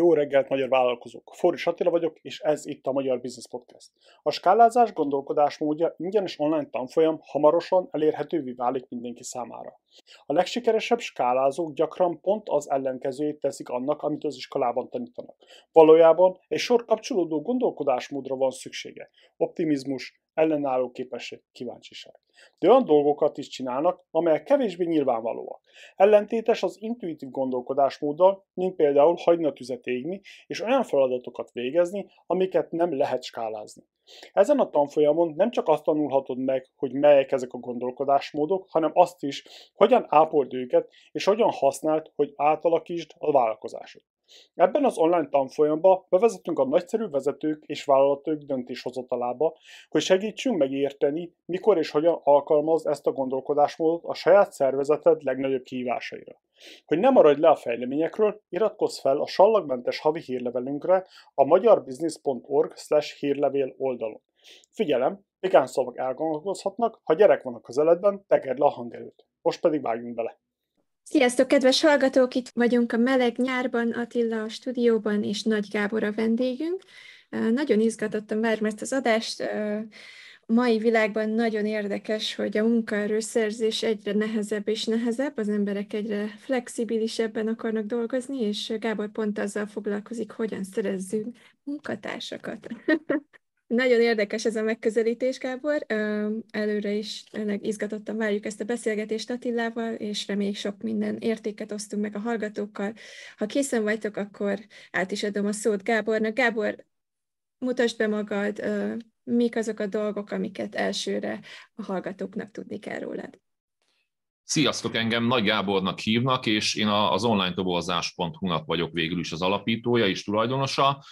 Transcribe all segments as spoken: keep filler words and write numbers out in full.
Jó reggelt, magyar vállalkozók! Forris Attila vagyok, és ez itt a Magyar Business Podcast. A skálázás gondolkodásmódja ingyenes online tanfolyam hamarosan elérhetővé válik mindenki számára. A legsikeresebb skálázók gyakran pont az ellenkezőjét teszik annak, amit az iskolában tanítanak. Valójában egy sor kapcsolódó gondolkodásmódra van szüksége. Optimizmus, ellenálló képesség, kíváncsiság. De olyan dolgokat is csinálnak, amelyek kevésbé nyilvánvalóak. Ellentétes az intuitív gondolkodásmóddal, mint például hagyni a tüzet égni, és olyan feladatokat végezni, amiket nem lehet skálázni. Ezen a tanfolyamon nem csak azt tanulhatod meg, hogy melyek ezek a gondolkodásmódok, hanem azt is, hogyan ápold őket, és hogyan használd, hogy átalakítsd a vállalkozásod. Ebben az online tanfolyamban bevezetünk a nagyszerű vezetők és vállalatok döntéshozatalába, hogy segítsünk megérteni, mikor és hogyan alkalmazd ezt a gondolkodásmódot a saját szervezeted legnagyobb kihívásaira. Hogy ne maradj le a fejleményekről, iratkozz fel a sallagmentes havi hírlevelünkre a magyarbusiness pont org slash hírlevél oldalon. Figyelem, vegán szavak elgondolkozhatnak, ha gyerek van a közeledben, tegerd le a hangerőt. Most pedig vágjunk bele! Sziasztok, kedves hallgatók! Itt vagyunk a meleg nyárban, Attila a stúdióban, és Nagy Gábor a vendégünk. Nagyon izgatottam már, mert az adást a mai világban nagyon érdekes, hogy a munkaerőszerzés egyre nehezebb és nehezebb, az emberek egyre flexibilisebben akarnak dolgozni, és Gábor pont azzal foglalkozik, hogyan szerezzünk munkatársakat. Nagyon érdekes ez a megközelítés, Gábor. Előre is tényleg izgatottan várjuk ezt a beszélgetést Attilával, és reméljük sok minden értéket osztunk meg a hallgatókkal. Ha készen vagytok, akkor át is adom a szót Gábornak. Gábor, mutasd be magad, mik azok a dolgok, amiket elsőre a hallgatóknak tudni kell rólad. Sziasztok, engem Nagy Gábornak hívnak, és én az online toborzás pont hu-nak vagyok végül is az alapítója és tulajdonosa.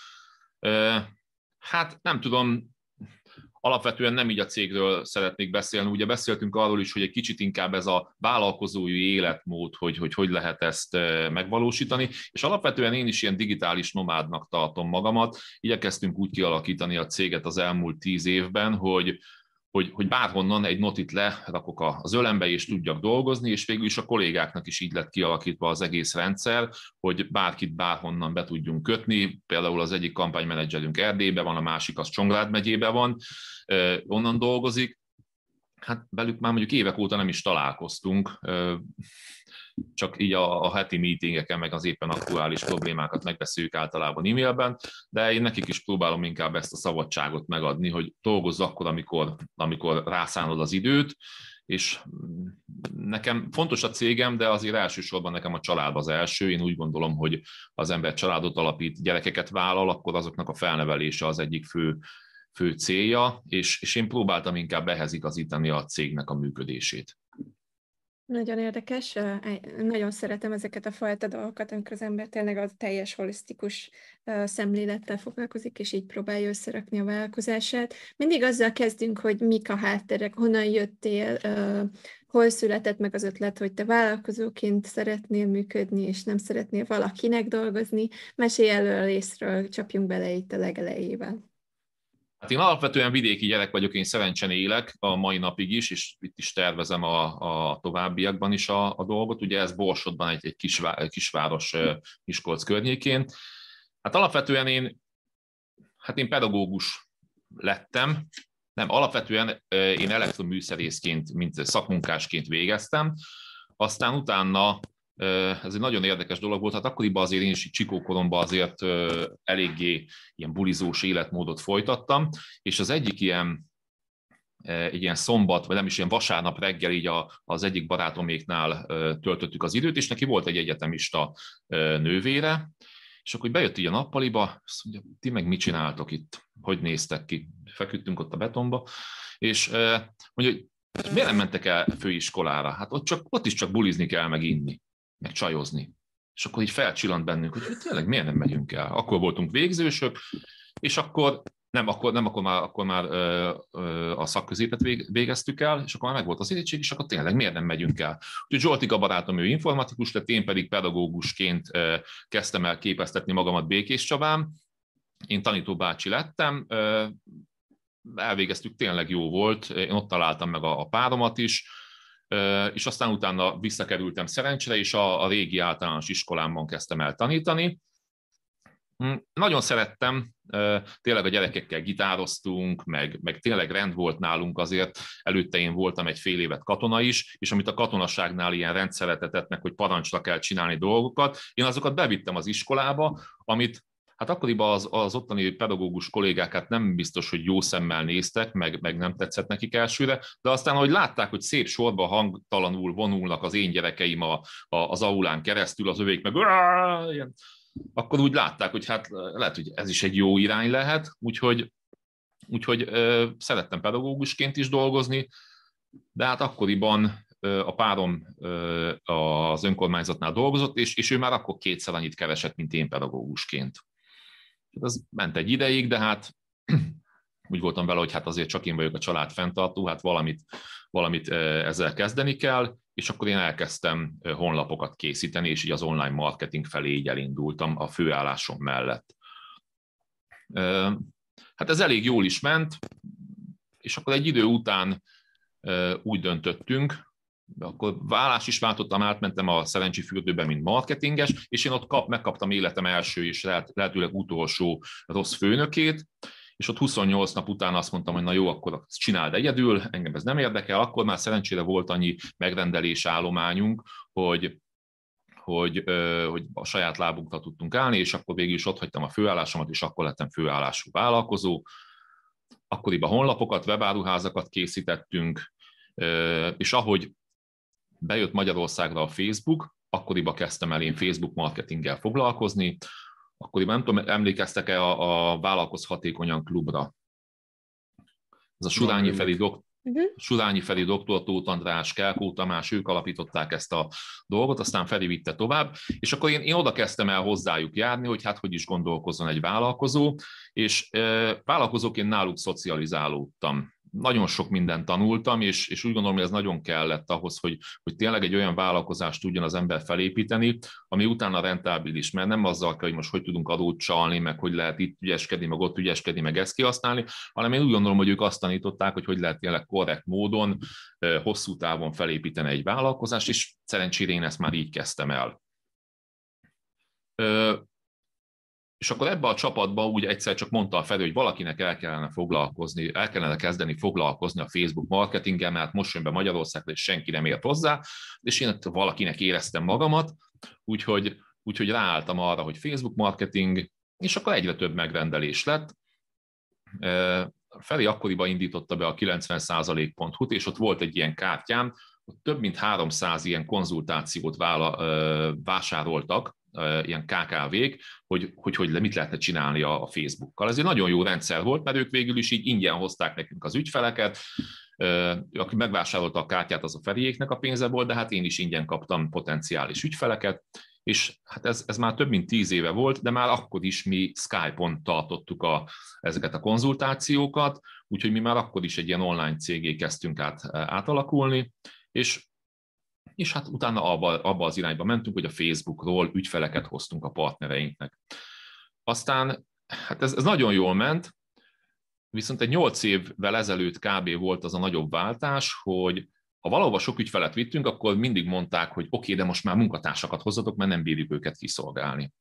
Hát nem tudom, alapvetően nem így a cégről szeretnék beszélni. Ugye beszéltünk arról is, hogy egy kicsit inkább ez a vállalkozói életmód, hogy hogy, hogy lehet ezt megvalósítani, és alapvetően én is ilyen digitális nomádnak tartom magamat. Igyekeztünk úgy kialakítani a céget az elmúlt tíz évben, hogy Hogy, hogy bárhonnan egy notit lerakok az ölembe, és tudjak dolgozni, és végül is a kollégáknak is így lett kialakítva az egész rendszer, hogy bárkit bárhonnan be tudjunk kötni. Például az egyik kampánymenedzserünk Erdélyben van, a másik az Csongrád megyében van, onnan dolgozik. Hát velük már mondjuk évek óta nem is találkoztunk, csak így a, a heti meetingeken, meg az éppen aktuális problémákat megbeszéljük általában e-mailben, de én nekik is próbálom inkább ezt a szabadságot megadni, hogy dolgozz akkor, amikor, amikor rászánod az időt, és nekem fontos a cégem, de azért elsősorban nekem a család az első. Én úgy gondolom, hogy az ember családot alapít, gyerekeket vállal, akkor azoknak a felnevelése az egyik fő, fő célja, és, és én próbáltam inkább ehhez igazítani a cégnek a működését. Nagyon érdekes, nagyon szeretem ezeket a fajta dolgokat, amikor az ember tényleg a teljes holisztikus szemlélettel foglalkozik, és így próbálja összerakni a vállalkozását. Mindig azzal kezdünk, hogy mik a hátterek, honnan jöttél, hol született meg az ötlet, hogy te vállalkozóként szeretnél működni, és nem szeretnél valakinek dolgozni. Mesélj elől a részről, csapjunk bele itt a legelejében. Hát én alapvetően vidéki gyerek vagyok, én szerencsen élek a mai napig is, és itt is tervezem a, a továbbiakban is a, a dolgot. Ugye ez Borsodban egy, egy kisvá, kisváros Miskolc környékén. Hát alapvetően én, hát én pedagógus lettem, nem, alapvetően én elektroműszerészként, mint szakmunkásként végeztem, aztán utána ez egy nagyon érdekes dolog volt, hát akkoriban azért én is csikókoromban azért eléggé ilyen bulizós életmódot folytattam, és az egyik ilyen, egy ilyen szombat, vagy nem is ilyen vasárnap reggel így a, az egyik barátoméknál töltöttük az időt, és neki volt egy egyetemista nővére, és akkor bejött így a nappaliba, azt mondja, ti meg mit csináltok itt, hogy néztek ki, feküdtünk ott a betonba, és mondja, hogy miért nem mentek el főiskolára? Hát ott, csak, ott is csak bulizni kell, meg inni, meg csajozni. És akkor így felcsillant bennünk, hogy tényleg miért nem megyünk el? Akkor voltunk végzősök, és akkor nem, akkor, nem, akkor már, akkor már ö, ö, a szakközépet végeztük el, és akkor már megvolt az érettség, és akkor tényleg miért nem megyünk el? Úgyhogy Zsoltika barátom, ő informatikus lett, én pedig pedagógusként ö, kezdtem el képeztetni magamat Békéscsabán. Én tanítóbácsi lettem, ö, elvégeztük, tényleg jó volt, én ott találtam meg a, a páromat is, és aztán utána visszakerültem szerencsére, és a, a régi általános iskolámban kezdtem el tanítani, Nagyon szerettem, tényleg a gyerekekkel gitároztunk, meg, meg tényleg rend volt nálunk azért. Előtte én voltam egy fél évet katona is, és amit a katonaságnál ilyen rendszeretet, meg hogy parancsra kell csinálni dolgokat, én azokat bevittem az iskolába, amit hát akkoriban az, az ottani pedagógus kollégákat nem biztos, hogy jó szemmel néztek, meg, meg nem tetszett nekik elsőre, de aztán, ahogy látták, hogy szép sorba hangtalanul vonulnak az én gyerekeim a, a, az aulán keresztül, az övék meg ilyen, akkor úgy látták, hogy hát lehet, hogy ez is egy jó irány lehet, úgyhogy, úgyhogy ö, szerettem pedagógusként is dolgozni, de hát akkoriban ö, a párom ö, az önkormányzatnál dolgozott, és, és ő már akkor kétszer annyit keresett, mint én pedagógusként. Ez ment egy ideig, de hát úgy voltam vele, hogy hát azért csak én vagyok a család fenntartó, hát valamit, valamit ezzel kezdeni kell, és akkor én elkezdtem honlapokat készíteni, és így az online marketing felé így elindultam a főállásom mellett. Hát ez elég jól is ment, és akkor egy idő után úgy döntöttünk, akkor vállás is váltottam, átmentem a Szerencsifürdőbe, mint marketinges, és én ott kap, megkaptam életem első és lehetőleg utolsó rossz főnökét, és ott huszonnyolc nap után azt mondtam, hogy na jó, akkor ezt csináld egyedül, engem ez nem érdekel, akkor már szerencsére volt annyi megrendelés állományunk, hogy, hogy, hogy a saját lábunkra tudtunk állni, és akkor végül is ott hagytam a főállásomat, és akkor lettem főállású vállalkozó. Akkoriban honlapokat, webáruházakat készítettünk, és ahogy bejött Magyarországra a Facebook, akkoriban kezdtem el én Facebook marketinggel foglalkozni, akkoriban nem tudom, emlékeztek-e a, a Vállalkozz hatékonyan klubra? Ez a Surányi Feri, dok, uh-huh. Surányi Feri doktor, Tóth András, Kelkó Tamás, ők alapították ezt a dolgot, aztán Feri vitte tovább, és akkor én, én oda kezdtem el hozzájuk járni, hogy hát hogy is gondolkozzon egy vállalkozó, és e, vállalkozóként náluk szocializálódtam. Nagyon sok mindent tanultam, és, és úgy gondolom, hogy ez nagyon kellett ahhoz, hogy, hogy tényleg egy olyan vállalkozást tudjon az ember felépíteni, ami utána rentábilis, mert nem azzal kell, hogy most hogy tudunk adót csalni, meg hogy lehet itt ügyeskedni, meg ott ügyeskedni, meg ezt kihasználni, hanem én úgy gondolom, hogy ők azt tanították, hogy hogy lehet tényleg korrekt módon, hosszú távon felépíteni egy vállalkozást, és szerencsére én ezt már így kezdtem el. És akkor ebbe a csapatba úgy egyszer csak mondta a Feri, hogy valakinek el kellene foglalkozni, el kellene kezdeni foglalkozni a Facebook marketinggel, mert most jön be Magyarországra, és senki nem ért hozzá, és én valakinek éreztem magamat, úgyhogy, úgyhogy ráálltam arra, hogy Facebook marketing, és akkor egyre több megrendelés lett. Feri akkoriban indította be a kilencven százalék pont hu-t, és ott volt egy ilyen kártyám, ott több mint háromszáz ilyen konzultációt vála, vásároltak, ilyen ká ká vék, hogy, hogy, hogy mit lehetne csinálni a Facebookkal. Ez egy nagyon jó rendszer volt, mert ők végül is így ingyen hozták nekünk az ügyfeleket, aki megvásárolta a kártyát, az a Feriéknek a pénze volt, de hát én is ingyen kaptam potenciális ügyfeleket, és hát ez, ez már több mint tíz éve volt, de már akkor is mi Skype-on tartottuk a, ezeket a konzultációkat, úgyhogy mi már akkor is egy ilyen online cégé kezdtünk át, átalakulni, és és hát utána abba, abba az irányba mentünk, hogy a Facebookról ügyfeleket hoztunk a partnereinknek. Aztán hát ez, ez nagyon jól ment, viszont egy nyolc évvel ezelőtt kb. Volt az a nagyobb váltás, hogy ha valahova sok ügyfelet vittünk, akkor mindig mondták, hogy oké, okay, de most már munkatársakat hozzatok, mert nem bírjuk őket kiszolgálni.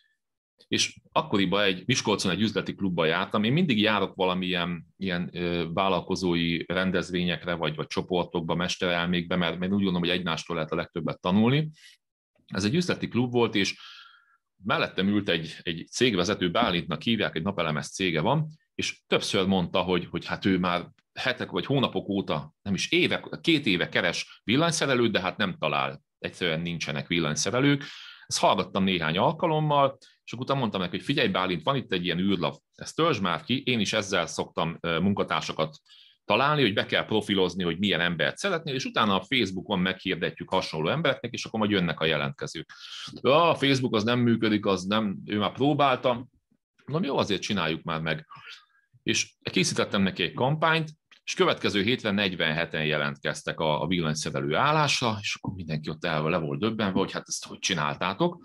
És akkoriban egy Miskolcon egy üzleti klubba jártam, én mindig járok valamilyen ilyen vállalkozói rendezvényekre, vagy, vagy csoportokba, mesterelmékbe, mert, mert úgy gondolom, hogy egymástól lehet a legtöbbet tanulni. Ez egy üzleti klub volt, és mellettem ült egy, egy cégvezető, Bálintnak hívják, egy napelemes cége van, és többször mondta, hogy, hogy hát ő már hetek vagy hónapok óta, nem is évek, két éve keres villanyszerelőt, de hát nem talál, egyszerűen nincsenek villanyszerelők. Ezt hallgattam néhány alkalommal, és akkor utána mondtam neki, hogy figyelj Bálint, van itt egy ilyen űrlap, ezt töltsd már ki, én is ezzel szoktam munkatársakat találni, hogy be kell profilozni, hogy milyen embert szeretnél, és utána a Facebookon meghirdetjük hasonló embereknek, és akkor majd jönnek a jelentkezők. Ja, a Facebook az nem működik, az nem, ő már próbálta, mondom, jó, azért csináljuk már meg. És készítettem neki egy kampányt, és következő hétre negyvenheten jelentkeztek a, a villanyszerelő állásra, és akkor mindenki ott el le volt döbbenve, hogy hát ezt hogy csináltátok.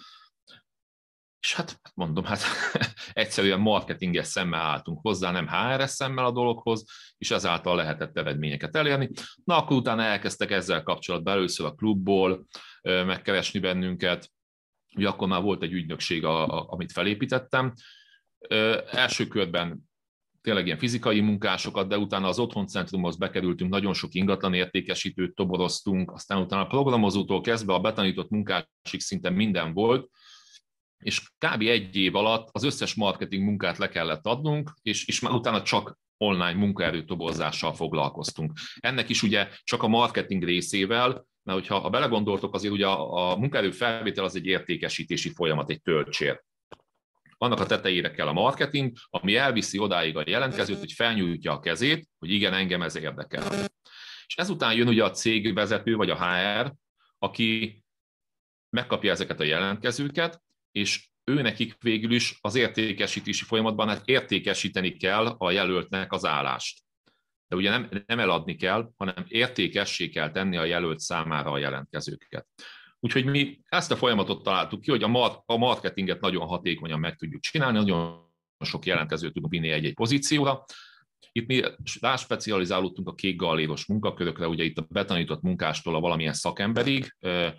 És hát mondom, hát egyszerűen marketinges szemmel álltunk hozzá, nem há er es szemmel a dologhoz, és ezáltal lehetett eredményeket elérni. Na, akkor utána elkezdtek ezzel kapcsolatban először a klubból megkeresni bennünket, ugye akkor már volt egy ügynökség, a, a, amit felépítettem. Ö, első körben tényleg ilyen fizikai munkásokat, de utána az otthoncentrumhoz bekerültünk, nagyon sok ingatlan értékesítőt toboroztunk, aztán utána a programozótól kezdve a betanított munkásig szinte minden volt, és kb. Egy év alatt az összes marketing munkát le kellett adnunk, és, és már utána csak online munkaerő toborzással foglalkoztunk. Ennek is ugye csak a marketing részével, mert hogyha ha belegondoltok, azért ugye a, a munkaerő felvétel az egy értékesítési folyamat, egy töltsér. Annak a tetejére kell a marketing, ami elviszi odáig a jelentkezőt, hogy felnyújtja a kezét, hogy igen, engem ez érdekel. És ezután jön ugye a cégvezető vagy a há er, aki megkapja ezeket a jelentkezőket, és ő nekik végül is az értékesítési folyamatban hát értékesíteni kell a jelöltnek az állást. De ugye nem, nem eladni kell, hanem értékessé kell tenni a jelölt számára a jelentkezőket. Úgyhogy mi ezt a folyamatot találtuk ki, hogy a marketinget nagyon hatékonyan meg tudjuk csinálni, nagyon sok jelentkezőt tudunk vinni egy-egy pozícióra. Itt mi ráspecializálódtunk a kék galléros munkakörökre, ugye itt a betanított munkástól a valamilyen szakemberig,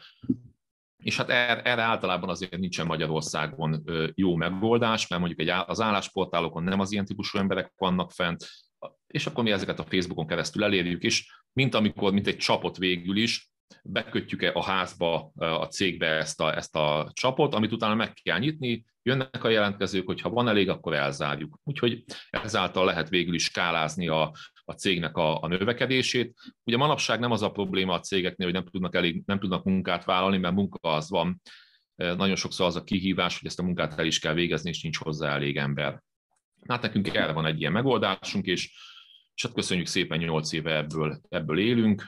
és hát erre általában azért nincsen Magyarországon jó megoldás, mert mondjuk az állásportálokon nem az ilyen típusú emberek vannak fent, és akkor mi ezeket a Facebookon keresztül elérjük, és mint amikor, mint egy csapot végül is, bekötjük a házba, a cégbe ezt a, ezt a csapot, amit utána meg kell nyitni, jönnek a jelentkezők, hogyha van elég, akkor elzárjuk. Úgyhogy ezáltal lehet végül is skálázni a, a cégnek a, a növekedését. Ugye manapság nem az a probléma a cégeknél, hogy nem tudnak, elég, nem tudnak munkát vállalni, mert munka az van. Nagyon sokszor az a kihívás, hogy ezt a munkát el is kell végezni, és nincs hozzá elég ember. Hát nekünk erre van egy ilyen megoldásunk, és, és hát köszönjük szépen, nyolc éve ebből, ebből élünk,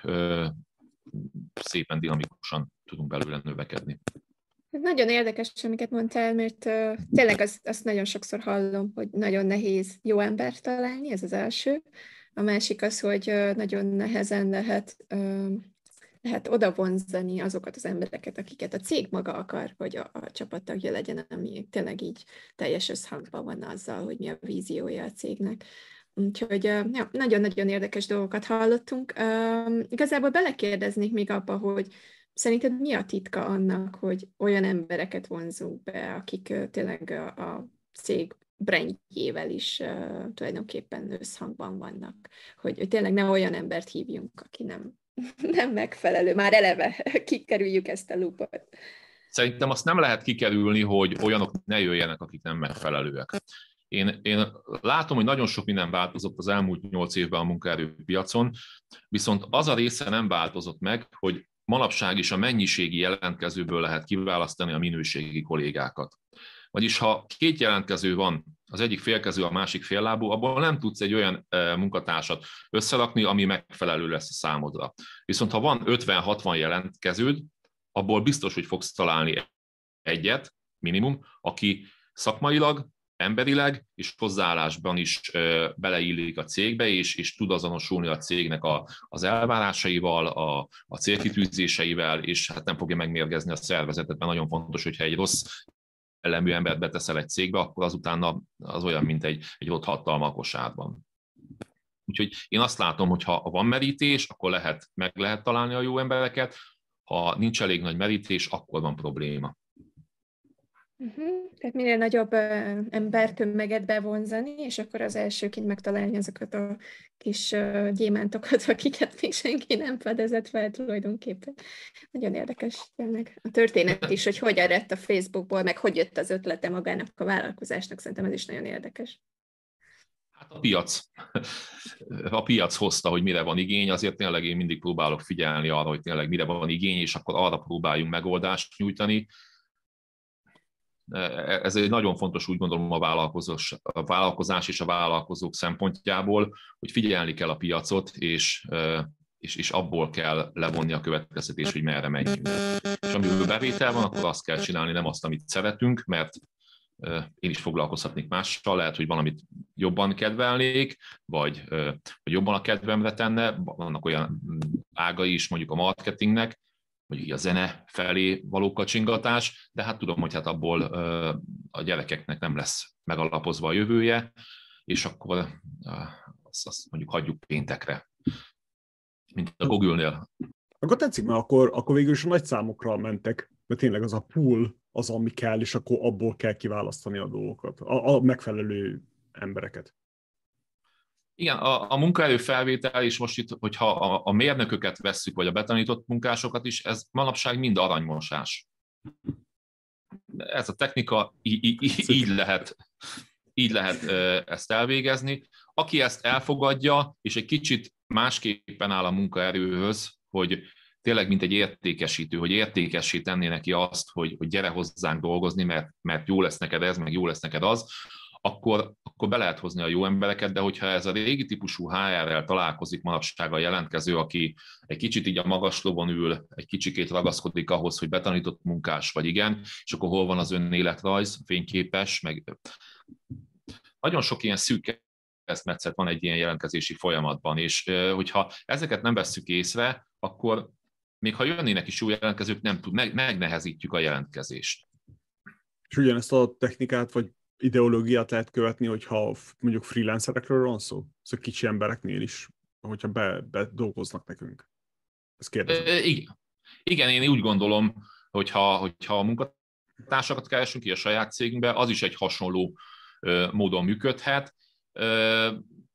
szépen dinamikusan tudunk belőle növekedni. Nagyon érdekes, amiket mondtál, mert uh, tényleg azt, azt nagyon sokszor hallom, hogy nagyon nehéz jó embert találni, ez az első. A másik az, hogy uh, nagyon nehezen lehet, uh, lehet odavonzani azokat az embereket, akiket a cég maga akar, hogy a, a csapattagja legyen, ami tényleg így teljes összhangban van azzal, hogy mi a víziója a cégnek. Úgyhogy ja, nagyon-nagyon érdekes dolgokat hallottunk. Uh, igazából belekérdeznék még abba, hogy szerinted mi a titka annak, hogy olyan embereket vonzunk be, akik uh, tényleg a, a cég brandjével is uh, tulajdonképpen összhangban vannak, hogy, hogy tényleg ne olyan embert hívjunk, aki nem, nem megfelelő, már eleve kikerüljük ezt a lupot. Szerintem azt nem lehet kikerülni, hogy olyanok ne jöjjenek, akik nem megfelelőek. Én, én látom, hogy nagyon sok minden változott az elmúlt nyolc évben a munkaerőpiacon, viszont az a része nem változott meg, hogy manapság is a mennyiségi jelentkezőből lehet kiválasztani a minőségi kollégákat. Vagyis ha két jelentkező van, az egyik félkező, a másik féllábú, abból nem tudsz egy olyan munkatársat összerakni, ami megfelelő lesz a számodra. Viszont ha van ötven-hatvan jelentkeződ, abból biztos, hogy fogsz találni egyet, minimum, aki szakmailag, emberileg és hozzáállásban is ö, beleillik a cégbe, és, és tud azonosulni a cégnek a, az elvárásaival, a, a célkitűzéseivel, és hát nem fogja megmérgezni a szervezetet, mert nagyon fontos, hogyha egy rossz ellenű embert beteszel egy cégbe, akkor azután az olyan, mint egy, egy ott hatalma a kosárban. Úgyhogy én azt látom, hogy ha van merítés, akkor lehet, meg lehet találni a jó embereket, ha nincs elég nagy merítés, akkor van probléma. Uh-huh. Tehát minél nagyobb uh, embertömeget bevonzani, és akkor az elsőként megtalálni azokat a kis uh, gyémántokat, akiket még senki nem fedezett fel tulajdonképpen. Nagyon érdekes tényleg a történet is, hogy hogy eredt a Facebookból, meg hogy jött az ötlete magának a vállalkozásnak, szerintem ez is nagyon érdekes. Hát a piac. A piac hozta, hogy mire van igény, azért tényleg én mindig próbálok figyelni arra, hogy tényleg mire van igény, és akkor arra próbáljunk megoldást nyújtani. Ez egy nagyon fontos, úgy gondolom, a vállalkozás, a vállalkozás és a vállalkozók szempontjából, hogy figyelni kell a piacot, és, és, és abból kell levonni a következtetést, hogy merre menjünk. És amiből bevétel van, akkor azt kell csinálni, nem azt, amit szeretünk, mert én is foglalkozhatnék mással, lehet, hogy valamit jobban kedvelnék, vagy, vagy jobban a kedvemre tenne, vannak olyan ágai is mondjuk a marketingnek, vagy a zene felé való kacsingatás, de hát tudom, hogy hát abból a gyerekeknek nem lesz megalapozva a jövője, és akkor azt, azt mondjuk hagyjuk péntekre, mint a Google-nél. Akkor tetszik, mert akkor, akkor végül is nagy számokra mentek, mert tényleg az a pool az, ami kell, és akkor abból kell kiválasztani a dolgokat, a, a megfelelő embereket. Igen, a, a munkaerő felvétel is most itt, hogyha a, a mérnököket vesszük, vagy a betanított munkásokat is, ez manapság mind aranymosás. Ez a technika, így, így, így lehet, így lehet ezt elvégezni. Aki ezt elfogadja, és egy kicsit másképpen áll a munkaerőhöz, hogy tényleg mint egy értékesítő, hogy értékessé tenné neki azt, hogy, hogy gyere hozzánk dolgozni, mert, mert jó lesz neked ez, meg jó lesz neked az, akkor, akkor be lehet hozni a jó embereket, de hogyha ez a régi típusú há er-rel találkozik manapság a jelentkező, aki egy kicsit így a magaslovon ül, egy kicsikét ragaszkodik ahhoz, hogy betanított munkás vagy igen, és akkor hol van az önéletrajz, fényképes, meg nagyon sok ilyen szűk keresztmetszet van egy ilyen jelentkezési folyamatban, és hogyha ezeket nem vesszük észre, akkor még ha jönnének is jó jelentkezők, nem tud, meg, megnehezítjük a jelentkezést. És ugyanezt a technikát, vagy ideológiát lehet követni, hogyha mondjuk freelancerekről van szó? Szóval kicsi embereknél is, hogyha be, be dolgoznak nekünk. Ezt kérdezem. E, igen. igen, én úgy gondolom, hogyha, hogyha a munkatársakat keresünk ki a saját cégünkbe, az is egy hasonló uh, módon működhet. Uh,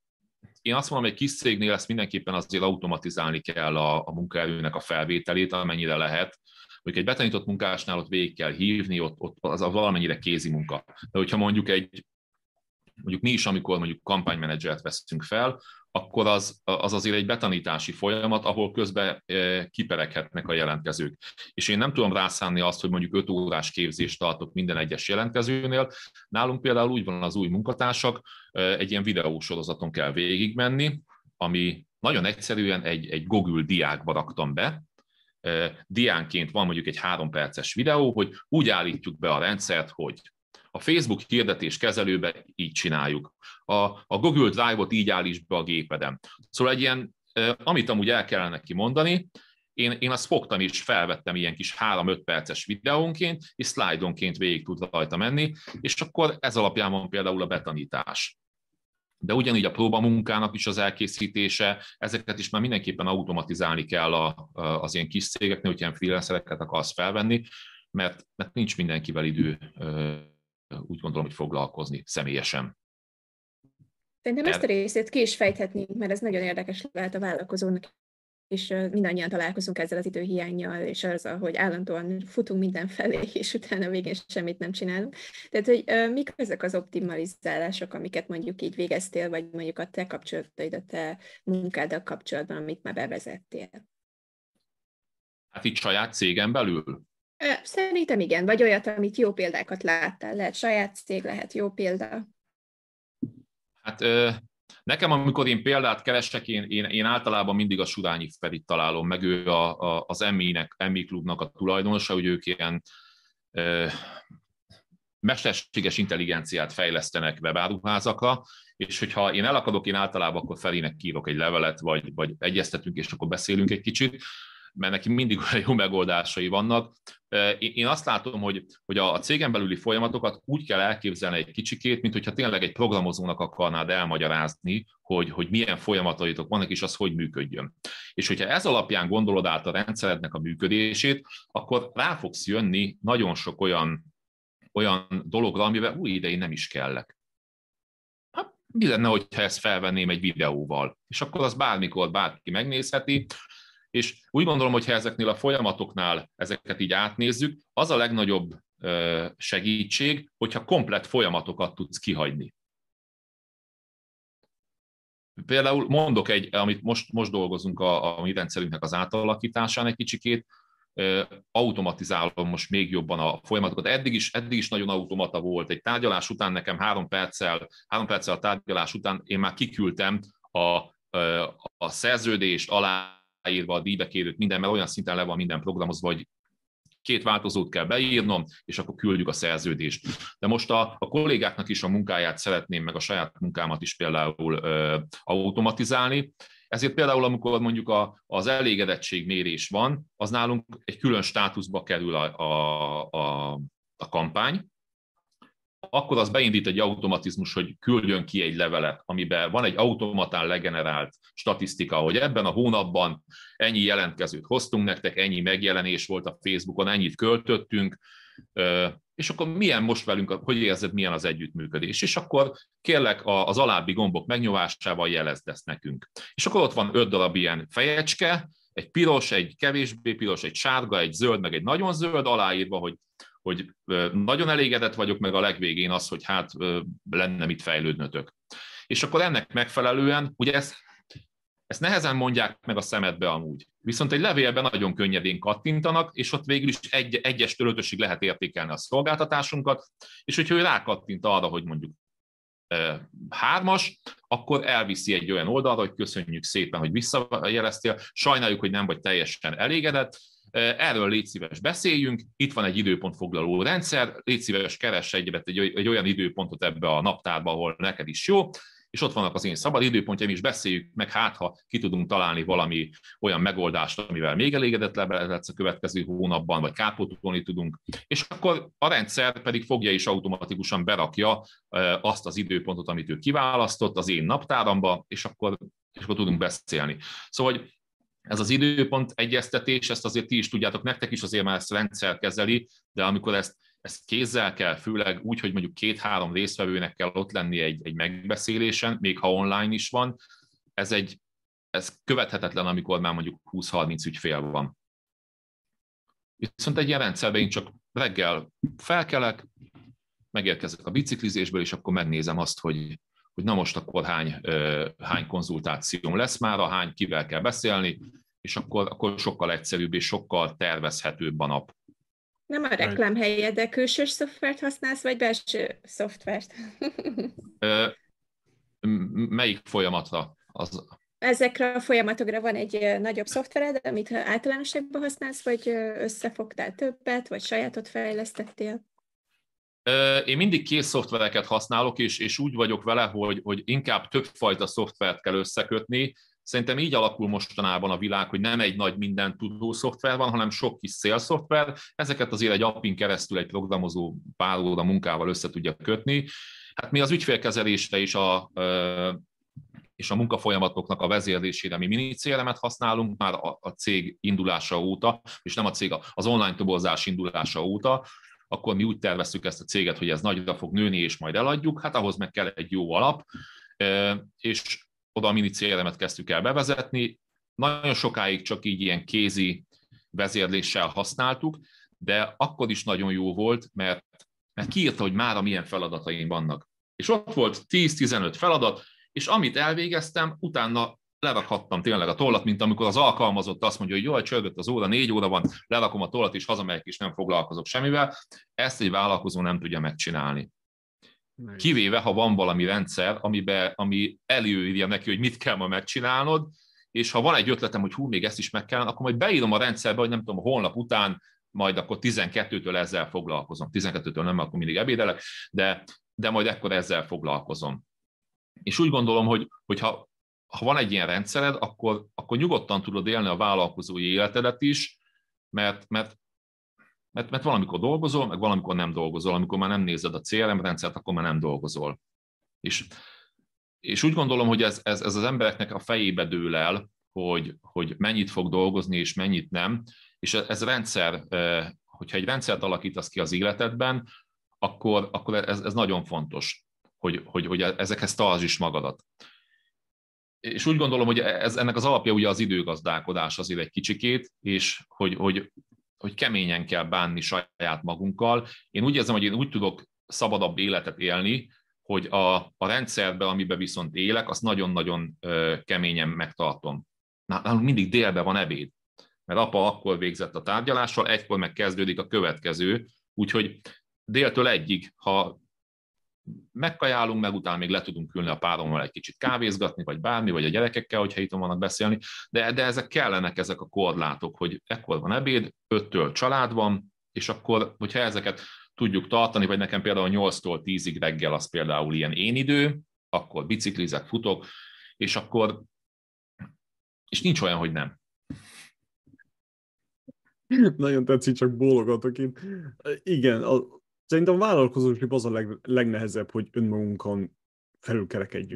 Én azt mondom, hogy egy kis cégnél ezt mindenképpen azért automatizálni kell a, a munkaerőnek a felvételét, amennyire lehet. Mondjuk egy betanított munkásnál ott végig kell hívni, ott, ott az a valamennyire kézi munka. De hogyha mondjuk egy, mondjuk mi is, amikor mondjuk kampánymenedzsert veszünk fel, akkor az, az azért egy betanítási folyamat, ahol közben kipereghetnek a jelentkezők. És én nem tudom rászánni azt, hogy mondjuk öt órás képzést tartok minden egyes jelentkezőnél. Nálunk például úgy van az új munkatársak, egy ilyen videósorozaton kell végigmenni, ami nagyon egyszerűen egy, egy Google diákba raktam be. Diánként van mondjuk egy három perces videó, hogy úgy állítjuk be a rendszert, hogy a Facebook hirdetés kezelőbe így csináljuk. A, a Google Drive-ot így állítsd be a gépeden. Szóval egy ilyen, amit amúgy el kellene neki mondani, én, én azt fogtam és felvettem ilyen kis három-öt perces videónként, és szlájdonként végig tud rajta menni, és akkor ez alapján van például a betanítás. De ugyanígy a próbamunkának is az elkészítése, ezeket is már mindenképpen automatizálni kell a, a, az ilyen kis cégeknél, hogy ilyen freelancereket akarsz felvenni, mert, mert nincs mindenkivel idő, úgy gondolom, hogy foglalkozni személyesen. Szerintem ezt a részét ki is fejthetnénk, mert ez nagyon érdekes lehet a vállalkozónak, és mindannyian találkozunk ezzel az időhiánnyal, és azzal, hogy állandóan futunk mindenfelé, és utána végén semmit nem csinálunk. Tehát, hogy mik ezek az optimalizálások, amiket mondjuk így végeztél, vagy mondjuk a te kapcsolataid, a te munkáddal kapcsolatban, amit már bevezettél? Hát itt saját cégen belül? Szerintem igen, vagy olyat, amit jó példákat láttál. Lehet saját cég, lehet jó példa. Hát nekem, amikor én példát keresek, én, én, én általában mindig a Surányi Ferit találom meg, ő a, a, az em i-nek, em i klubnak a tulajdonosa, hogy ők ilyen ö, mesterséges intelligenciát fejlesztenek webáruházakra, és hogyha én elakadok, én általában akkor Ferinek írok egy levelet, vagy, vagy egyeztetünk, és akkor beszélünk egy kicsit, mert neki mindig olyan jó megoldásai vannak. Én azt látom, hogy, hogy a cégen belüli folyamatokat úgy kell elképzelni egy kicsikét, mint hogyha tényleg egy programozónak akarnád elmagyarázni, hogy, hogy milyen folyamataitok vannak, és az hogy működjön. És hogyha ez alapján gondolod át a rendszerednek a működését, akkor rá fogsz jönni nagyon sok olyan, olyan dologra, amivel új idején nem is kellek. Hát, mi lenne, hogyha ezt felvenném egy videóval? És akkor az bármikor bárki megnézheti, és úgy gondolom, hogy ha ezeknél a folyamatoknál ezeket így átnézzük, az a legnagyobb segítség, hogyha komplett folyamatokat tudsz kihagyni. Például mondok egy, amit most, most dolgozunk a, a mi rendszerünknek az átalakításán egy kicsikét, automatizálom most még jobban a folyamatokat. Eddig is, eddig is nagyon automata volt. Egy tárgyalás után nekem három perccel, három perccel a tárgyalás után én már kiküldtem a, a szerződést alá, írva a díjbekérőt, minden, mert olyan szinten le van minden programozva, hogy két változót kell beírnom, és akkor küldjük a szerződést. De most a, a kollégáknak is a munkáját szeretném, meg a saját munkámat is például ö, automatizálni. Ezért például, amikor mondjuk a, az elégedettségmérés van, az nálunk egy külön státuszba kerül a, a, a, a kampány, akkor az beindít egy automatizmus, hogy küldjön ki egy levelet, amiben van egy automatán legenerált statisztika, hogy ebben a hónapban ennyi jelentkezőt hoztunk nektek, ennyi megjelenés volt a Facebookon, ennyit költöttünk, és akkor milyen most velünk, hogy érzed, milyen az együttműködés, és akkor kérlek az alábbi gombok megnyomásával jelezd ezt nekünk. És akkor ott van öt darab ilyen fejecske, egy piros, egy kevésbé piros, egy sárga, egy zöld, meg egy nagyon zöld, aláírva, hogy, hogy nagyon elégedett vagyok, meg a legvégén az, hogy hát lenne mit fejlődnötök. És akkor ennek megfelelően, ugye ezt, ezt nehezen mondják meg a szemedbe amúgy. Viszont egy levélben nagyon könnyedén kattintanak, és ott végül is egy, egyestől ötösig lehet értékelni a szolgáltatásunkat, és hogyha ő rákattint arra, hogy mondjuk e, hármas, akkor elviszi egy olyan oldalra, hogy köszönjük szépen, hogy visszajeleztél, sajnáljuk, hogy nem vagy teljesen elégedett, erről légy szíves beszéljünk, itt van egy időpontfoglaló rendszer, légy szíves keress egyet, egy, egy olyan időpontot ebbe a naptárba, ahol neked is jó, és ott vannak az én szabad időpontjaim, és beszéljük meg, hát ha ki tudunk találni valami olyan megoldást, amivel még elégedettebb lesz a következő hónapban, vagy kárpótolni tudunk, és akkor a rendszer pedig fogja és automatikusan berakja azt az időpontot, amit ő kiválasztott az én naptáramba, és akkor, és akkor tudunk beszélni. Szóval, hogy ez az időpont egyeztetés, ezt azért ti is tudjátok, nektek is azért már ezt rendszer kezeli, de amikor ezt Ezt kézzel kell, főleg úgy, hogy mondjuk két-három résztvevőnek kell ott lenni egy, egy megbeszélésen, még ha online is van, ez, egy, ez követhetetlen, amikor már mondjuk húsz-harminc ügyfél van. Viszont egy ilyen rendszerben én csak reggel felkelek, megérkezek a biciklizésből, és akkor megnézem azt, hogy, hogy na most akkor hány, hány konzultációm lesz már, hány kivel kell beszélni, és akkor, akkor sokkal egyszerűbb és sokkal tervezhetőbb a nap. Nem a reklám helye, de külsős szoftvert használsz, vagy belső szoftvert? Melyik folyamatra? Az... Ezekre a folyamatokra van egy nagyobb szoftvered, amit általánosságban használsz, vagy összefogtál többet, vagy sajátot fejlesztettél? Én mindig kész szoftvereket használok, és, és úgy vagyok vele, hogy, hogy inkább többfajta szoftvert kell összekötni. Szerintem így alakul mostanában a világ, hogy nem egy nagy mindent tudó szoftver van, hanem sok kis szélszoftver. Ezeket azért egy appin keresztül egy programozó pár óra munkával össze tudja kötni. Hát mi az ügyfélkezelésre és a, és a munkafolyamatoknak a vezérlésére mi mini cé er em-et használunk már a, a cég indulása óta, és nem a cég, az online toborzás indulása óta. Akkor mi úgy tervezzük ezt a céget, hogy ez nagyra fog nőni, és majd eladjuk. Hát ahhoz meg kell egy jó alap, és oda a mini cé er em-et kezdtük el bevezetni. Nagyon sokáig csak így ilyen kézi vezérléssel használtuk, de akkor is nagyon jó volt, mert, mert kiírta, hogy mára milyen feladataim vannak. És ott volt tíz-tizenöt feladat, és amit elvégeztem, utána lerakhattam tényleg a tollat, mint amikor az alkalmazott azt mondja, hogy jaj, csörgött az óra, négy óra van, lerakom a tollat, és hazamegyek, és nem foglalkozok semmivel. Ezt egy vállalkozó nem tudja megcsinálni. Kivéve, ha van valami rendszer, amiben, ami előírja neki, hogy mit kell ma megcsinálnod, és ha van egy ötletem, hogy hú, még ezt is meg kellene, akkor majd beírom a rendszerbe, hogy nem tudom, a holnap után majd akkor tizenkettőtől ezzel foglalkozom. tizenkettőtől nem, akkor mindig ebédelek, de, de majd ekkor ezzel foglalkozom. És úgy gondolom, hogy, hogy ha, ha van egy ilyen rendszered, akkor, akkor nyugodtan tudod élni a vállalkozói életedet is, mert, mert Mert, mert valamikor dolgozol, meg valamikor nem dolgozol. Amikor már nem nézed a cé er em rendszert, akkor már nem dolgozol. És, és úgy gondolom, hogy ez, ez, ez az embereknek a fejébe dől el, hogy, hogy mennyit fog dolgozni, és mennyit nem. És ez rendszer, hogyha egy rendszert alakítasz ki az életedben, akkor, akkor ez, ez nagyon fontos, hogy, hogy, hogy ezekhez tartsd is magadat. És úgy gondolom, hogy ez, ennek az alapja ugye az időgazdálkodás azért egy kicsikét, és hogy, hogy hogy keményen kell bánni saját magunkkal. Én úgy érzem, hogy én úgy tudok szabadabb életet élni, hogy a, a rendszerben, amiben viszont élek, azt nagyon-nagyon ö, keményen megtartom. Nálunk mindig délben van ebéd, mert apa akkor végzett a tárgyalással, egykor meg kezdődik a következő, úgyhogy déltől egyig, ha megkajálunk, meg utána még le tudunk ülni a párommal egy kicsit kávézgatni, vagy bármi, vagy a gyerekekkel, hogyha itt vannak beszélni, de, de ezek kellenek, ezek a korlátok, hogy ekkor van ebéd, öttől család van, és akkor, hogyha ezeket tudjuk tartani, vagy nekem például nyolctól tízig reggel az például ilyen én idő, akkor biciklizek, futok, és akkor, és nincs olyan, hogy nem. Nagyon tetszik, csak bólogatok itt. Igen, a Szerintem a vállalkozóség az a leg, legnehezebb, hogy önmagunkon felülkerekedjünk.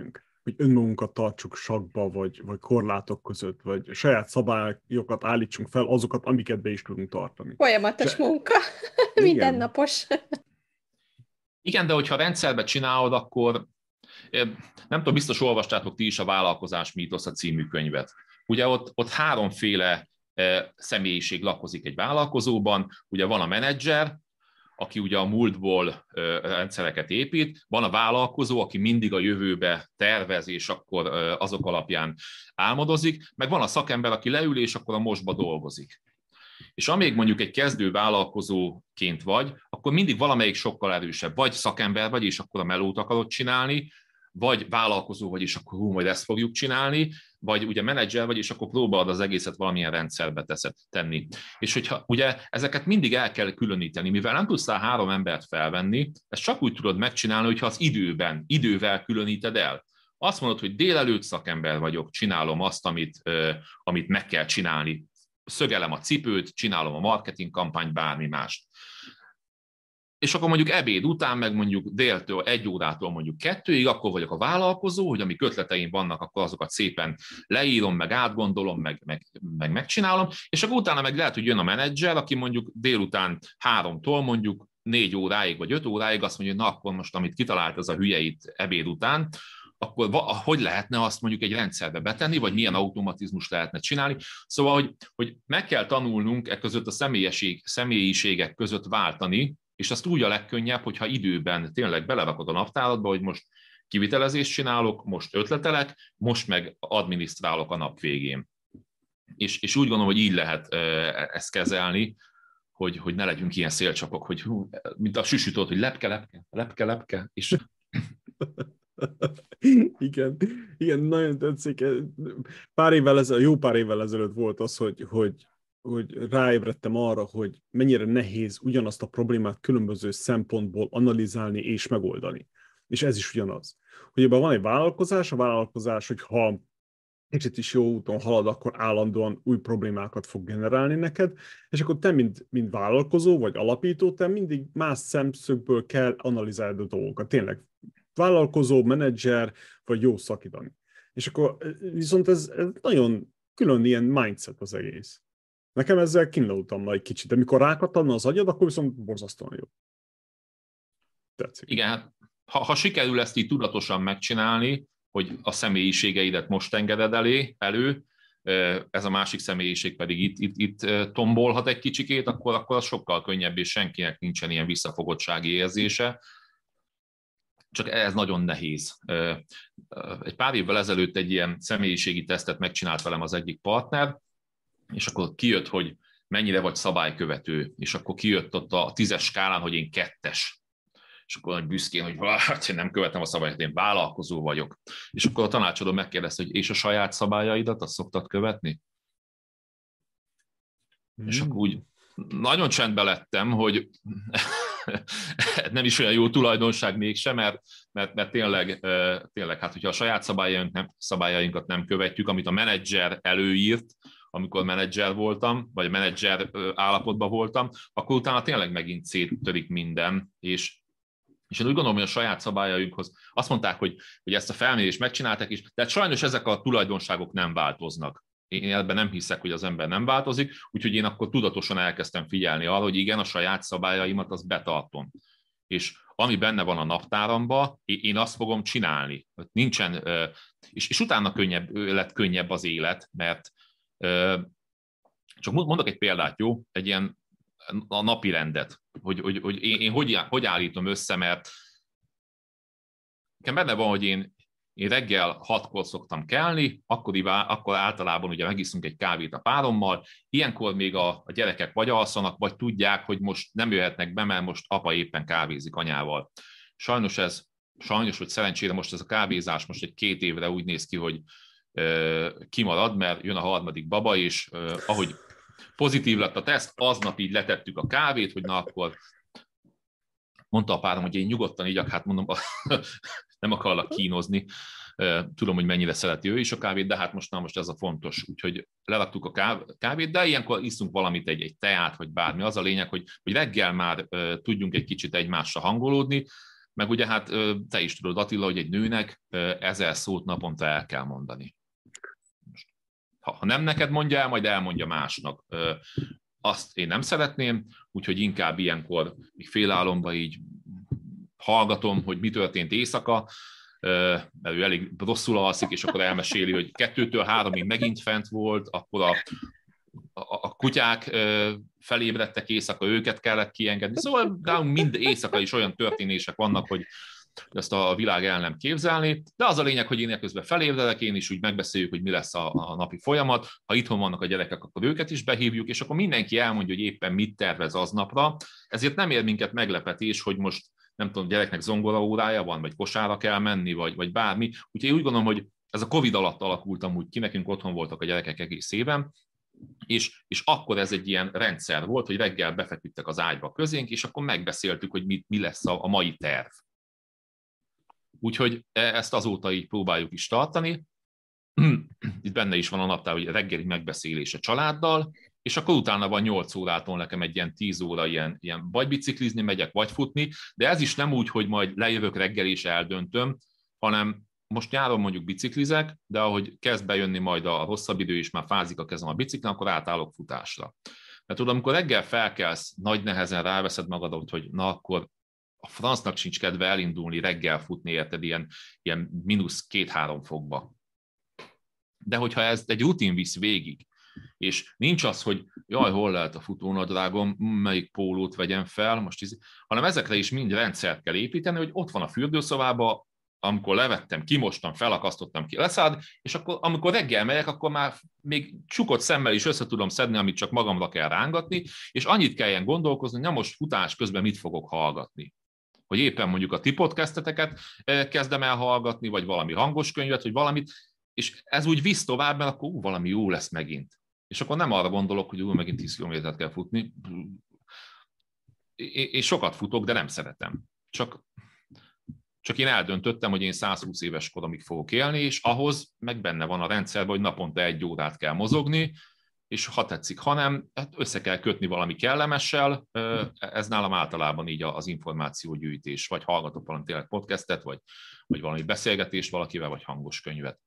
hogy önmagunkat tartsuk sakba, vagy, vagy korlátok között, vagy saját szabályokat állítsunk fel, azokat, amiket be is tudunk tartani. Folyamatos És, munka, igen. mindennapos. Igen, de hogyha rendszerbe csinálod, akkor nem tudom, biztos olvastátok ti is a Vállalkozás mítosza című könyvet. Ugye ott, ott háromféle személyiség lakozik egy vállalkozóban, ugye van a menedzser, aki ugye a múltból rendszereket épít, van a vállalkozó, aki mindig a jövőbe tervez, és akkor azok alapján álmodozik, meg van a szakember, aki leül, és akkor a mostba dolgozik. És amíg mondjuk egy kezdő vállalkozóként vagy, akkor mindig valamelyik sokkal erősebb. Vagy szakember vagy, és akkor a melót akarod csinálni, vagy vállalkozó vagy, és akkor hú, majd ezt fogjuk csinálni, vagy ugye menedzser vagy, és akkor próbálod az egészet valamilyen rendszerbe teszed, tenni. És hogyha ugye ezeket mindig el kell különíteni, mivel nem tudsz rá három embert felvenni, ezt csak úgy tudod megcsinálni, hogyha az időben, idővel különíted el. Azt mondod, hogy délelőtt szakember vagyok, csinálom azt, amit, amit meg kell csinálni. Szögelem a cipőt, csinálom a marketing kampányt, bármi mást. És akkor mondjuk ebéd után, meg mondjuk déltől, egy órától mondjuk kettőig, akkor vagyok a vállalkozó, hogy amik ötleteim vannak, akkor azokat szépen leírom, meg átgondolom, meg, meg, meg megcsinálom, és akkor utána meg lehet, hogy jön a menedzser, aki mondjuk délután háromtól mondjuk négy óráig, vagy öt óráig azt mondja, hogy na akkor most, amit kitalált ez a hülye itt ebéd után, akkor hogy lehetne azt mondjuk egy rendszerbe betenni, vagy milyen automatizmus lehetne csinálni. Szóval, hogy, hogy meg kell tanulnunk e között a személyiség, személyiségek között váltani, és azt úgy a legkönnyebb, hogyha időben tényleg belerakod a naptáradba, hogy most kivitelezést csinálok, most ötletelek, most meg adminisztrálok a nap végén. És, és úgy gondolom, hogy így lehet ezt kezelni, hogy, hogy ne legyünk ilyen szélcsapok, hogy hú, mint a süsütót, hogy lepke, lepke, lepke, lepke, és... Igen, igen, nagyon tetszik. Pár évvel ezelőtt, jó pár évvel ezelőtt volt az, hogy, hogy, hogy ráébredtem arra, hogy mennyire nehéz ugyanazt a problémát különböző szempontból analizálni és megoldani. És ez is ugyanaz. Hogy ebben van egy vállalkozás, a vállalkozás, hogyha kicsit is jó úton halad, akkor állandóan új problémákat fog generálni neked, és akkor te, mint, mint vállalkozó vagy alapító, te mindig más szemszögből kell analizálni a dolgokat. Tényleg vállalkozó, menedzser, vagy jó szakidani. És akkor viszont ez, ez nagyon külön ilyen mindset az egész. Nekem ezzel kínlódtam majd kicsit, de mikor rákattanna az agyad, akkor viszont borzasztóan jó. Tetszik. Igen, hát ha, ha sikerül ezt így tudatosan megcsinálni, hogy a személyiségeidet most engeded elé, elő, ez a másik személyiség pedig itt, itt, itt tombolhat egy kicsikét, akkor, akkor az sokkal könnyebb, és senkinek nincsen ilyen visszafogottsági érzése. Csak ez nagyon nehéz. Egy pár évvel ezelőtt egy ilyen személyiségi tesztet megcsinált velem az egyik partner, és akkor kijött, hogy mennyire vagy szabálykövető, és akkor kijött ott a tízes skálán, hogy én kettes. És akkor nagy büszkén, hogy hát én nem követem a szabályokat, én vállalkozó vagyok. És akkor a tanácsadó megkérdezte, hogy és a saját szabályaidat, azt szoktad követni? Mm. És akkor úgy nagyon csendbe lettem, hogy nem is olyan jó tulajdonság mégsem, mert, mert, mert tényleg, tényleg, hát hogyha a saját szabályaink nem, szabályainkat nem követjük, amit a menedzser előírt, amikor menedzser voltam, vagy menedzser állapotban voltam, akkor utána tényleg megint széttörik minden, és És én úgy gondolom, hogy a saját szabályainkhoz azt mondták, hogy, hogy ezt a felmérést megcsinálták is, de sajnos ezek a tulajdonságok nem változnak. Én ebben nem hiszek, hogy az ember nem változik, úgyhogy én akkor tudatosan elkezdtem figyelni arra, hogy igen, a saját szabályaimat azt betartom. És ami benne van a naptáramban, én azt fogom csinálni. Nincsen, és, és utána könnyebb, lett könnyebb az élet, mert csak mondok egy példát, jó? Egy ilyen a napi rendet, hogy, hogy, hogy én, én hogy, hogy állítom össze, mert nekem benne van, hogy én, én reggel hatkor szoktam kelni, akkor, akkor általában ugye megiszunk egy kávét a párommal, ilyenkor még a, a gyerekek vagy alszanak, vagy tudják, hogy most nem jöhetnek be, mert most apa éppen kávézik anyával. Sajnos ez, sajnos, hogy szerencsére most ez a kávézás most egy két évre úgy néz ki, hogy ö, kimarad, mert jön a harmadik baba, és ö, ahogy pozitív lett a teszt, aznap így letettük a kávét, hogy na akkor mondta a párom, hogy én nyugodtan igyak, hát mondom, nem akarlak kínozni, tudom, hogy mennyire szereti ő is a kávét, de hát most, na, most ez a fontos, úgyhogy leraktuk a kávét, de ilyenkor iszunk valamit, egy, egy teát, vagy bármi. Az a lényeg, hogy, hogy reggel már tudjunk egy kicsit egymásra hangolódni, Meg ugye hát te is tudod, Attila, hogy egy nőnek ezer szót naponta el kell mondani. Ha nem neked mondja el, majd elmondja másnak. Azt én nem szeretném, úgyhogy inkább ilyenkor még félálomba így hallgatom, hogy mi történt éjszaka, mert ő elég rosszul alszik, és akkor elmeséli, hogy kettőtől háromig megint fent volt, akkor a, a, a kutyák felébredtek éjszaka, őket kellett kiengedni. Szóval nálunk mind éjszaka is olyan történések vannak, hogy ezt a világ el nem képzelni, de az a lényeg, hogy én közben felébredek, én is úgy megbeszéljük, hogy mi lesz a, a napi folyamat, ha itthon vannak a gyerekek, akkor őket is behívjuk, és akkor mindenki elmondja, hogy éppen mit tervez aznapra, ezért nem ér minket meglepetés, hogy most nem tudom, gyereknek zongora órája van, vagy kosárra kell menni, vagy, vagy bármi. Úgyhogy én úgy gondolom, hogy ez a Covid alatt alakult amúgy ki, nekünk otthon voltak a gyerekek egész éven, és, és akkor ez egy ilyen rendszer volt, hogy reggel befeküdtek az ágyba közénk, és akkor megbeszéltük, hogy mi, mi lesz a, a mai terv. Úgyhogy ezt azóta így próbáljuk is tartani. Itt benne is van a naptár, hogy reggeli megbeszélés a családdal, és akkor utána van nyolc órától nekem egy ilyen tíz óra ilyen, ilyen vagy biciklizni megyek, vagy futni, de ez is nem úgy, hogy majd lejövök reggel és eldöntöm, hanem most nyáron mondjuk biciklizek, de ahogy kezd bejönni majd a rosszabb idő, és már fázik a kezem a biciklin, akkor átállok futásra. Mert tudod, amikor reggel felkelsz, nagy nehezen ráveszed magadat, hogy na akkor a francnak sincs kedve elindulni, reggel futni, érted, ilyen, ilyen mínusz két-három fokba. De hogyha ez egy rutin visz végig, és nincs az, hogy jaj, hol lehet a futónadrágom, melyik pólót vegyem fel, most iz... hanem ezekre is mind rendszert kell építeni, hogy ott van a fürdőszobában, amikor levettem, kimostam, felakasztottam ki, leszállt, és akkor amikor reggel megyek, akkor már még csukott szemmel is össze tudom szedni, amit csak magamra kell rángatni, és annyit kelljen gondolkozni, hogy na most futás közben mit fogok hallgatni. Hogy éppen mondjuk a ti podcasteteket kezdem el hallgatni, vagy valami hangos könyvet, vagy valamit, és ez úgy visz tovább, mert akkor ú, valami jó lesz megint. És akkor nem arra gondolok, hogy ú, megint tíz kilométert kell futni. Én sokat futok, de nem szeretem. Csak, csak én eldöntöttem, hogy én száz húsz éves koromig fogok élni, és ahhoz meg benne van a rendszerben, hogy naponta egy órát kell mozogni, és ha tetszik, ha nem, hát össze kell kötni valami kellemessel, ez nálam általában így az információgyűjtés, vagy hallgatok valami tényleg podcastet, vagy, vagy valami beszélgetést valakivel, vagy hangos könyvet.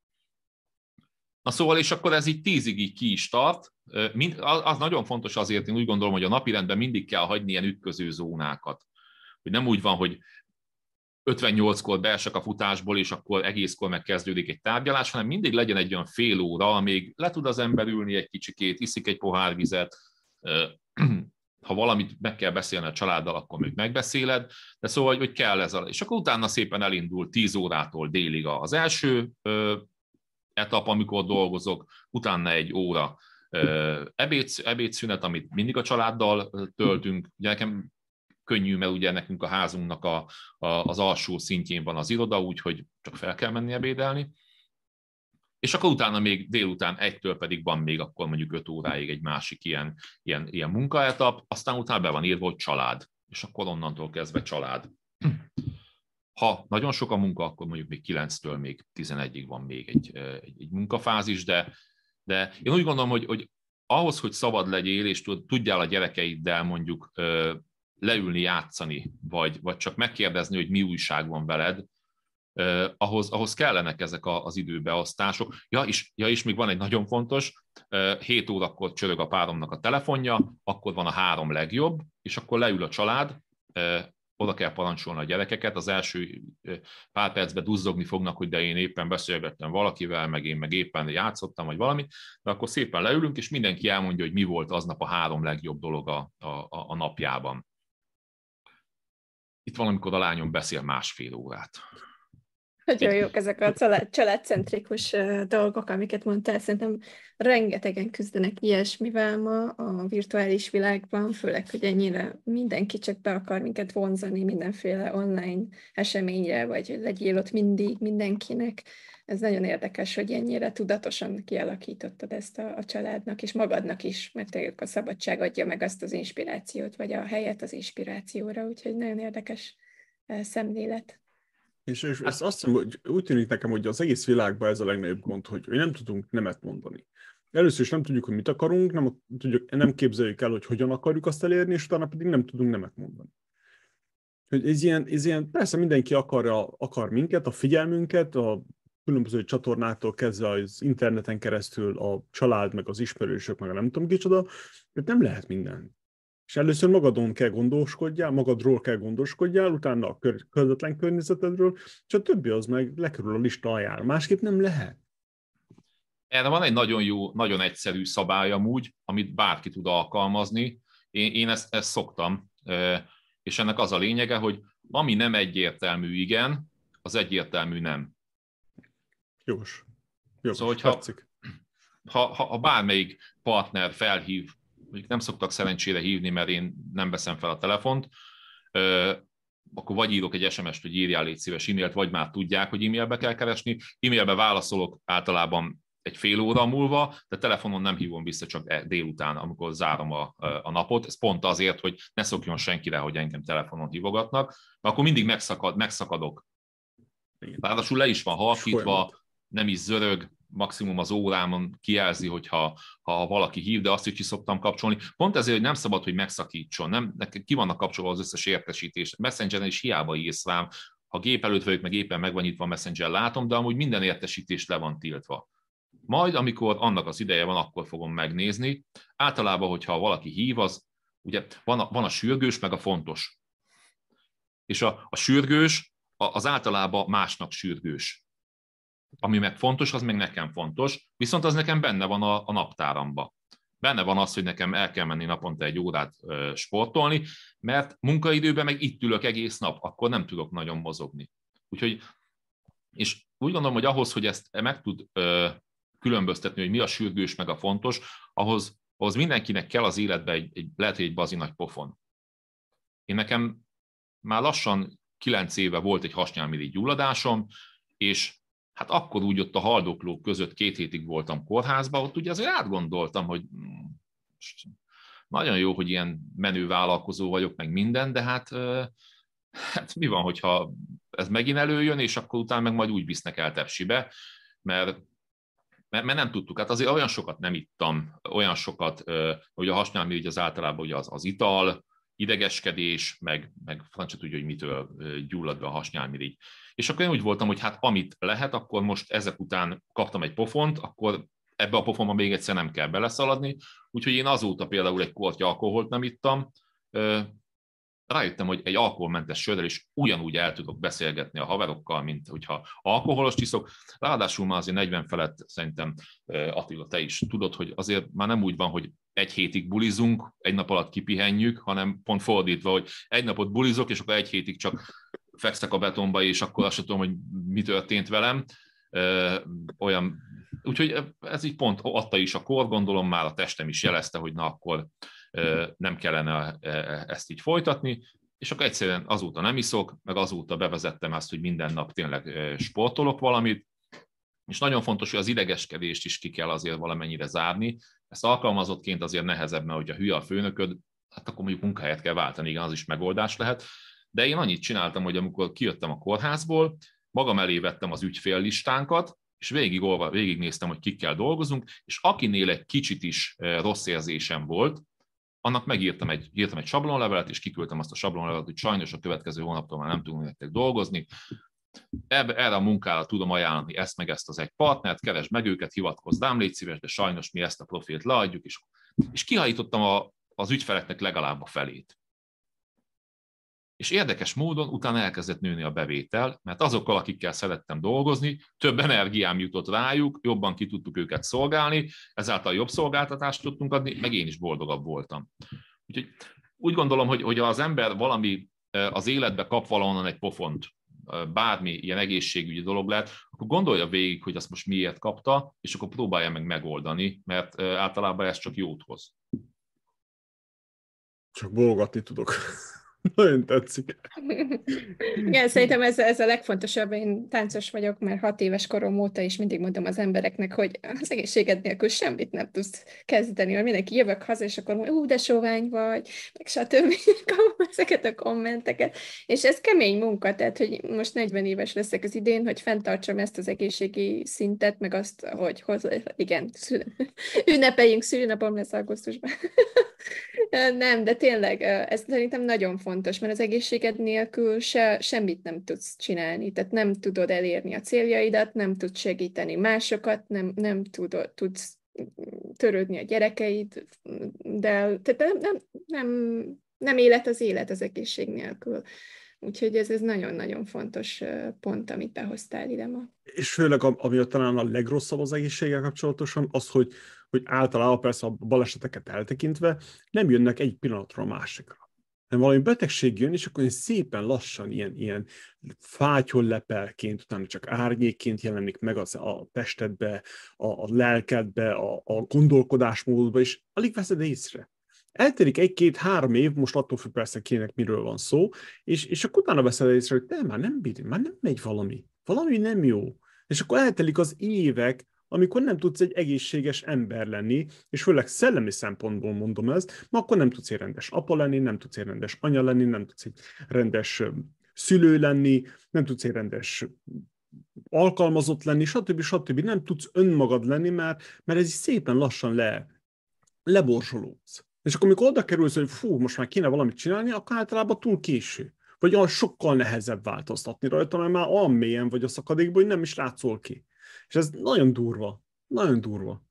Na szóval, és akkor ez így tízig így ki is tart. Mind, az nagyon fontos azért, én úgy gondolom, hogy a napirendben mindig kell hagyni ilyen ütköző zónákat. Hogy nem úgy van, hogy ötvennyolckor beesek a futásból, és akkor egészkor megkezdődik egy tárgyalás, hanem mindig legyen egy olyan fél óra, amíg le tud az ember ülni egy kicsikét, iszik egy pohár vizet, ha valamit meg kell beszélni a családdal, akkor még megbeszéled, de szóval, hogy kell ez a... És akkor utána szépen elindul tíz órától délig az első etap, amikor dolgozok, utána egy óra ebéd, ebédszünet, amit mindig a családdal töltünk. Ugye nekem könnyű, mert ugye nekünk a házunknak a, a, az alsó szintjén van az iroda, úgyhogy csak fel kell menni ebédelni. És akkor utána még délután egytől pedig van még akkor mondjuk öt óráig egy másik ilyen, ilyen, ilyen munkaetap, aztán utána be van írva, hogy család, és akkor onnantól kezdve család. Ha nagyon sok a munka, akkor mondjuk még kilenctől még tizenegyig van még egy, egy, egy munkafázis, de, de én úgy gondolom, hogy, hogy ahhoz, hogy szabad legyél, és tudjál a gyerekeiddel mondjuk leülni, játszani, vagy, vagy csak megkérdezni, hogy mi újság van veled, eh, ahhoz, ahhoz kellenek ezek a, az időbeosztások. Ja és, ja, és még van egy nagyon fontos, eh, hét órakor csörög a páromnak a telefonja, akkor van a három legjobb, és akkor leül a család, eh, oda kell parancsolni a gyerekeket, az első eh, pár percben duzzogni fognak, hogy de én éppen beszélgettem valakivel, meg én meg éppen játszottam, vagy valamit, de akkor szépen leülünk, és mindenki elmondja, hogy mi volt aznap a három legjobb dolog a, a, a napjában. Itt valamikor a lányom beszél másfél órát. Nagyon jók ezek a család, családcentrikus dolgok, amiket mondtál. Szerintem rengetegen küzdenek ilyesmivel ma a virtuális világban, főleg, hogy ennyire mindenki csak be akar minket vonzani mindenféle online eseményre, vagy legyél ott mindig mindenkinek. Ez nagyon érdekes, hogy ennyire tudatosan kialakítottad ezt a, a családnak, és magadnak is, mert a szabadság adja meg azt az inspirációt, vagy a helyet az inspirációra, úgyhogy nagyon érdekes szemlélet. És, és ezt azt hiszem, hogy úgy tűnik nekem, hogy az egész világban ez a legnagyobb gond, hogy nem tudunk nemet mondani. Először is nem tudjuk, hogy mit akarunk, nem, tudjuk, nem képzeljük el, hogy hogyan akarjuk azt elérni, és utána pedig nem tudunk nemet mondani. Hogy ez ilyen, ez ilyen, persze mindenki akarja, akar minket, a figyelmünket, a különböző csatornáktól kezdve az interneten keresztül a család, meg az ismerősök, meg a nem tudom kicsoda, mert nem lehet minden. És először magadon kell gondoskodjál, magadról kell gondoskodjál, utána a kör, közvetlen környezetedről, és a többi az meg lekerül a lista aljára. Másképp nem lehet. Erre van egy nagyon jó, nagyon egyszerű szabály amúgy, amit bárki tud alkalmazni. Én, én ezt, ezt szoktam, és ennek az a lényege, hogy ami nem egyértelmű igen, az egyértelmű nem. Jogos. Jogos. Szóval, hogyha, ha, ha, ha bármelyik partner felhív, mondjuk nem szoktak szerencsére hívni, mert én nem veszem fel a telefont, akkor vagy írok egy es em est, hogy írjál légy szíves e-mailt, vagy már tudják, hogy e-mailbe kell keresni. E-mailbe válaszolok általában egy fél óra múlva, de telefonon nem hívom vissza csak délután, amikor zárom a, a napot. Ez pont azért, hogy ne szokjon senkire, hogy engem telefonon hívogatnak, mert akkor mindig megszakad, megszakadok. Ráadásul le is van halkítva, nem is zörög, maximum az órámon kijelzi, hogyha ha valaki hív, de azt is ki szoktam kapcsolni. Pont ezért, hogy nem szabad, hogy megszakítson. Nem, ki vannak kapcsolva az összes értesítés. Messengeren is hiába írsz rám. Ha gép előtt vagyok, meg éppen meg van nyitva a Messenger, látom, de amúgy minden értesítés le van tiltva. Majd, amikor annak az ideje van, akkor fogom megnézni. Általában, hogyha valaki hív, az ugye van a, van a sürgős, meg a fontos. És a, a sürgős az általában másnak sürgős. Ami meg fontos, az meg nekem fontos, viszont az nekem benne van a, a naptáramba. Benne van az, hogy nekem el kell menni naponta egy órát ö, sportolni, mert munkaidőben meg itt ülök egész nap, akkor nem tudok nagyon mozogni. Úgyhogy, és úgy gondolom, hogy ahhoz, hogy ezt meg tud ö, különböztetni, hogy mi a sürgős, meg a fontos, ahhoz, ahhoz mindenkinek kell az életben egy, egy, lehet, hogy egy bazi nagy pofon. Én nekem már lassan kilenc éve volt egy hasnyálmirigy gyulladásom, és hát akkor úgy ott a haldoklók között két hétig voltam kórházban, ott ugye azért átgondoltam, hogy nagyon jó, hogy ilyen menő vállalkozó vagyok, meg minden, de hát, hát mi van, hogyha ez megint előjön, és akkor utána meg majd úgy visznek el tepsibe, mert, mert, mert nem tudtuk. Hát azért olyan sokat nem ittam, olyan sokat, hogy a hasnyálmirigy az általában ugye az, az ital, idegeskedés, meg, meg francia tudja, hogy mitől gyullad be a hasnyálmirigy. És akkor én úgy voltam, hogy hát amit lehet, akkor most ezek után kaptam egy pofont, akkor ebbe a pofonba még egyszer nem kell beleszaladni. Úgyhogy én azóta például egy kortya alkoholt nem ittam. Rájöttem, hogy egy alkoholmentes sörrel is ugyanúgy el tudok beszélgetni a haverokkal, mint hogyha alkoholos csiszok. Ráadásul már azért negyven felett szerintem, Attila, te is tudod, hogy azért már nem úgy van, hogy egy hétig bulizunk, egy nap alatt kipihenjük, hanem pont fordítva, hogy egy napot bulizok, és akkor egy hétig csak fekszek a betonba, és akkor azt sem tudom, hogy mi történt velem. Olyan, úgyhogy ez így pont adta is a kor, gondolom már a testem is jelezte, hogy na akkor nem kellene ezt így folytatni, és akkor egyszerűen azóta nem iszok, meg azóta bevezettem azt, hogy minden nap tényleg sportolok valamit, és nagyon fontos, hogy az idegeskedést is ki kell azért valamennyire zárni. Ezt alkalmazottként azért nehezebb, mert hogyha hülye a főnököd, hát akkor mondjuk munkahelyet kell váltani, igen, az is megoldás lehet. De én annyit csináltam, hogy amikor kijöttem a kórházból, magam elé vettem az ügyféllistánkat, és végig, végignéztem, hogy kikkel dolgozunk, és akinél egy kicsit is rossz érzésem volt, annak megírtam egy, írtam egy sablonlevelet, és kiküldtem azt a sablonlevelet, hogy sajnos a következő hónaptól már nem tudunk nektek dolgozni. Ebbe, erre a munkára tudom ajánlani ezt meg ezt az egy partnert, keresd meg őket, hivatkozz rám, légy szíves, de sajnos mi ezt a profilt leadjuk, és, és kihajítottam a, az ügyfeleknek legalább a felét. És érdekes módon utána elkezdett nőni a bevétel, mert azokkal, akikkel szerettem dolgozni, több energiám jutott rájuk, jobban ki tudtuk őket szolgálni, ezáltal jobb szolgáltatást tudtunk adni, meg én is boldogabb voltam. Úgyhogy úgy gondolom, hogy, hogy az ember valami az életbe kap valahonnan egy pofont, bármi ilyen egészségügyi dolog lehet, akkor gondolja végig, hogy azt most miért kapta, és akkor próbálja meg megoldani, mert általában ez csak jót hoz. Csak bólogatni tudok. Nagyon tetszik. Igen, szerintem ez, ez a legfontosabb. Én táncos vagyok, már hat éves korom óta is mindig mondom az embereknek, hogy az egészséged nélkül semmit nem tudsz kezdeni, mert mindenki jövök haza, és akkor mondja, ú, de sovány vagy, meg stb. Kapom ezeket a kommenteket. És ez kemény munka, tehát, hogy most negyven éves leszek az idén, hogy fenntartsam ezt az egészségi szintet, meg azt, hogy hozzá, igen, szül... ünnepeljünk, szülinapom lesz augusztusban. Nem, de tényleg ez szerintem nagyon fontos, mert az egészséged nélkül se, semmit nem tudsz csinálni, tehát nem tudod elérni a céljaidat, nem tudsz segíteni másokat, nem, nem tudod, tudsz törődni a gyerekeid, de tehát nem, nem, nem, nem élet az élet az egészség nélkül. Úgyhogy ez, ez nagyon-nagyon fontos pont, amit behoztál ide ma. És főleg, ami talán a legrosszabb az egészséggel kapcsolatosan, az, hogy, hogy általában persze a baleseteket eltekintve nem jönnek egy pillanatra a másikra. Nem valami betegség jön, és akkor szépen lassan ilyen, ilyen fátyollepelként, utána csak árnyékként jelenik meg az a testedbe, a, a lelkedbe, a, a gondolkodásmódba, és alig veszed észre. Eltelik egy-két-három év, most attól függ persze kinek miről van szó, és, és akkor utána veszed észre, hogy de már nem bír, már nem megy valami. Valami nem jó. És akkor eltelik az évek, amikor nem tudsz egy egészséges ember lenni, és főleg szellemi szempontból mondom ezt, mert akkor nem tudsz egy rendes apa lenni, nem tudsz egy rendes anya lenni, nem tudsz egy rendes szülő lenni, nem tudsz egy rendes alkalmazott lenni, stb. stb. Nem tudsz önmagad lenni, mert, mert ez is szépen lassan le, leborsolódsz. És akkor, amikor oda kerülsz, hogy fú, most már kéne valamit csinálni, akkor általában túl késő. Vagy olyan sokkal nehezebb változtatni rajta, mert már olyan mélyen vagy a szakadékban, hogy nem is látszol ki. És ez nagyon durva. Nagyon durva.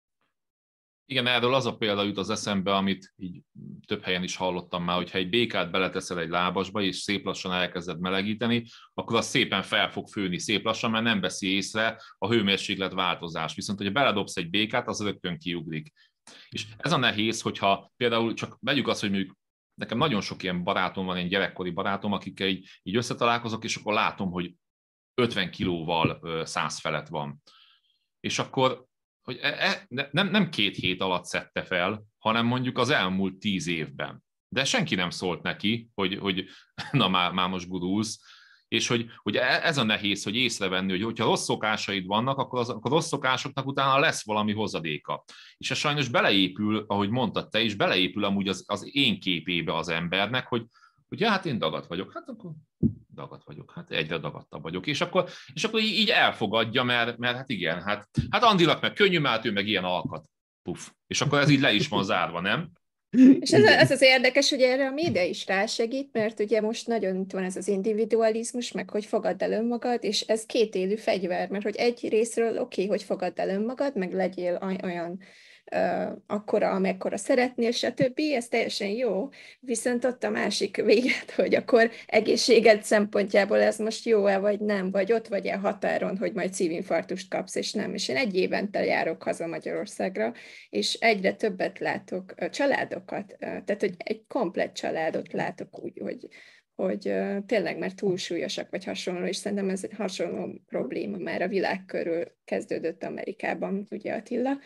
Igen, erről az a példa jut az eszembe, amit így több helyen is hallottam már, hogyha egy békát beleteszel egy lábasba, és szép lassan elkezded melegíteni, akkor az szépen fel fog főni szép lassan, mert nem veszi észre a hőmérséklet változást. Viszont, hogyha beledobsz egy békát, az rögtön kiugrik. És ez a nehéz, hogyha például csak vegyük azt, hogy mondjuk nekem nagyon sok ilyen barátom van, ilyen gyerekkori barátom, akikkel így, így összetalálkozok, és akkor látom, hogy ötven kilóval száz felett van. És akkor hogy e, e, nem, nem két hét alatt szedte fel, hanem mondjuk az elmúlt tíz évben. De senki nem szólt neki, hogy, hogy na már, már most gurulsz, és hogy, hogy ez a nehéz, hogy észrevenni, hogy hogyha rossz szokásaid vannak, akkor, az, akkor rossz szokásoknak utána lesz valami hozadéka. És ez sajnos beleépül, ahogy mondtad te is, beleépül amúgy az, az én képébe az embernek, hogy, hogy ja, hát én dagat vagyok, hát akkor dagat vagyok, hát egyre dagadtabb vagyok. És akkor, és akkor így elfogadja, mert, mert hát igen, hát, hát Andinak meg könnyű, mert ő meg ilyen alkat. Puff. És akkor ez így le is van zárva, nem? És ez, ez az érdekes, hogy erre a média is rásegít, mert ugye most nagyon itt van ez az individualizmus, meg hogy fogadd el önmagad, és ez kétélű fegyver, mert hogy egy részről oké, okay, hogy fogadd el önmagad, meg legyél olyan uh, akkora, amekkora szeretnél, stb. Ez teljesen jó, viszont ott a másik véget, hogy akkor egészséged szempontjából ez most jó-e, vagy nem, vagy ott vagy-e határon, hogy majd szívinfarktust kapsz, és nem. És én egy évente járok haza Magyarországra, és egyre többet látok családokat, tehát hogy egy komplett családot látok úgy, hogy, hogy tényleg már túlsúlyosak vagy hasonló, és szerintem ez egy hasonló probléma már a világ körül kezdődött Amerikában, ugye Attila,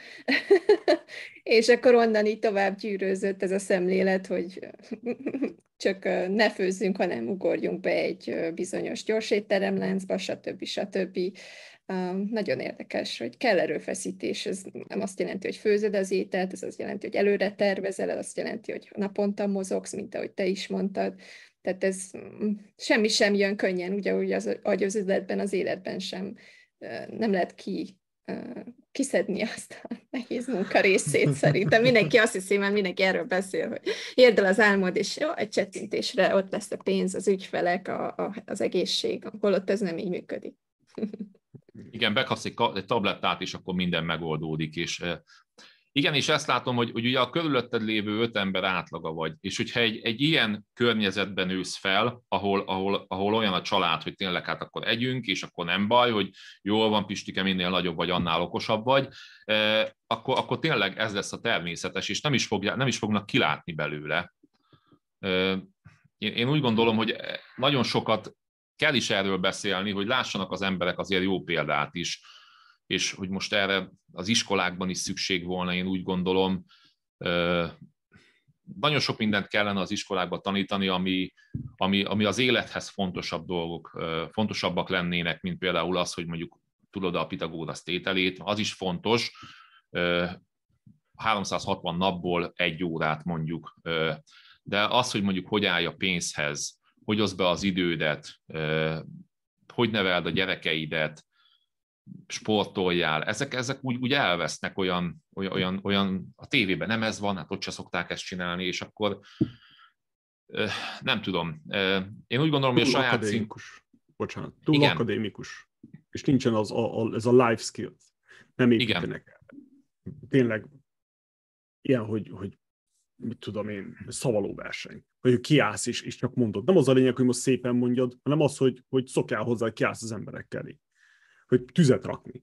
és akkor onnan így tovább gyűrőzött ez a szemlélet, hogy csak ne főzzünk, hanem ugorjunk be egy bizonyos gyorsétteremláncba, stb. stb. Uh, nagyon érdekes, hogy kell erőfeszítés, ez nem azt jelenti, hogy főzed az ételt, ez azt jelenti, hogy előre tervezel, azt jelenti, hogy naponta mozogsz, mint ahogy te is mondtad. Tehát ez semmi sem jön könnyen, ugyanúgy az agyazületben, az életben sem. Uh, nem lehet ki, uh, kiszedni azt a nehéz munka részét szerintem. Mindenki azt hiszi, mert mindenki erről beszél, hogy érd el az álmod, és jó, egy csettintésre ott lesz a pénz, az ügyfelek, a, a, az egészség, holott ez nem így működik. Igen, bekapsz egy, egy tablettát, és akkor minden megoldódik. És igen, és ezt látom, hogy, hogy ugye a körülötted lévő öt ember átlaga vagy, és hogyha egy, egy ilyen környezetben nősz fel, ahol, ahol, ahol olyan a család, hogy tényleg hát akkor együnk, és akkor nem baj, hogy jól van, Pistike, minél nagyobb vagy, annál okosabb vagy, eh, akkor, akkor tényleg ez lesz a természetes, és nem is, fogja, nem is fognak kilátni belőle. Eh, én, én úgy gondolom, hogy nagyon sokat kell is erről beszélni, hogy lássanak az emberek azért jó példát is, és hogy most erre az iskolákban is szükség volna, én úgy gondolom. Nagyon sok mindent kellene az iskolákban tanítani, ami, ami, ami az élethez fontosabb dolgok, fontosabbak lennének, mint például az, hogy mondjuk tudod a Pitagórasz tételét, az is fontos, háromszázhatvan napból egy órát mondjuk, de az, hogy mondjuk hogy állj a pénzhez, hogy oszd be az idődet, hogy neveld a gyerekeidet, sportoljál, ezek, ezek úgy, úgy elvesznek olyan, olyan, olyan, a tévében nem ez van, hát ott se szokták ezt csinálni, és akkor nem tudom. Én úgy gondolom, túl hogy a saját akadémikus. Szín... Bocsánat, túl igen. akadémikus. És nincsen az a, a, ez a life skills. Nem építenek el. Tényleg ilyen, hogy, hogy mit tudom én, szavaló verseny. Hogy kiállsz és, és csak mondod. Nem az a lényeg, hogy most szépen mondjad, hanem az, hogy, hogy szokjál hozzá, hogy kiállsz az emberek elé. Hogy tüzet rakni.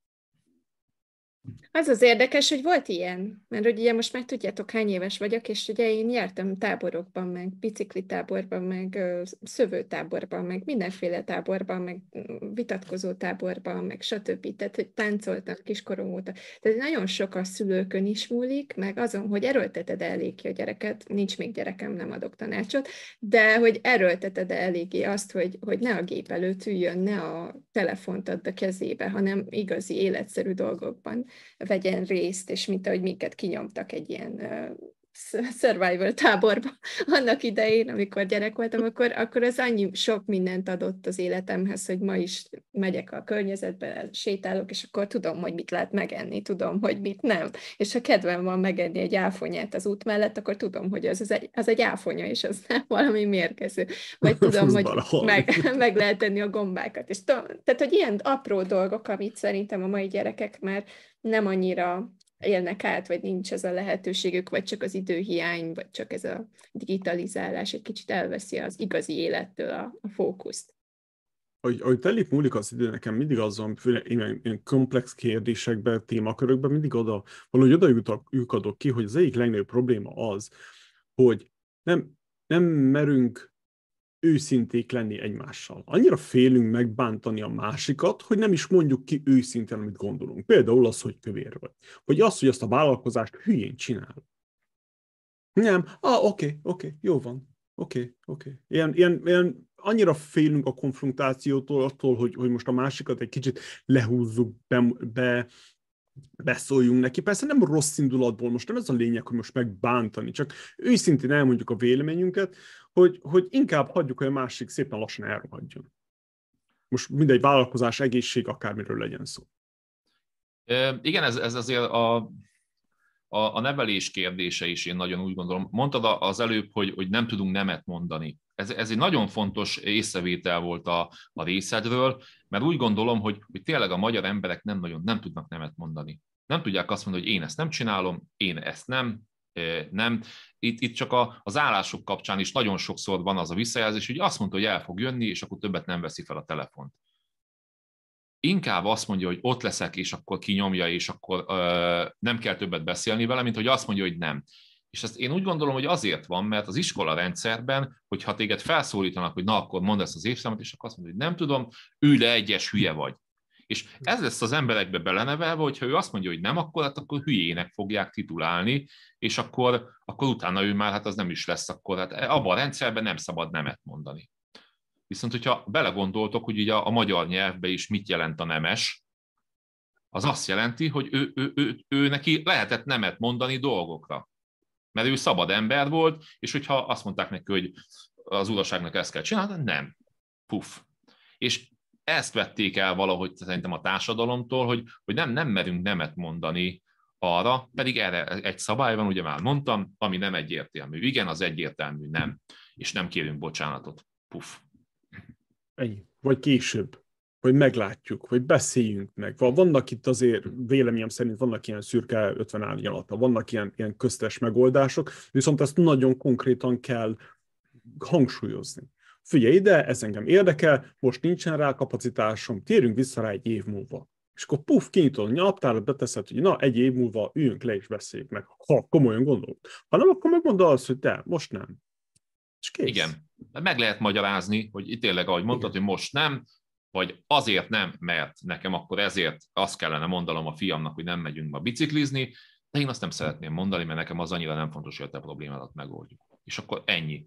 Az az érdekes, hogy volt ilyen, mert ugye most meg tudjátok, hány éves vagyok, és ugye én jártam táborokban, meg biciklitáborban, meg szövőtáborban, meg mindenféle táborban, meg vitatkozó táborban, meg stb. Tehát, hogy táncoltam kiskorom óta. Tehát nagyon sok a szülőkön is múlik, meg azon, hogy erőlteted elég ki a gyereket, nincs még gyerekem, nem adok tanácsot, de hogy erőlteted eléggé azt, hogy, hogy ne a gép előtt üljön, ne a telefont add a kezébe, hanem igazi életszerű dolgokban vegyen részt, és mint ahogy minket kinyomtak egy ilyen uh, survival táborba annak idején, amikor gyerek voltam, akkor, akkor az annyi sok mindent adott az életemhez, hogy ma is megyek a környezetbe, sétálok, és akkor tudom, hogy mit lehet megenni, tudom, hogy mit nem. És ha kedvem van megenni egy áfonyát az út mellett, akkor tudom, hogy az, az, egy, az egy áfonya, és az nem valami mérgező. Vagy tudom, hogy meg, meg lehet tenni a gombákat. És tudom, tehát, hogy ilyen apró dolgok, amit szerintem a mai gyerekek már nem annyira élnek át, vagy nincs ez a lehetőségük, vagy csak az időhiány, vagy csak ez a digitalizálás egy kicsit elveszi az igazi élettől a, a fókuszt. Ahogy, ahogy telik múlik az idő, nekem mindig azon, ilyen, ilyen komplex kérdésekben, témakörökben mindig oda, valahogy oda lyukadok ki, hogy az egyik legnagyobb probléma az, hogy nem, nem merünk őszinték lenni egymással. Annyira félünk megbántani a másikat, hogy nem is mondjuk ki őszintén, amit gondolunk. Például az, hogy kövér vagy. Vagy az, hogy azt a vállalkozást hülyén csinál. Nem, ah, oké, okay, oké, okay, jó van. Oké, okay, oké. Okay. Ilyen, ilyen, ilyen annyira félünk a konfrontációtól, attól, hogy, hogy most a másikat egy kicsit lehúzzuk, be, be beszóljunk neki. Persze nem rossz indulatból, most nem ez a lényeg, hogy most megbántani, csak őszintén elmondjuk a véleményünket, hogy, hogy inkább hagyjuk, hogy a másik szépen lassan elrohadjon. Most mindegy vállalkozás, egészség, akármiről legyen szó. E, igen, ez, ez azért a, a, a nevelés kérdése is, én nagyon úgy gondolom. Mondtad az előbb, hogy, hogy nem tudunk nemet mondani. Ez, ez egy nagyon fontos észrevétel volt a, a részedről, mert úgy gondolom, hogy, hogy tényleg a magyar emberek nem nagyon nem tudnak nemet mondani. Nem tudják azt mondani, hogy én ezt nem csinálom, én ezt nem, nem. Itt, itt csak a, az állások kapcsán is nagyon sokszor van az a visszajelzés, hogy azt mondta, hogy el fog jönni, és akkor többet nem veszi fel a telefont. Inkább azt mondja, hogy ott leszek, és akkor kinyomja, és akkor ö, nem kell többet beszélni vele, mint hogy azt mondja, hogy nem. És ezt én úgy gondolom, hogy azért van, mert az iskola rendszerben, hogyha téged felszólítanak, hogy na, akkor mondd ezt az évszámot, és akkor azt mondod, hogy nem tudom, ülj le, egyes hülye vagy. És ez lesz az emberekbe belenevelve, hogyha ő azt mondja, hogy nem, akkor, hát akkor hülyének fogják titulálni, és akkor, akkor utána ő már, hát az nem is lesz, akkor hát abban a rendszerben nem szabad nemet mondani. Viszont, hogyha belegondoltok, hogy ugye a, a magyar nyelvben is mit jelent a nemes, az azt jelenti, hogy ő, ő, ő, ő neki lehetett nemet mondani dolgokra. Mert ő szabad ember volt, és hogyha azt mondták neki, hogy az uraságnak ezt kell csinálni, nem. Puff. És ezt vették el valahogy szerintem a társadalomtól, hogy, hogy nem, nem merünk nemet mondani arra, pedig erre egy szabály van, ugye már mondtam, ami nem egyértelmű. Igen, az egyértelmű, nem. És nem kérünk bocsánatot. Puff. Ennyi. Vagy később. Vagy meglátjuk, vagy beszéljünk meg. Vannak itt azért, véleményem szerint vannak ilyen szürke ötven árnyalata, vannak ilyen, ilyen köztes megoldások, viszont ezt nagyon konkrétan kell hangsúlyozni. Figyelj ide, ez engem érdekel, most nincsen rá kapacitásom, térjünk vissza rá egy év múlva. És akkor puff, kinyitod a nyaptárat, beteszed, hogy na, egy év múlva üljünk le és beszéljük meg, ha komolyan gondolod. Ha nem, akkor megmondod azt, hogy de, most nem. És kész. Igen, meg lehet magyarázni, hogy itt tényleg, ahogy mondtad, igen, hogy most nem, vagy azért nem, mert nekem akkor ezért azt kellene mondanom a fiamnak, hogy nem megyünk ma biciklizni, de én azt nem szeretném mondani, mert nekem az annyira nem fontos, hogy a te problémádat megoldjuk. És akkor ennyi.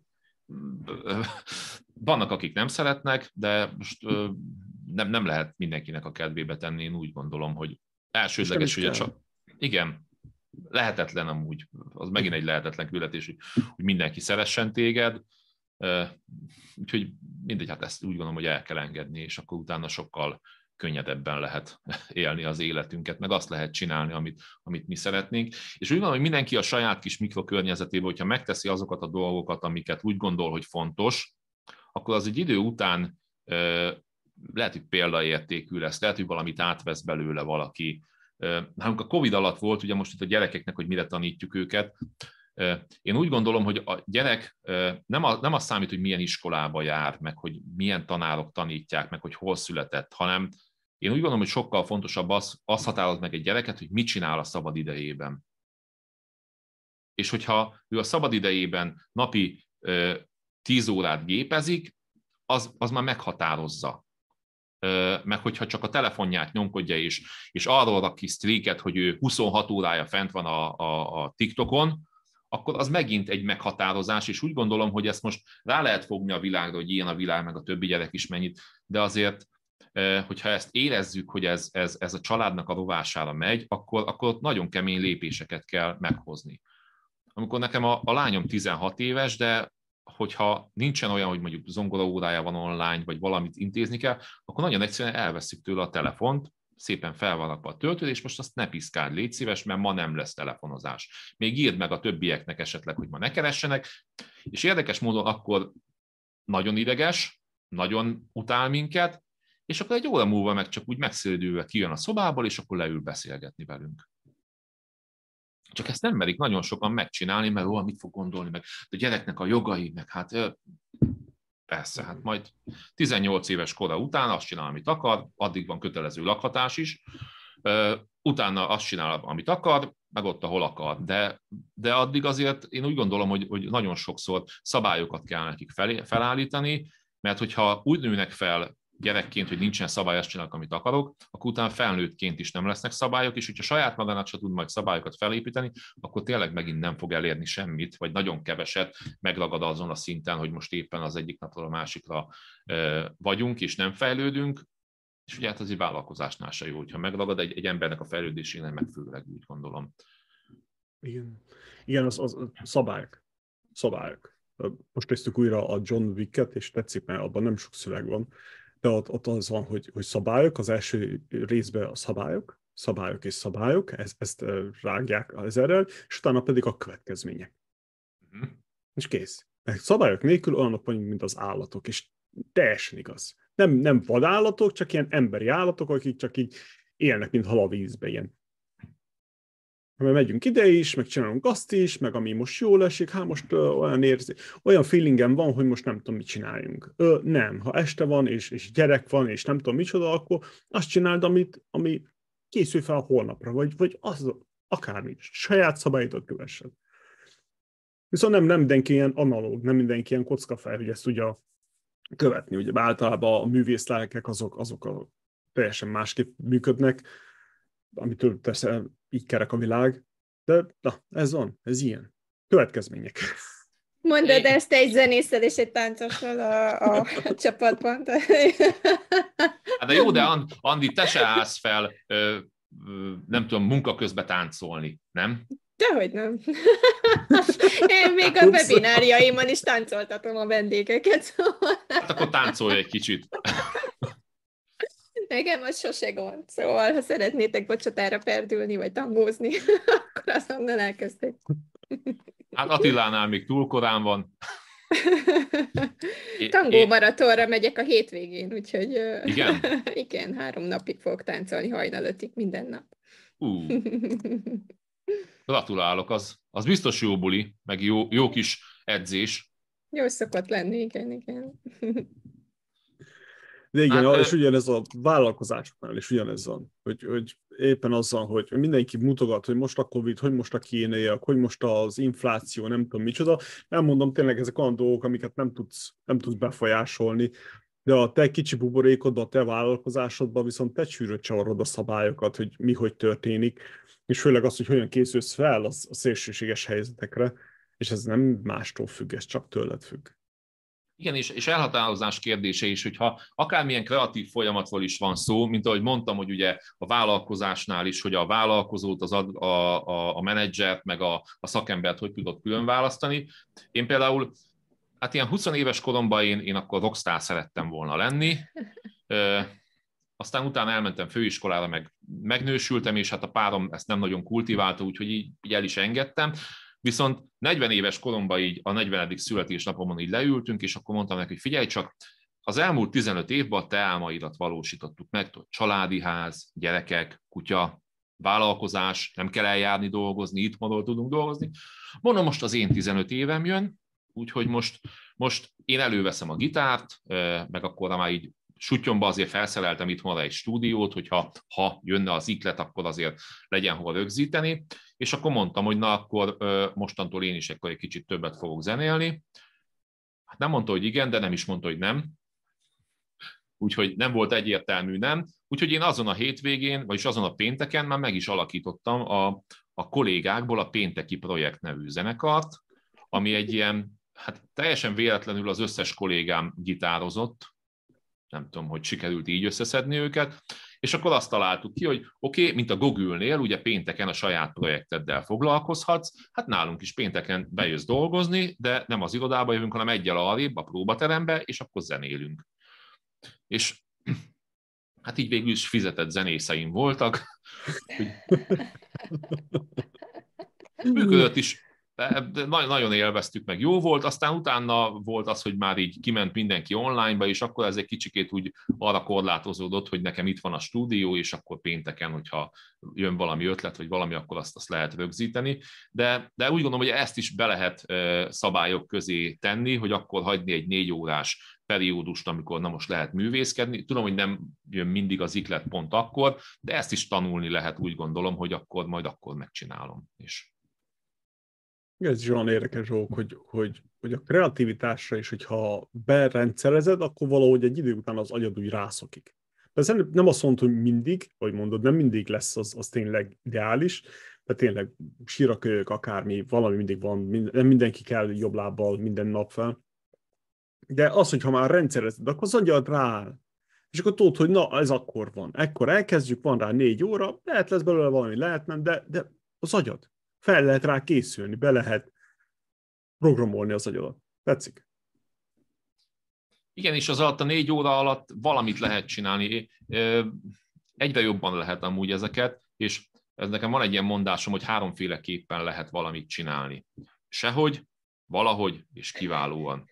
Vannak, akik nem szeretnek, de most nem, nem lehet mindenkinek a kedvébe tenni, én úgy gondolom, hogy elsődleges, ugye csak... Igen, lehetetlen amúgy, az megint egy lehetetlen küldetés, hogy, hogy mindenki szeressen téged, úgyhogy mindegy, hát ezt úgy gondolom, hogy el kell engedni, és akkor utána sokkal könnyedebben lehet élni az életünket, meg azt lehet csinálni, amit, amit mi szeretnénk. És úgy van, hogy mindenki a saját kis mikrokörnyezetében, hogyha megteszi azokat a dolgokat, amiket úgy gondol, hogy fontos, akkor az egy idő után lehet, hogy példaértékű lesz, lehet, hogy valamit átvesz belőle valaki. Nálunk a Covid alatt volt, ugye most itt a gyerekeknek, hogy mire tanítjuk őket. Én úgy gondolom, hogy a gyerek nem, a, nem az számít, hogy milyen iskolába jár, meg hogy milyen tanárok tanítják, meg hogy hol született, hanem én úgy gondolom, hogy sokkal fontosabb az, az határoz meg egy gyereket, hogy mit csinál a szabad idejében. És hogyha ő a szabad idejében napi tíz órát gépezik, az, az már meghatározza. Meg hogyha csak a telefonját nyomkodja, és, és arról rak ki sztríket, hogy ő huszonhat órája fent van a, a, a TikTokon, akkor az megint egy meghatározás, és úgy gondolom, hogy ezt most rá lehet fogni a világra, hogy ilyen a világ, meg a többi gyerek is mennyit, de azért, hogyha ezt érezzük, hogy ez, ez, ez a családnak a rovására megy, akkor, akkor nagyon kemény lépéseket kell meghozni. Amikor nekem a, a lányom tizenhat éves, de hogyha nincsen olyan, hogy mondjuk zongoraórája van online, vagy valamit intézni kell, akkor nagyon egyszerűen elveszük tőle a telefont, szépen fel van rakva a töltő, és most azt ne piszkáld, légy szíves, mert ma nem lesz telefonozás. Még írd meg a többieknek esetleg, hogy ma ne keressenek, és érdekes módon akkor nagyon ideges, nagyon utál minket, és akkor egy óra múlva meg csak úgy megszédülve kijön a szobából, és akkor leül beszélgetni velünk. Csak ezt nem merik nagyon sokan megcsinálni, mert ó, mit fog gondolni, meg a gyereknek a jogai, meg hát persze, hát majd tizennyolc éves kora után azt csinál, amit akar, addig van kötelező lakhatás is, utána azt csinál, amit akar, meg ott, ahol akar. De, de addig azért én úgy gondolom, hogy, hogy nagyon sokszor szabályokat kell nekik fel, felállítani, mert hogyha úgy nőnek fel gyerekként, hogy nincsen szabály, azt csinálok, amit akarok, akkor utána felnőttként is nem lesznek szabályok, és hogyha saját magának se tud majd szabályokat felépíteni, akkor tényleg megint nem fog elérni semmit, vagy nagyon keveset, megragad azon a szinten, hogy most éppen az egyik napról a másikra vagyunk, és nem fejlődünk, és ugye hát az egy vállalkozásnál se jó, hogyha megragad egy, egy embernek a fejlődésének, meg főleg úgy gondolom. Igen, Igen az, az szabályok. Szabályok. Most néztük újra a John Wicket, és tetszik, mert abban nem sok szöveg van, de ott, ott az van, hogy, hogy szabályok, az első részben a szabályok, szabályok és szabályok, ezt, ezt rágják ezerrel, és utána pedig a következmények. Uh-huh. És kész. Mert szabályok nélkül olyanok vagyunk, mint az állatok, és teljesen igaz. Nem, nem vadállatok, csak ilyen emberi állatok, akik csak így élnek, mint hal a vízbe, ilyen. Mert megyünk ide is, meg csinálunk azt is, meg ami most jól esik, hát most ö, olyan érzi, olyan feelingem van, hogy most nem tudom, mit csináljunk. Ö, nem, ha este van, és, és gyerek van, és nem tudom micsoda, akkor azt csináld, amit, ami készül fel a holnapra, vagy, vagy az, akármi, saját szabályokat kövessed. Viszont nem, nem mindenki ilyen analóg, nem mindenki ilyen kockafej, hogy ezt tudja követni. Ugye általában a művészlelkek azok, azok a teljesen másképp működnek, amitől persze így kerek a világ, de na, ez van, ez ilyen. Következmények. Mondod ezt egy zenésszel és egy táncossal a, a, a csapatban. Hát de jó, de Andi, te se állsz fel, ö, ö, nem tudom, munka közben táncolni, nem? Dehogy nem. Én még a webinárjaimon is táncoltatom a vendégeket. Szóval... Hát akkor táncolj egy kicsit. Nekem az sose gond. Szóval, ha szeretnétek bocsatára perdülni, vagy tangózni, akkor azonnal elkezdhetjük. Hát Attilánál még túl korán van. Tangó maratonra megyek a hétvégén, úgyhogy igen? igen, három napig fogok táncolni hajnal ötig minden nap. Uh. Gratulálok, az, az biztos jó buli, meg jó, jó kis edzés. Jó szokott lenni, igen, igen. De igen, hát, és ugyanez a vállalkozásoknál is ugyanez van, hogy, hogy éppen az van, hogy mindenki mutogat, hogy most a Covid, hogy most a kínaiak, hogy most az infláció, nem tudom micsoda. Nem mondom, tényleg ezek olyan dolgok, amiket nem tudsz, nem tudsz befolyásolni, de a te kicsi buborékodban, a te vállalkozásodban viszont te csűröd csavarod a szabályokat, hogy mi hogy történik, és főleg az, hogy hogyan készülsz fel az a szélsőséges helyzetekre, és ez nem mástól függ, ez csak tőled függ. Igen, és, és elhatározás kérdése is, hogyha akármilyen kreatív folyamatról is van szó, mint ahogy mondtam, hogy ugye a vállalkozásnál is, hogy a vállalkozót, az a, a, a menedzsert, meg a, a szakembert hogy tudod külön választani. Én például, hát ilyen húsz éves koromban én, én akkor rockstar szerettem volna lenni. aztán utána elmentem főiskolára, meg megnősültem, és hát a párom ezt nem nagyon kultiválta, úgyhogy így, így el is engedtem. Viszont negyven éves koromban így a negyvenedik születésnapomon így leültünk, és akkor mondtam neki, hogy figyelj csak, az elmúlt tizenöt évben a te álmaidat valósítottuk meg, családi ház, gyerekek, kutya, vállalkozás, nem kell eljárni dolgozni, itthonról tudunk dolgozni. Mondom, most az én tizenöt évem jön, úgyhogy most, most én előveszem a gitárt, meg akkor már így suttyomba azért felszereltem itthonra egy stúdiót, hogyha ha jönne az iklet, akkor azért legyen hol rögzíteni, és akkor mondtam, hogy na akkor mostantól én is akkor egy kicsit többet fogok zenélni. Hát nem mondta, hogy igen, de nem is mondta, hogy nem. Úgyhogy nem volt egyértelmű nem. Úgyhogy én azon a hétvégén, vagyis azon a pénteken már meg is alakítottam a, a kollégákból a Pénteki Projekt nevű zenekart, ami egy ilyen, hát teljesen véletlenül az összes kollégám gitározott, nem tudom, hogy sikerült így összeszedni őket, és akkor azt találtuk ki, hogy oké, okay, mint a Google-nél, ugye pénteken a saját projekteddel foglalkozhatsz, hát nálunk is pénteken bejössz dolgozni, de nem az irodába jövünk, hanem egyel arrébb a próbaterembe, és akkor zenélünk. És hát így végül is fizetett zenészeim voltak. Működött is, de nagyon élveztük, meg jó volt, aztán utána volt az, hogy már így kiment mindenki onlineba, és akkor ez egy kicsikét úgy arra korlátozódott, hogy nekem itt van a stúdió, és akkor pénteken, hogyha jön valami ötlet, vagy valami, akkor azt, azt lehet rögzíteni. De, de úgy gondolom, hogy ezt is be lehet szabályok közé tenni, hogy akkor hagyni egy négy órás periódust, amikor na most lehet művészkedni. Tudom, hogy nem jön mindig az iklet pont akkor, de ezt is tanulni lehet, úgy gondolom, hogy akkor majd akkor megcsinálom. És ez is olyan érdekes dolog, hogy, hogy, hogy a kreativitásra is, hogyha berendszerezed, akkor valahogy egy idő után az agyad úgy rászokik. De nem azt mondom, hogy mindig, vagy mondod, nem mindig lesz az, az tényleg ideális, de tényleg sírakölyök, akármi, valami mindig van, nem mindenki kell jobb lábbal minden nap fel. De az, hogyha már rendszerezed, akkor az agyad rááll. És akkor tudod, hogy na, ez akkor van. Ekkor elkezdjük, van rá négy óra, lehet lesz belőle valami, lehet nem, de, de az agyad. Fel lehet rá készülni, be lehet programolni az agyadat. Tetszik? Igen, és az alatt a négy óra alatt valamit lehet csinálni. Egyre jobban lehet amúgy ezeket, és ez nekem van egy ilyen mondásom, hogy háromféleképpen lehet valamit csinálni. Sehogy, valahogy és kiválóan.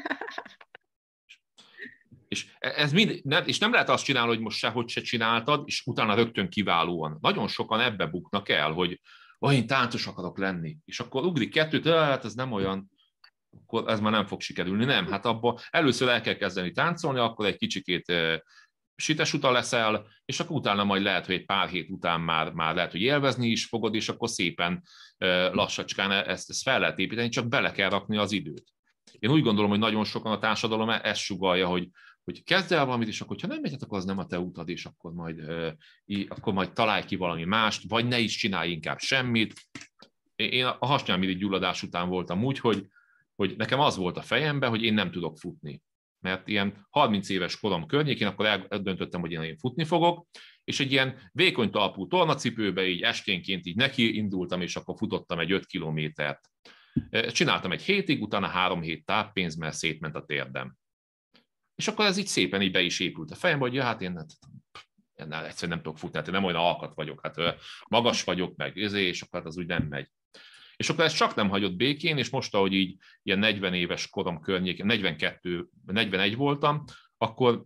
És, ez mind, és nem lehet azt csinálni, hogy most sehogy se csináltad, és utána rögtön kiválóan. Nagyon sokan ebbe buknak el, hogy vagy én táncos akarok lenni, és akkor ugrik kettőt, hát ez nem olyan, akkor ez már nem fog sikerülni. Nem, hát abban először el kell kezdeni táncolni, akkor egy kicsikét e, sitesuta leszel, és akkor utána majd lehet, hogy egy pár hét után már, már lehet, hogy élvezni is fogod, és akkor szépen e, lassacskán ezt, ezt fel lehet építeni, csak bele kell rakni az időt. Én úgy gondolom, hogy nagyon sokan a társadalom ezt sugallja, hogy hogy kezd el valamit, és akkor, ha nem megy, akkor az nem a te utad, és akkor majd, uh, akkor majd találj ki valami mást, vagy ne is csinálj inkább semmit. Én a hasnyálmirigy gyulladás után voltam úgy, hogy, hogy nekem az volt a fejemben, hogy én nem tudok futni. Mert ilyen harminc éves korom környékén akkor eldöntöttem, hogy én, én futni fogok, és egy ilyen vékony talpú tornacipőbe így esténként így neki indultam, és akkor futottam egy öt kilométert. Csináltam egy hétig, utána három hét táppénz, mert szétment a térdem. És akkor ez így szépen így be is épült a fejembe, hogy ja, hát én, én egyszerűen nem tudok futni, hát én nem olyan alkat vagyok, hát magas vagyok, meg és akkor hát az úgy nem megy. És akkor ez csak nem hagyott békén, és most, ahogy így ilyen negyven éves korom környékén, negyvenkettő, negyvenegy voltam, akkor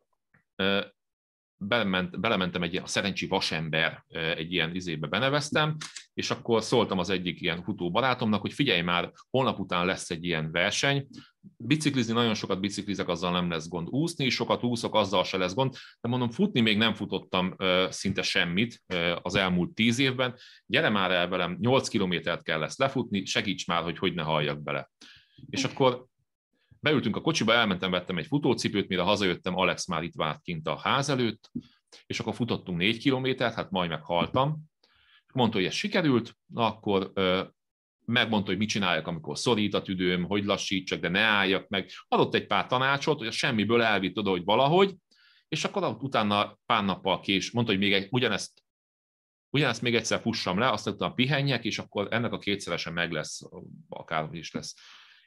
belement, belementem egy ilyen, a Szerencsi Vasember egy ilyen izébe beneveztem, és akkor szóltam az egyik ilyen futó barátomnak, hogy figyelj már, holnap után lesz egy ilyen verseny, biciklizni nagyon sokat biciklizek, azzal nem lesz gond. Úszni sokat úszok, azzal se lesz gond, de mondom, futni még nem futottam uh, szinte semmit uh, az elmúlt tíz évben, gyere már el velem, nyolc kilométert kell lesz lefutni, segíts már, hogy hogy ne halljak bele. És akkor beültünk a kocsiba, elmentem, vettem egy futócipőt, mire hazajöttem, Alex már itt várt kint a ház előtt, és akkor futottunk négy kilométert, hát majd meghaltam. Mondta, hogy ez sikerült, na akkor uh, megmondta, hogy mit csináljak, amikor szorít a tüdőm, hogy lassítsak, de ne álljak meg. Adott egy pár tanácsot, hogy a semmiből elvitt oda, hogy valahogy, és akkor utána pár nappal kés, mondta, hogy még egy, ugyanezt, ugyanezt még egyszer fussam le, aztán utána pihenjek, és akkor ennek a kétszeresen meg lesz, akárhogy is lesz.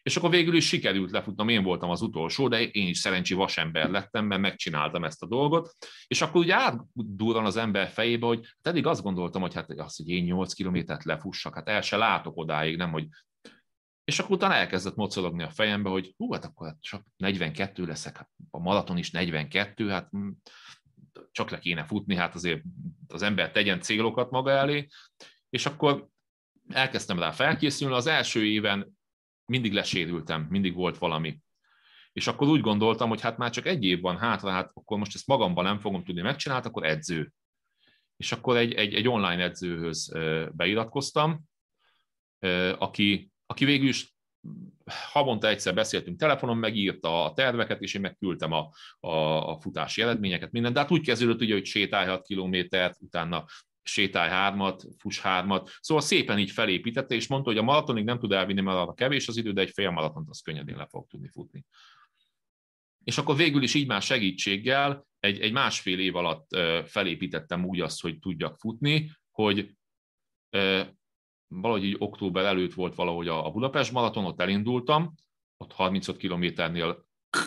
És akkor végül is sikerült lefutnom, én voltam az utolsó, de én is szerencsi vasember lettem, mert megcsináltam ezt a dolgot, és akkor ugye átdurran az ember fejébe, hogy hát eddig azt gondoltam, hogy hát az, hogy én nyolc kilométert lefussak, hát el se látok odáig, nem, hogy... És akkor utána elkezdett mocorogni a fejembe, hogy hú, hát akkor csak negyvenkettő leszek, hát a maraton is negyvenkettő, hát csak le kéne futni, hát azért az ember tegyen célokat maga elé, és akkor elkezdtem rá felkészülni. Az első éven mindig lesérültem, mindig volt valami. És akkor úgy gondoltam, hogy hát már csak egy év van hátra, hát akkor most ezt magamban nem fogom tudni megcsinálni, akkor edző. És akkor egy, egy, egy online edzőhöz beiratkoztam, aki, aki végül is havonta egyszer beszéltünk telefonon, megírta a terveket, és én megküldtem a, a, a futási eredményeket, mindent. De hát úgy kezdődött, ugye, hogy sétálj hat kilométert, utána sétálj hármat, fuss hármat. Szóval szépen így felépítette, és mondta, hogy a maratonig nem tud elvinni, mert arra kevés az idő, de egy fél maratont az könnyedén le fog tudni futni. És akkor végül is így már segítséggel egy, egy másfél év alatt felépítettem úgy azt, hogy tudjak futni, hogy valahogy így október előtt volt valahogy a Budapest maraton, ott elindultam, ott harmincöt kilométernél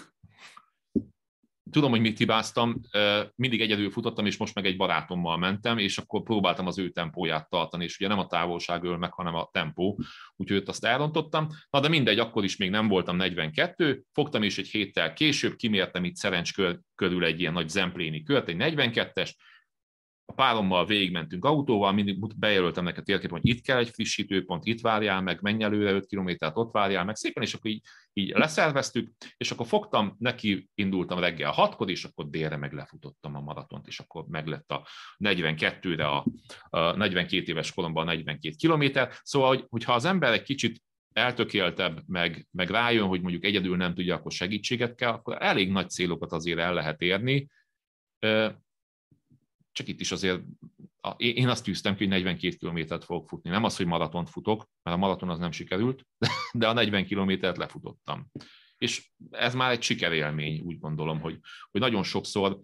tudom, hogy mit hibáztam, mindig egyedül futottam, és most meg egy barátommal mentem, és akkor próbáltam az ő tempóját tartani, és ugye nem a távolság öl meg, hanem a tempó, úgyhogy ott azt elrontottam. Na de mindegy, akkor is még nem voltam negyvenkettő, fogtam is egy héttel később, kimértem itt Szerencs körül egy ilyen nagy zempléni kört, egy negyvenkettest, a párommal végigmentünk autóval, mindig bejelöltem neked térképen, hogy itt kell egy frissítőpont, itt várjál meg, menj előre öt kilométert, ott várjál meg, szépen, és akkor így, így leszerveztük, és akkor fogtam, neki indultam reggel hatkor, és akkor délre meg lefutottam a maratont, és akkor meglett a negyvenkettőre, a, a negyvenkét éves koromban a negyvenkét kilométer. Szóval, hogy, hogyha az ember egy kicsit eltökéltebb, meg, meg rájön, hogy mondjuk egyedül nem tudja, akkor segítséget kell, akkor elég nagy célokat azért el lehet érni. Csak itt is azért, én azt tűztem ki, hogy negyvenkét kilométert fogok futni. Nem az, hogy maratont futok, mert a maraton az nem sikerült, de a negyven kilométert lefutottam. És ez már egy sikerélmény, úgy gondolom, hogy, hogy nagyon sokszor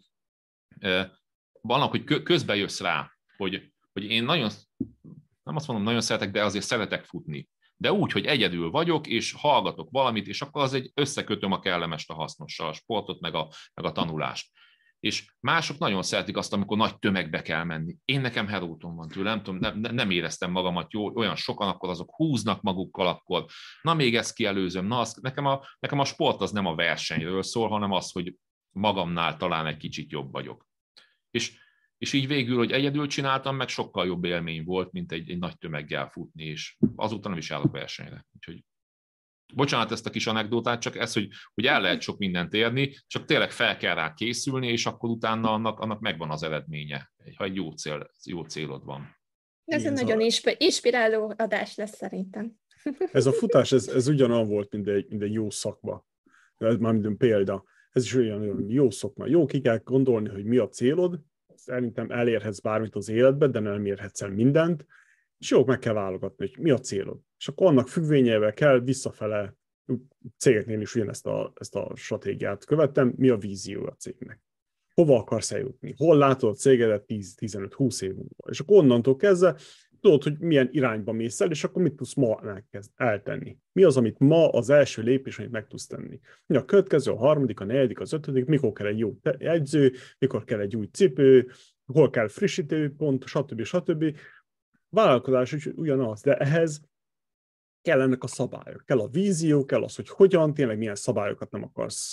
vannak, hogy közben jössz rá, hogy, hogy én nagyon, nem azt mondom, nagyon szeretek, de azért szeretek futni. De úgy, hogy egyedül vagyok, és hallgatok valamit, és akkor az egy összekötöm a kellemest a hasznossal, a sportot, meg a, meg a tanulást. És mások nagyon szeretik azt, amikor nagy tömegbe kell menni. Én nekem heróton van tőle, nem tudom, nem, nem éreztem magamat jól, olyan sokan, akkor azok húznak magukkal, akkor na még ezt kielőzöm, na az, nekem, a, nekem a sport az nem a versenyről szól, hanem az, hogy magamnál talán egy kicsit jobb vagyok. És, és így végül, hogy egyedül csináltam, meg sokkal jobb élmény volt, mint egy, egy nagy tömeggel futni, és azóta nem is állok versenyre. Úgyhogy bocsánat ezt a kis anekdotát, csak ez, hogy, hogy el lehet sok mindent érni, csak tényleg fel kell rá készülni, és akkor utána annak, annak megvan az eredménye, ha egy jó, cél, jó célod van. Ez egy nagyon inspiráló adás lesz szerintem. Ez a futás, ez, ez ugyanolyan volt, mint egy, mint egy jó szakma. Ez már minden példa. Ez is olyan, olyan jó szakma. Jó, ki kell gondolni, hogy mi a célod. Szerintem elérhetsz bármit az életben, de nem érhetsz el mindent. És jó, meg kell válogatni, hogy mi a célod. És akkor annak függvényeivel kell visszafele, cégeknél is ugyanezt a, ezt a stratégiát követtem, mi a vízió a cégnek. Hova akarsz eljutni? Hol látod a cégedet tíz, tizenöt, húsz év múlva? És akkor onnantól kezdve tudod, hogy milyen irányba mész el, és akkor mit tudsz ma eltenni. Mi az, amit ma az első lépés, amit meg tudsz tenni. Mi a következő, a harmadik, a negyedik, az ötödik, mikor kell egy jó edző, mikor kell egy új cipő, hol kell frissítőpont, stb. stb. Vállalkozás is ugyanaz, de ehhez kellenek a szabályok. Kell a vízió, kell az, hogy hogyan, tényleg milyen szabályokat nem akarsz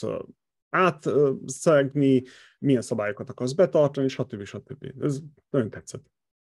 átszegni, milyen szabályokat akarsz betartani, stb. stb. Ez nagyon tetszett.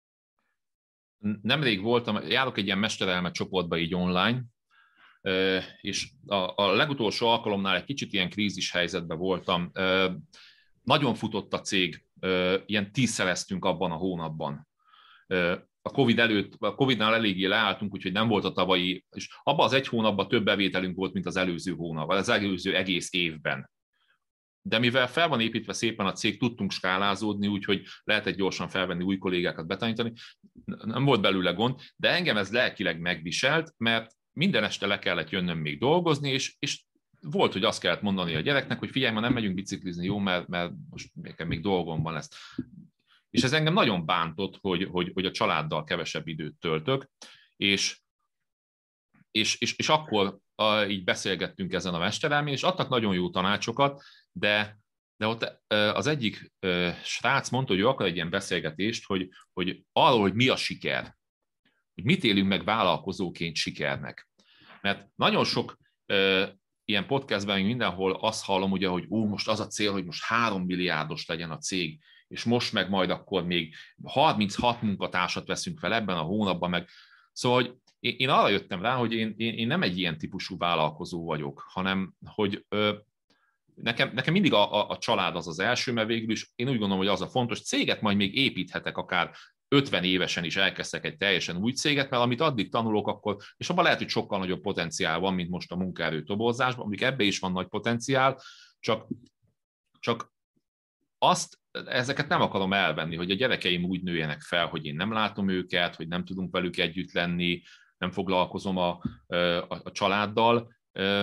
Nemrég voltam, járok egy ilyen mesterelme csoportba így online, és a, a legutolsó alkalomnál egy kicsit ilyen krízis helyzetben voltam. Nagyon futott a cég, ilyen tízszereztünk abban a hónapban. A Covid előtt, a Covidnál eléggé leálltunk, úgyhogy nem volt a tavalyi, és abban az egy hónapban több bevételünk volt, mint az előző hónapban, az előző egész évben. De mivel fel van építve szépen a cég, tudtunk skálázódni, úgyhogy lehetett gyorsan felvenni új kollégákat, betanítani. Nem volt belőle gond, de engem ez lelkileg megviselt, mert minden este le kellett jönnöm még dolgozni, és, és volt, hogy azt kellett mondani a gyereknek, hogy figyelj, ma nem megyünk biciklizni, jó, mert, mert most nekem még dolgom van ezt. És ez engem nagyon bántott, hogy, hogy, hogy a családdal kevesebb időt töltök, és, és, és, és akkor a, így beszélgettünk ezen a mesterelmén, és adtak nagyon jó tanácsokat, de, de ott az egyik srác mondta, hogy ő akar egy ilyen beszélgetést, hogy, hogy arról, hogy mi a siker, hogy mit élünk meg vállalkozóként sikernek. Mert nagyon sok ilyen podcastben mindenhol azt hallom, ugye, hogy ú, most az a cél, hogy most három milliárdos legyen a cég, és most meg majd akkor még harminchat munkatársat veszünk fel ebben a hónapban, meg. Szóval, hogy én, én arra jöttem rá, hogy én, én, én nem egy ilyen típusú vállalkozó vagyok, hanem, hogy ö, nekem, nekem mindig a, a, a család az az első, mert végül is én úgy gondolom, hogy az a fontos, céget majd még építhetek akár ötven évesen is elkezdtek egy teljesen új céget, mert amit addig tanulok, akkor, és abban lehet, hogy sokkal nagyobb potenciál van, mint most a munkaerő toborzásban, amik ebbe is van nagy potenciál, csak, csak azt, ezeket nem akarom elvenni, hogy a gyerekeim úgy nőjenek fel, hogy én nem látom őket, hogy nem tudunk velük együtt lenni, nem foglalkozom a, a, a családdal,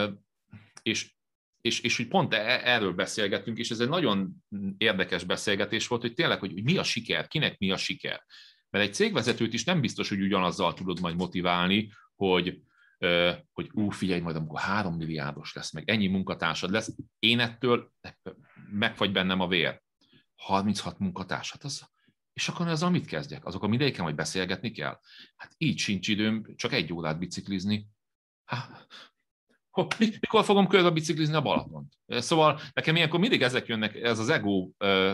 és És, és hogy pont erről beszélgettünk, és ez egy nagyon érdekes beszélgetés volt, hogy tényleg, hogy, hogy mi a siker, kinek mi a siker. Mert egy cégvezetőt is nem biztos, hogy ugyanazzal tudod majd motiválni, hogy, hogy ú, figyelj, majd amikor három milliárdos lesz, meg ennyi munkatársad lesz, én ettől megfagy bennem a vér. harminchat munkatárs, hát az, és akkor azzal mit kezdjek? Azokkal mindegyikkel majd beszélgetni kell? Hát így sincs időm csak egy órát biciklizni. Hát, mikor fogom körbe biciklizni a Balatont? Szóval nekem ilyenkor mindig ezek jönnek, ez az ego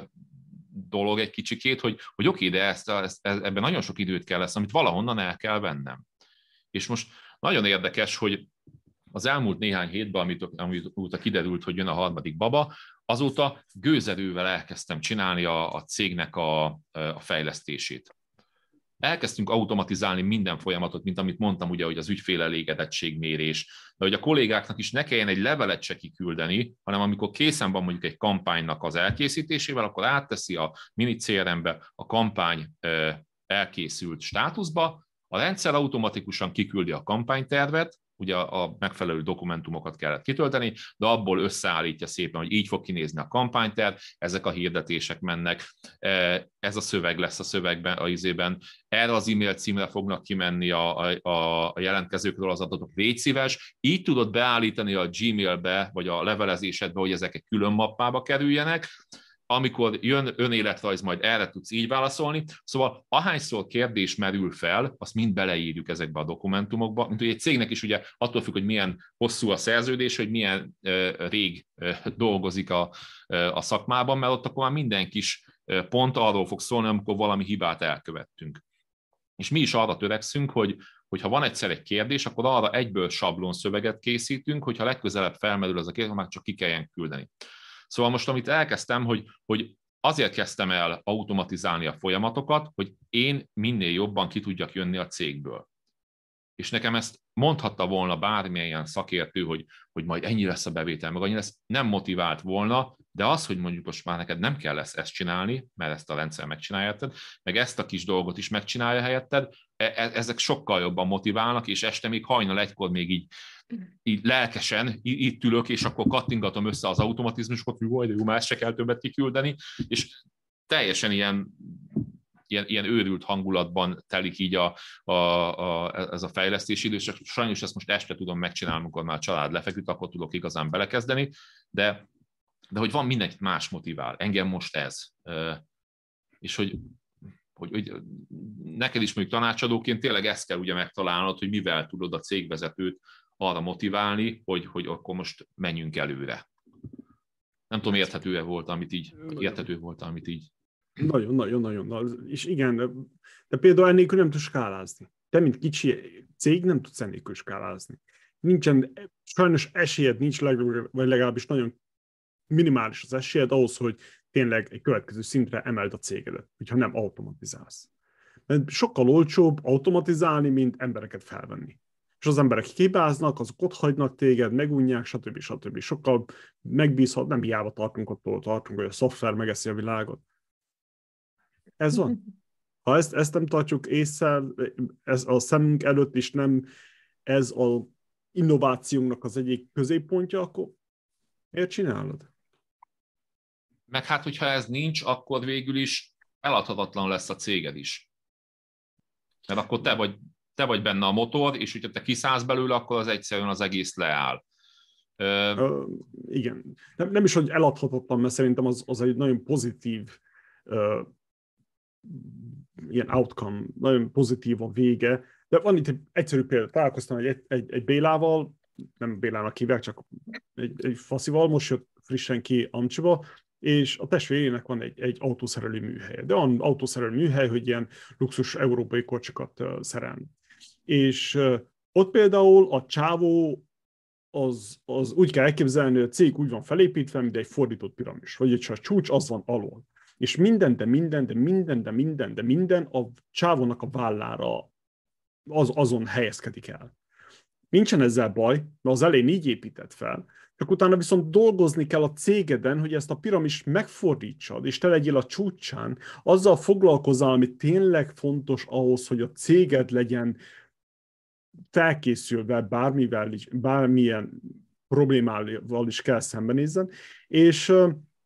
dolog egy kicsikét, hogy, hogy oké, de ezt, ezt, ebben nagyon sok időt kell lesz, amit valahonnan el kell vennem. És most nagyon érdekes, hogy az elmúlt néhány hétben, amit, amit kiderült, hogy jön a harmadik baba, azóta gőzerővel elkezdtem csinálni a, a cégnek a, a fejlesztését. Elkezdtünk automatizálni minden folyamatot, mint amit mondtam, ugye, hogy az ügyfél elégedettségmérés, de hogy a kollégáknak is ne kelljen egy levelet se kiküldeni, hanem amikor készen van mondjuk egy kampánynak az elkészítésével, akkor átteszi a mini cé er em-be a kampány elkészült státuszba, a rendszer automatikusan kiküldi a kampánytervet, ugye a megfelelő dokumentumokat kellett kitölteni, de abból összeállítja szépen, hogy így fog kinézni a kampányterv, ezek a hirdetések mennek, ez a szöveg lesz a szövegben, a izében, erre az e-mail címre fognak kimenni a, a, a jelentkezőkről az adatok, légy szíves, így tudod beállítani a Gmailbe, vagy a levelezésedbe, hogy ezek egy külön mappába kerüljenek, amikor jön önéletrajz, majd erre tudsz így válaszolni. Szóval ahányszor kérdés merül fel, azt mind beleírjuk ezekbe a dokumentumokba. Mint hogy egy cégnek is ugye attól függ, hogy milyen hosszú a szerződés, hogy milyen uh, rég uh, dolgozik a, uh, a szakmában, mert ott akkor már minden kis uh, pont arról fog szólni, amikor valami hibát elkövettünk. És mi is arra törekszünk, hogy hogyha van egyszer egy kérdés, akkor arra egyből sablon szöveget készítünk, hogyha legközelebb felmerül ez a kérdés, már csak ki kelljen küldeni. Szóval most, amit elkezdtem, hogy, hogy azért kezdtem el automatizálni a folyamatokat, hogy én minél jobban ki tudjak jönni a cégből. És nekem ezt mondhatta volna bármilyen szakértő, hogy, hogy majd ennyi lesz a bevétel, meg annyi lesz, nem motivált volna, de az, hogy mondjuk most már neked nem kell lesz ezt csinálni, mert ezt a rendszer megcsinálja helyetted, meg ezt a kis dolgot is megcsinálja helyetted, ezek sokkal jobban motiválnak, és este még hajnal egykor még így, így lelkesen itt ülök, és akkor kattingatom össze az automatizmusokat, hogy jó, de jó, már ezt se kell többet kiküldeni, és teljesen ilyen, ilyen, ilyen őrült hangulatban telik így a, a, a, ez a fejlesztési idő, és sajnos ezt most este tudom megcsinálni, amikor már a család lefeküdt, akkor tudok igazán belekezdeni, de, de hogy van mindenkit más motivál, engem most ez. És hogy Hogy, hogy neked is mondjuk tanácsadóként tényleg ezt kell ugye megtalálnod, hogy mivel tudod a cégvezetőt arra motiválni, hogy, hogy akkor most menjünk előre. Nem tudom, érthető-e volt, amit így, érthető volt, amit így. Nagyon, nagyon, nagyon. És igen, de, de például ennélkül nem tudsz skálázni. Te, mint kicsi cég, nem tudsz ennélkül skálázni. Nincsen, sajnos esélyed nincs, vagy legalábbis nagyon minimális az esélyed ahhoz, hogy tényleg egy következő szintre emeld a cégedet, hogyha nem automatizálsz. Mert sokkal olcsóbb automatizálni, mint embereket felvenni. És az emberek hibáznak, azok ott hagynak téged, megunják, stb. stb. Sokkal megbízhat, nem hiába tartunk attól, tartunk, hogy a szoftver megeszi a világot. Ez van. Ha ezt, ezt nem tartjuk észre, ez a szemünk előtt is nem ez az innovációnknak az egyik középpontja, akkor miért csinálod? Meg hát, hogyha ez nincs, akkor végül is eladhatatlan lesz a céged is. Mert akkor te vagy te vagy benne a motor, és hogyha te kiszállsz belőle, akkor az egyszerűen az egész leáll. Uh, igen. Nem, nem is, hogy eladhatatlan, mert szerintem az, az egy nagyon pozitív uh, ilyen outcome, nagyon pozitív a vége. De van itt egy egyszerű példa. Találkoztam egy, egy, egy Bélával, nem Bélának hívják, csak egy, egy faszival, most jött frissen ki Amcsiba, és a testvérének van egy, egy autószerelő műhely. De olyan autószerelő műhely, hogy ilyen luxus európai kocsikat uh, szerelni. És uh, ott például a csávó az, az úgy kell elképzelni, hogy a cég úgy van felépítve, mint egy fordított piramis, vagy a csúcs az van alól. És minden, de minden, de minden, de minden, de minden a csávónak a vállára az, azon helyezkedik el. Nincsen ezzel baj, mert az elején így épített fel, csak utána viszont dolgozni kell a cégeden, hogy ezt a piramis megfordítsad, és te legyél a csúcsán, azzal foglalkozzál, ami tényleg fontos ahhoz, hogy a céged legyen felkészülve bármivel is, bármilyen problémával is kell szembenézzen, és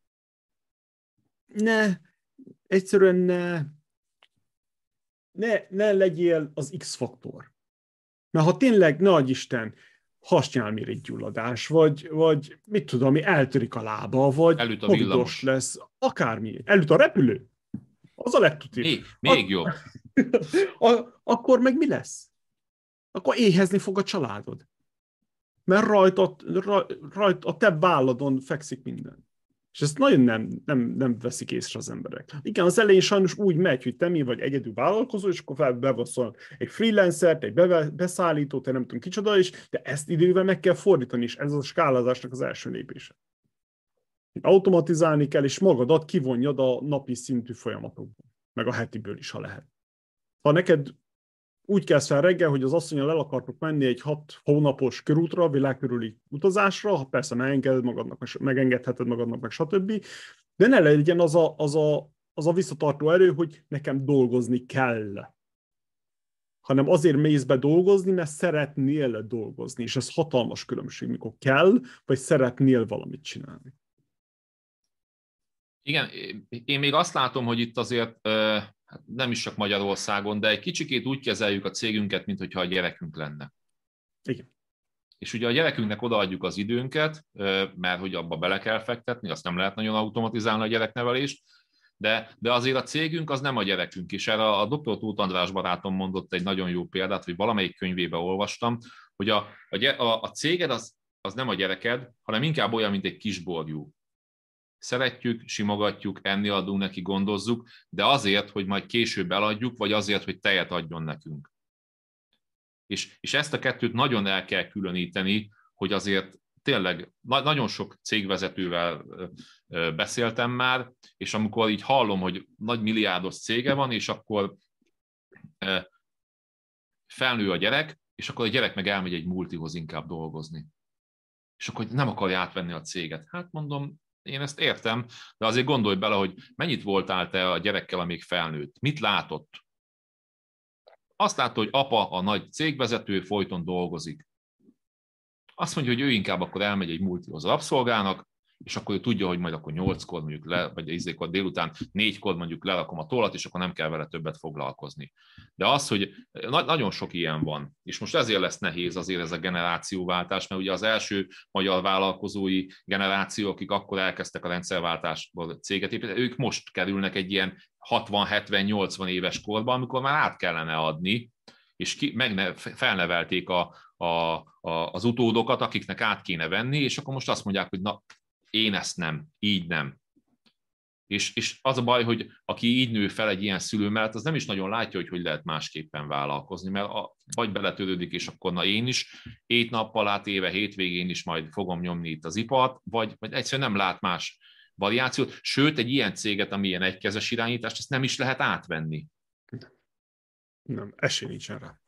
ne, egyszerűen ne, ne, ne legyél az X-faktor. Mert ha tényleg, ne adj Isten, hasnyálmirigygyulladás, vagy, vagy mit tudom, mi eltörik a lába, vagy elüt a villamos lesz, akármi. Elüt a repülő. Az a legtutibb. Még, még jobb. a, akkor meg mi lesz? Akkor éhezni fog a családod. Mert rajta, rajt, a te válladon fekszik minden. És ezt nagyon nem, nem, nem veszik észre az emberek. Igen, az elején sajnos úgy megy, hogy te mi vagy egyedül vállalkozó, és akkor bevaszol egy freelancert, egy beve, beszállítót, egy nem tudom kicsoda is, de ezt idővel meg kell fordítani, és ez a skálázásnak az első lépése. Automatizálni kell, és magadat kivonjad a napi szintű folyamatokból, meg a hetiből is, ha lehet. Ha neked úgy kezd fel reggel, hogy az asszonnyal el akartok menni egy hat hónapos körútra, világkörüli utazásra, ha persze megengeded magadnak, megengedheted magadnak, meg stb. De ne legyen az a, az, a, az a visszatartó erő, hogy nekem dolgozni kell. Hanem azért mész be dolgozni, mert szeretnél dolgozni. És ez hatalmas különbség, mikor kell, vagy szeretnél valamit csinálni. Igen, én még azt látom, hogy itt azért nem is csak Magyarországon, de egy kicsikét úgy kezeljük a cégünket, mintha a gyerekünk lenne. Igen. És ugye a gyerekünknek odaadjuk az időnket, mert hogy abba bele kell fektetni, azt nem lehet nagyon automatizálni a gyereknevelést, de, de azért a cégünk az nem a gyerekünk. És erre a doktor Tóth András barátom mondott egy nagyon jó példát, hogy valamelyik könyvébe olvastam, hogy a, a, a céged az, az nem a gyereked, hanem inkább olyan, mint egy kisborjú. Szeretjük, simogatjuk, enni adunk neki, gondozzuk, de azért, hogy majd később eladjuk, vagy azért, hogy tejet adjon nekünk. És, és ezt a kettőt nagyon el kell különíteni, hogy azért tényleg na- nagyon sok cégvezetővel beszéltem már, és amikor így hallom, hogy nagy milliárdos cége van, és akkor felnő a gyerek, és akkor a gyerek meg elmegy egy multihoz inkább dolgozni. És akkor nem akarja átvenni a céget. Hát mondom, én ezt értem, de azért gondolj bele, hogy mennyit voltál te a gyerekkel, amíg felnőtt. Mit látott? Azt látta, hogy apa, a nagy cégvezető, folyton dolgozik. Azt mondja, hogy ő inkább akkor elmegy egy multihoz rabszolgának, és akkor ő tudja, hogy majd akkor nyolckor mondjuk le, vagy izékor délután négykor mondjuk lerakom a tollat, és akkor nem kell vele többet foglalkozni. De az, hogy na- nagyon sok ilyen van, és most ezért lesz nehéz azért ez a generációváltás, mert ugye az első magyar vállalkozói generáció, akik akkor elkezdtek a rendszerváltásból céget építeni, ők most kerülnek egy ilyen hatvan hetven nyolcvan éves korba, amikor már át kellene adni, és ki, megne, felnevelték a, a, a, az utódokat, akiknek át kéne venni, és akkor most azt mondják, hogy na, én ezt nem, így nem. És, és az a baj, hogy aki így nő fel egy ilyen szülő mellett, az nem is nagyon látja, hogy hogy lehet másképpen vállalkozni, mert a, vagy beletörődik, és akkor na én is, hét nappal átéve, hétvégén is majd fogom nyomni itt az ipart, vagy, vagy egyszerűen nem lát más variációt, sőt, egy ilyen céget, ami ilyen egykezes irányítást, ezt nem is lehet átvenni. Nem, esély nincsen rá.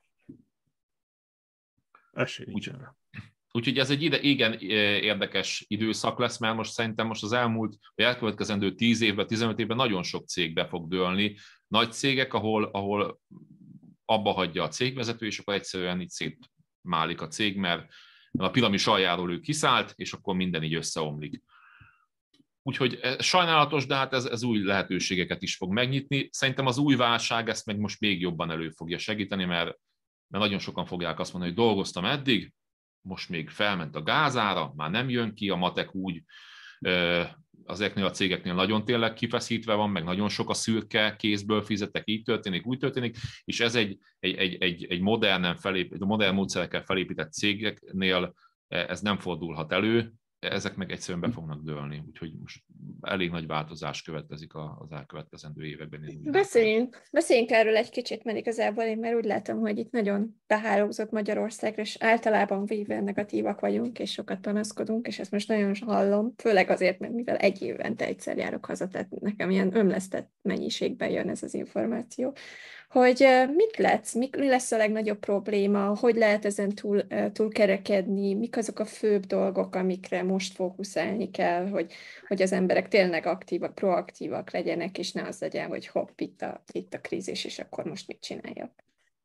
Esély nincsen rá. Úgyhogy ez egy ide, igen érdekes időszak lesz, mert most szerintem most az elmúlt, vagy elkövetkezendő tíz évben, tizenöt évben nagyon sok cég be fog dőlni. Nagy cégek, ahol, ahol abba hagyja a cégvezető, és akkor egyszerűen így szétmálik a cég, mert a piramis aljáról ő kiszállt, és akkor minden így összeomlik. Úgyhogy sajnálatos, de hát ez, ez új lehetőségeket is fog megnyitni. Szerintem az új válság ezt meg most még jobban elő fogja segíteni, mert mert nagyon sokan fogják azt mondani, hogy dolgoztam eddig, most még felment a gázára, már nem jön ki, a matek úgy azeknél a cégeknél nagyon tényleg kifeszítve van, meg nagyon sok a szürke, kézből fizetek, így történik, úgy történik, és ez egy, egy, egy, egy, egy modernen felép, modern módszerekkel felépített cégeknél ez nem fordulhat elő, ezek meg egyszerűen be fognak dőlni, úgyhogy most elég nagy változás következik az elkövetkezendő években. Beszéljünk, beszéljünk erről egy kicsit, mert igazából én már úgy látom, hogy itt nagyon behálózott Magyarországra, és általában véve negatívak vagyunk, és sokat panaszkodunk, és ezt most nagyon hallom, főleg azért, mert mivel egy évente egyszer járok haza, tehát nekem ilyen ömlesztett mennyiségben jön ez az információ, hogy mit látsz, mi lesz a legnagyobb probléma, hogy lehet ezen túl, túl kerekedni, mik azok a főbb dolgok, amikre most fókuszálni kell, hogy, hogy az emberek tényleg aktívak, proaktívak legyenek, és ne az legyen, hogy hopp, itt a, itt a krízis, és akkor most mit csináljak?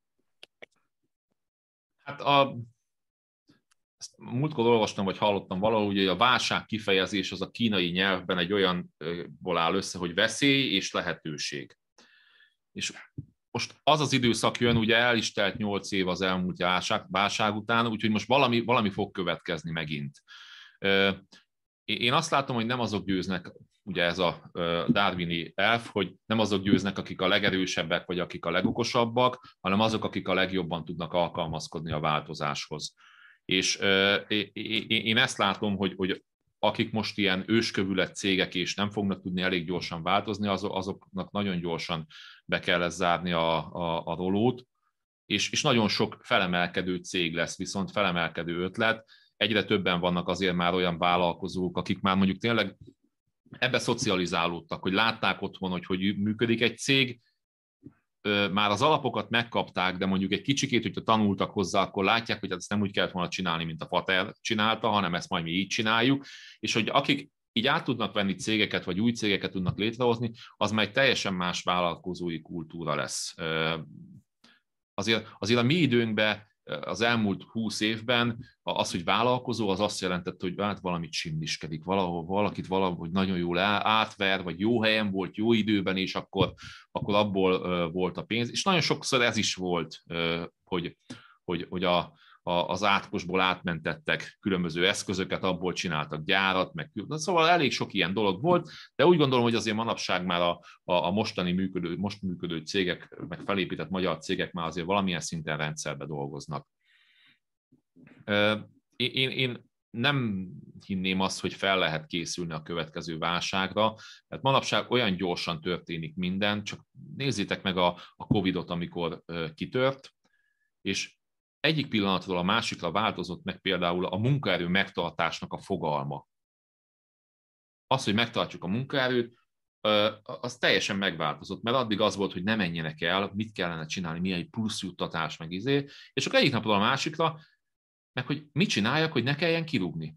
Hát a, ezt múltkor olvastam, vagy hallottam valahol, hogy a válság kifejezés az a kínai nyelvben egy olyanból áll össze, hogy veszély és lehetőség. És most az az időszak jön, ugye el is telt nyolc év az elmúlt válság, válság után, úgyhogy most valami, valami fog következni megint. Én azt látom, hogy nem azok győznek, ugye ez a darwini elv, hogy nem azok győznek, akik a legerősebbek, vagy akik a legokosabbak, hanem azok, akik a legjobban tudnak alkalmazkodni a változáshoz. És én ezt látom, hogy, hogy akik most ilyen őskövület cégek és nem fognak tudni elég gyorsan változni, azoknak nagyon gyorsan be kell ezt zárni a, a, a rolót, és, és nagyon sok felemelkedő cég lesz, viszont felemelkedő ötlet. Egyre többen vannak azért már olyan vállalkozók, akik már mondjuk tényleg ebbe szocializálódtak, hogy látták otthon, hogy hogy működik egy cég, már az alapokat megkapták, de mondjuk egy kicsikét, hogyha tanultak hozzá, akkor látják, hogy ezt nem úgy kellett volna csinálni, mint a pater csinálta, hanem ezt majd mi így csináljuk, és hogy akik így át tudnak venni cégeket, vagy új cégeket tudnak létrehozni, az már egy teljesen más vállalkozói kultúra lesz. Azért, azért a mi időnkben, az elmúlt húsz évben az, hogy vállalkozó, az azt jelentette, hogy hát valamit simliskedik, valahol valakit valahogy nagyon jól átver, vagy jó helyen volt, jó időben, és akkor, akkor abból volt a pénz. És nagyon sokszor ez is volt, hogy, hogy, hogy a, a, az átkosból átmentettek különböző eszközöket, abból csináltak gyárat, meg szóval elég sok ilyen dolog volt, de úgy gondolom, hogy azért manapság már a, a, a mostani működő, most működő cégek, meg felépített magyar cégek már azért valamilyen szinten rendszerbe dolgoznak. Én, én nem hinném azt, hogy fel lehet készülni a következő válságra, mert manapság olyan gyorsan történik minden, csak nézzétek meg a, a Covidot, amikor kitört, és egyik pillanatról a másikra változott meg például a munkaerő megtartásnak a fogalma. Az, hogy megtartjuk a munkaerőt, az teljesen megváltozott, mert addig az volt, hogy ne menjenek el, mit kellene csinálni, milyen egy plusz juttatás, meg izé, és akkor egyik napról a másikra, meg hogy mit csináljak, hogy ne kelljen kirúgni.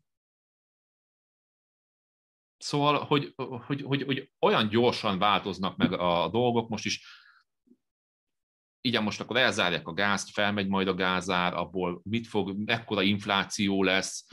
Szóval, hogy, hogy, hogy, hogy olyan gyorsan változnak meg a dolgok, most is igen, most akkor elzárják a gázt, felmegy majd a gázár, abból mit fog, mekkora infláció lesz,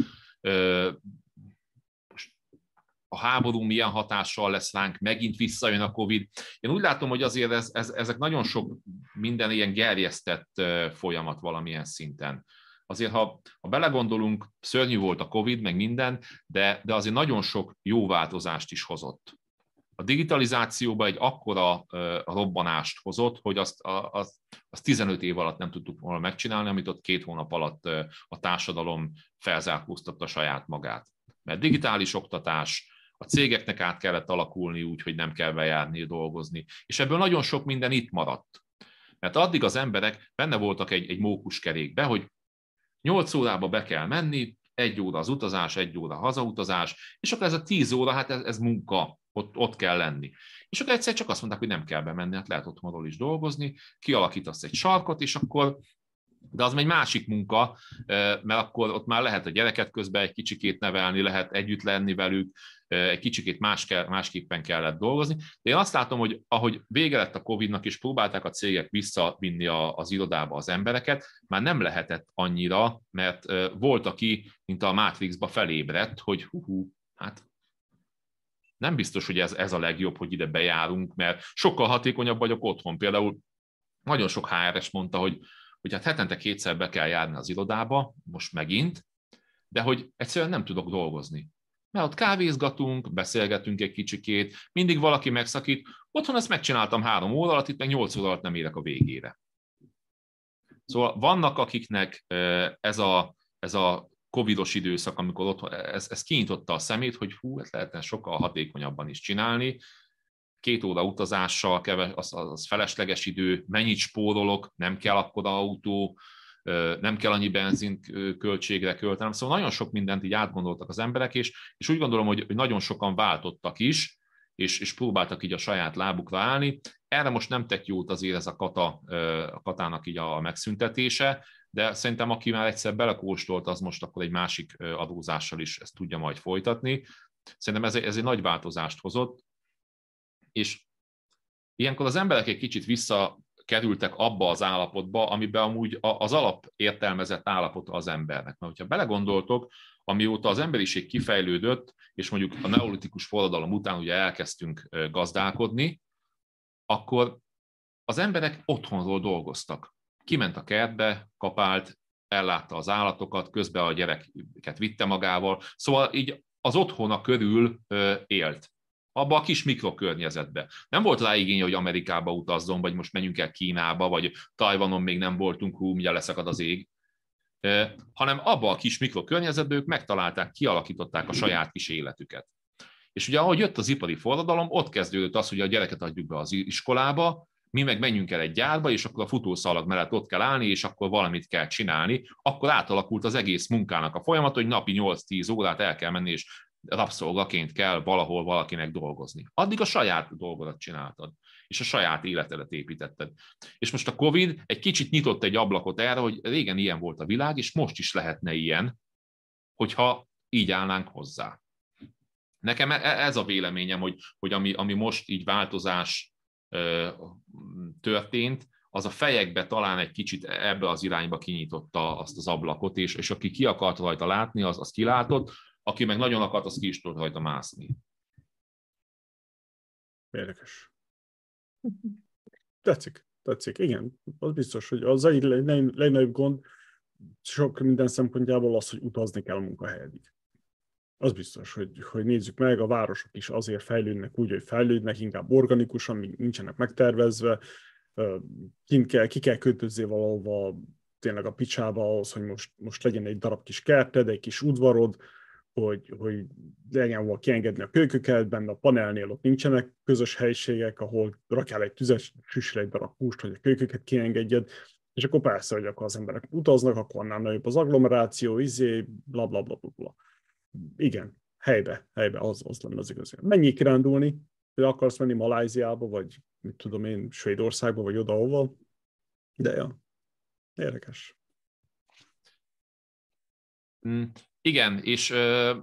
a háború milyen hatással lesz ránk, megint visszajön a Covid. Én úgy látom, hogy azért ez, ez, ezek nagyon sok minden ilyen gerjesztett folyamat valamilyen szinten. Azért, ha, ha belegondolunk, szörnyű volt a Covid, meg minden, de, de azért nagyon sok jó változást is hozott. A digitalizációban egy akkora uh, robbanást hozott, hogy azt, azt, azt tizenöt év alatt nem tudtuk volna megcsinálni, amit ott két hónap alatt uh, a társadalom felzárkóztatta saját magát. Mert digitális oktatás, a cégeknek át kellett alakulni úgy, hogy nem kell bejárni, dolgozni. És ebből nagyon sok minden itt maradt. Mert addig az emberek benne voltak egy, egy mókuskerékbe, hogy nyolc órába be kell menni, egy óra az utazás, egy óra hazautazás, és akkor ez a tíz óra, hát ez, ez munka, ott, ott kell lenni. És akkor egyszer csak azt mondták, hogy nem kell bemenni, hát lehet otthonról is dolgozni, kialakítasz egy sarkot, és akkor, de az egy másik munka, mert akkor ott már lehet a gyereket közben egy kicsikét nevelni, lehet együtt lenni velük, egy kicsikét más kell, másképpen kellett dolgozni. De én azt látom, hogy ahogy vége lett a Covidnak, és próbálták a cégek visszavinni a, az irodába az embereket, már nem lehetett annyira, mert volt, aki, mint a Matrixba felébredt, hogy hú, hú hát nem biztos, hogy ez, ez a legjobb, hogy ide bejárunk, mert sokkal hatékonyabb vagyok otthon. Például nagyon sok há er es mondta, hogy hogy hát hetente kétszer be kell járni az irodába, most megint, de hogy egyszerűen nem tudok dolgozni. Mert ott kávézgatunk, beszélgetünk egy kicsikét, mindig valaki megszakít, otthon ezt megcsináltam három óra alatt, itt meg nyolc óra alatt nem érek a végére. Szóval vannak, akiknek ez a, ez a covidos időszak, amikor otthon, ez, ez kinyitotta a szemét, hogy hú, ezt lehetne sokkal hatékonyabban is csinálni, két óra utazással, keves, az, az felesleges idő, mennyit spórolok, nem kell akkora autó, nem kell annyi benzint költségre költenem. Szóval nagyon sok mindent így átgondoltak az emberek, és, és úgy gondolom, hogy nagyon sokan váltottak is, és, és próbáltak így a saját lábukra állni. Erre most nem tett jót azért ez a kata, a katának így a megszüntetése, de szerintem aki már egyszer belekóstolt, az most akkor egy másik adózással is ezt tudja majd folytatni. Szerintem ez, ez egy nagy változást hozott, és ilyenkor az emberek egy kicsit visszakerültek abba az állapotba, amiben amúgy az alap értelmezett állapota az embernek. Mert hogyha belegondoltok, amióta az emberiség kifejlődött, és mondjuk a neolitikus forradalom után ugye elkezdtünk gazdálkodni, akkor az emberek otthonról dolgoztak. Kiment a kertbe, kapált, ellátta az állatokat, közben a gyereket vitte magával, szóval így az otthona körül élt. Abba a kis mikrokörnyezetbe. Nem volt rá igény, hogy Amerikába utazzon, vagy most menjünk el Kínába, vagy Tajvanon még nem voltunk, hú, mindjárt leszakad az ég, hanem abba a kis mikrokörnyezetben ők megtalálták, kialakították a saját kis életüket. És ugye ahogy jött az ipari forradalom, ott kezdődött az, hogy a gyereket adjuk be az iskolába, mi meg menjünk el egy gyárba, és akkor a futószalag mellett ott kell állni, és akkor valamit kell csinálni. Akkor átalakult az egész munkának a folyamat, hogy napi nyolc-tíz órát el kell menni, és rabszolgaként kell valahol valakinek dolgozni. Addig a saját dolgodat csináltad, és a saját életedet építetted. És most a Covid egy kicsit nyitott egy ablakot erre, hogy régen ilyen volt a világ, és most is lehetne ilyen, hogyha így állnánk hozzá. Nekem ez a véleményem, hogy, hogy ami, ami most így változás történt, az a fejekbe talán egy kicsit ebbe az irányba kinyitotta azt az ablakot, és, és aki ki akart rajta látni, az, az kilátott, aki meg nagyon akart, az ki is tud rajta mászni. Érdekes. Tetszik, tetszik. Igen, az biztos, hogy az egy legnagyobb gond sok minden szempontjából az, hogy utazni kell a munkahelyedig. Az biztos, hogy, hogy nézzük meg, a városok is azért fejlődnek úgy, hogy fejlődnek, inkább organikusan, még nincsenek megtervezve, kint kell, ki kell költözzél valahova tényleg a picsába ahhoz, hogy most, most legyen egy darab kis kerted, egy kis udvarod, hogy, hogy legyen hol kiengedni a kölyköket, benne a panelnél ott nincsenek közös helyiségek, ahol rakjál egy tüzet, süssél egy darab húst, hogy a kölyköket kiengedjed, és akkor persze, hogy akkor az emberek utaznak, akkor annál nagyobb az agglomeráció, izé, bla bla bla bla. Igen, helybe, helybe, az, az lenne az igazi. Menjél kirándulni, hogy akarsz menni Malajziába, vagy mit tudom én, Svédországba, vagy oda-hova, de ja, érdekes. Mm, igen, és ö,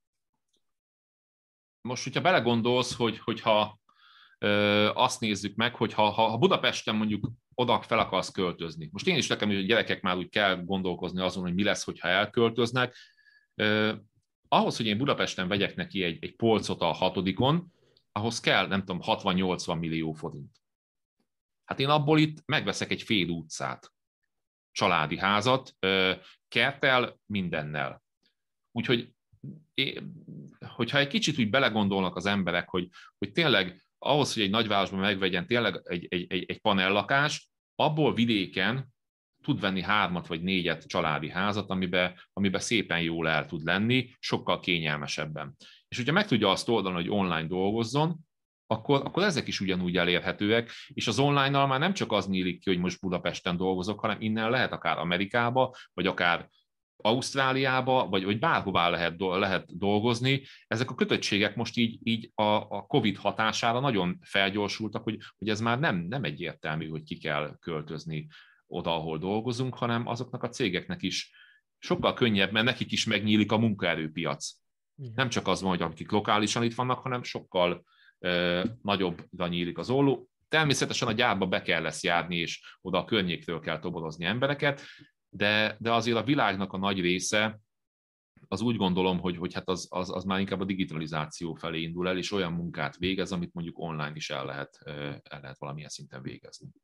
most, hogyha belegondolsz, hogy, hogyha ö, azt nézzük meg, hogy ha, ha Budapesten mondjuk oda fel akarsz költözni. Most én is nekem, hogy a gyerekek már úgy kell gondolkozni azon, hogy mi lesz, hogyha elköltöznek. Ö, ahhoz, hogy én Budapesten vegyek neki egy, egy polcot a hatodikon, ahhoz kell, nem tudom, hatvan-nyolcvan millió forint. Hát én abból itt megveszek egy fél utcát, családi házat, kerttel, mindennel. Úgyhogy, hogyha egy kicsit úgy belegondolnak az emberek, hogy, hogy tényleg ahhoz, hogy egy nagyvárosban megvegyen tényleg egy, egy, egy, egy panellakás, abból vidéken tud venni hármat vagy négyet családi házat, amiben, amiben szépen jól el tud lenni, sokkal kényelmesebben. És hogyha meg tudja azt oldani, hogy online dolgozzon, akkor, akkor ezek is ugyanúgy elérhetőek, és az online-nal már nem csak az nyílik ki, hogy most Budapesten dolgozok, hanem innen lehet akár Amerikába, vagy akár Ausztráliába, vagy, vagy bárhová lehet, lehet dolgozni. Ezek a kötöttségek most így, így a, a Covid hatására nagyon felgyorsultak, hogy, hogy ez már nem, nem egyértelmű, hogy ki kell költözni oda, ahol dolgozunk, hanem azoknak a cégeknek is sokkal könnyebb, mert nekik is megnyílik a munkaerőpiac. Igen. Nem csak az van, hogy akik lokálisan itt vannak, hanem sokkal eh, nagyobbra nyílik az olló. Természetesen a gyárba be kell lesz járni, és oda a környékről kell toborozni embereket, de, de azért a világnak a nagy része, az úgy gondolom, hogy, hogy hát az, az, az már inkább a digitalizáció felé indul el, és olyan munkát végez, amit mondjuk online is el lehet, el lehet valamilyen szinten végezni.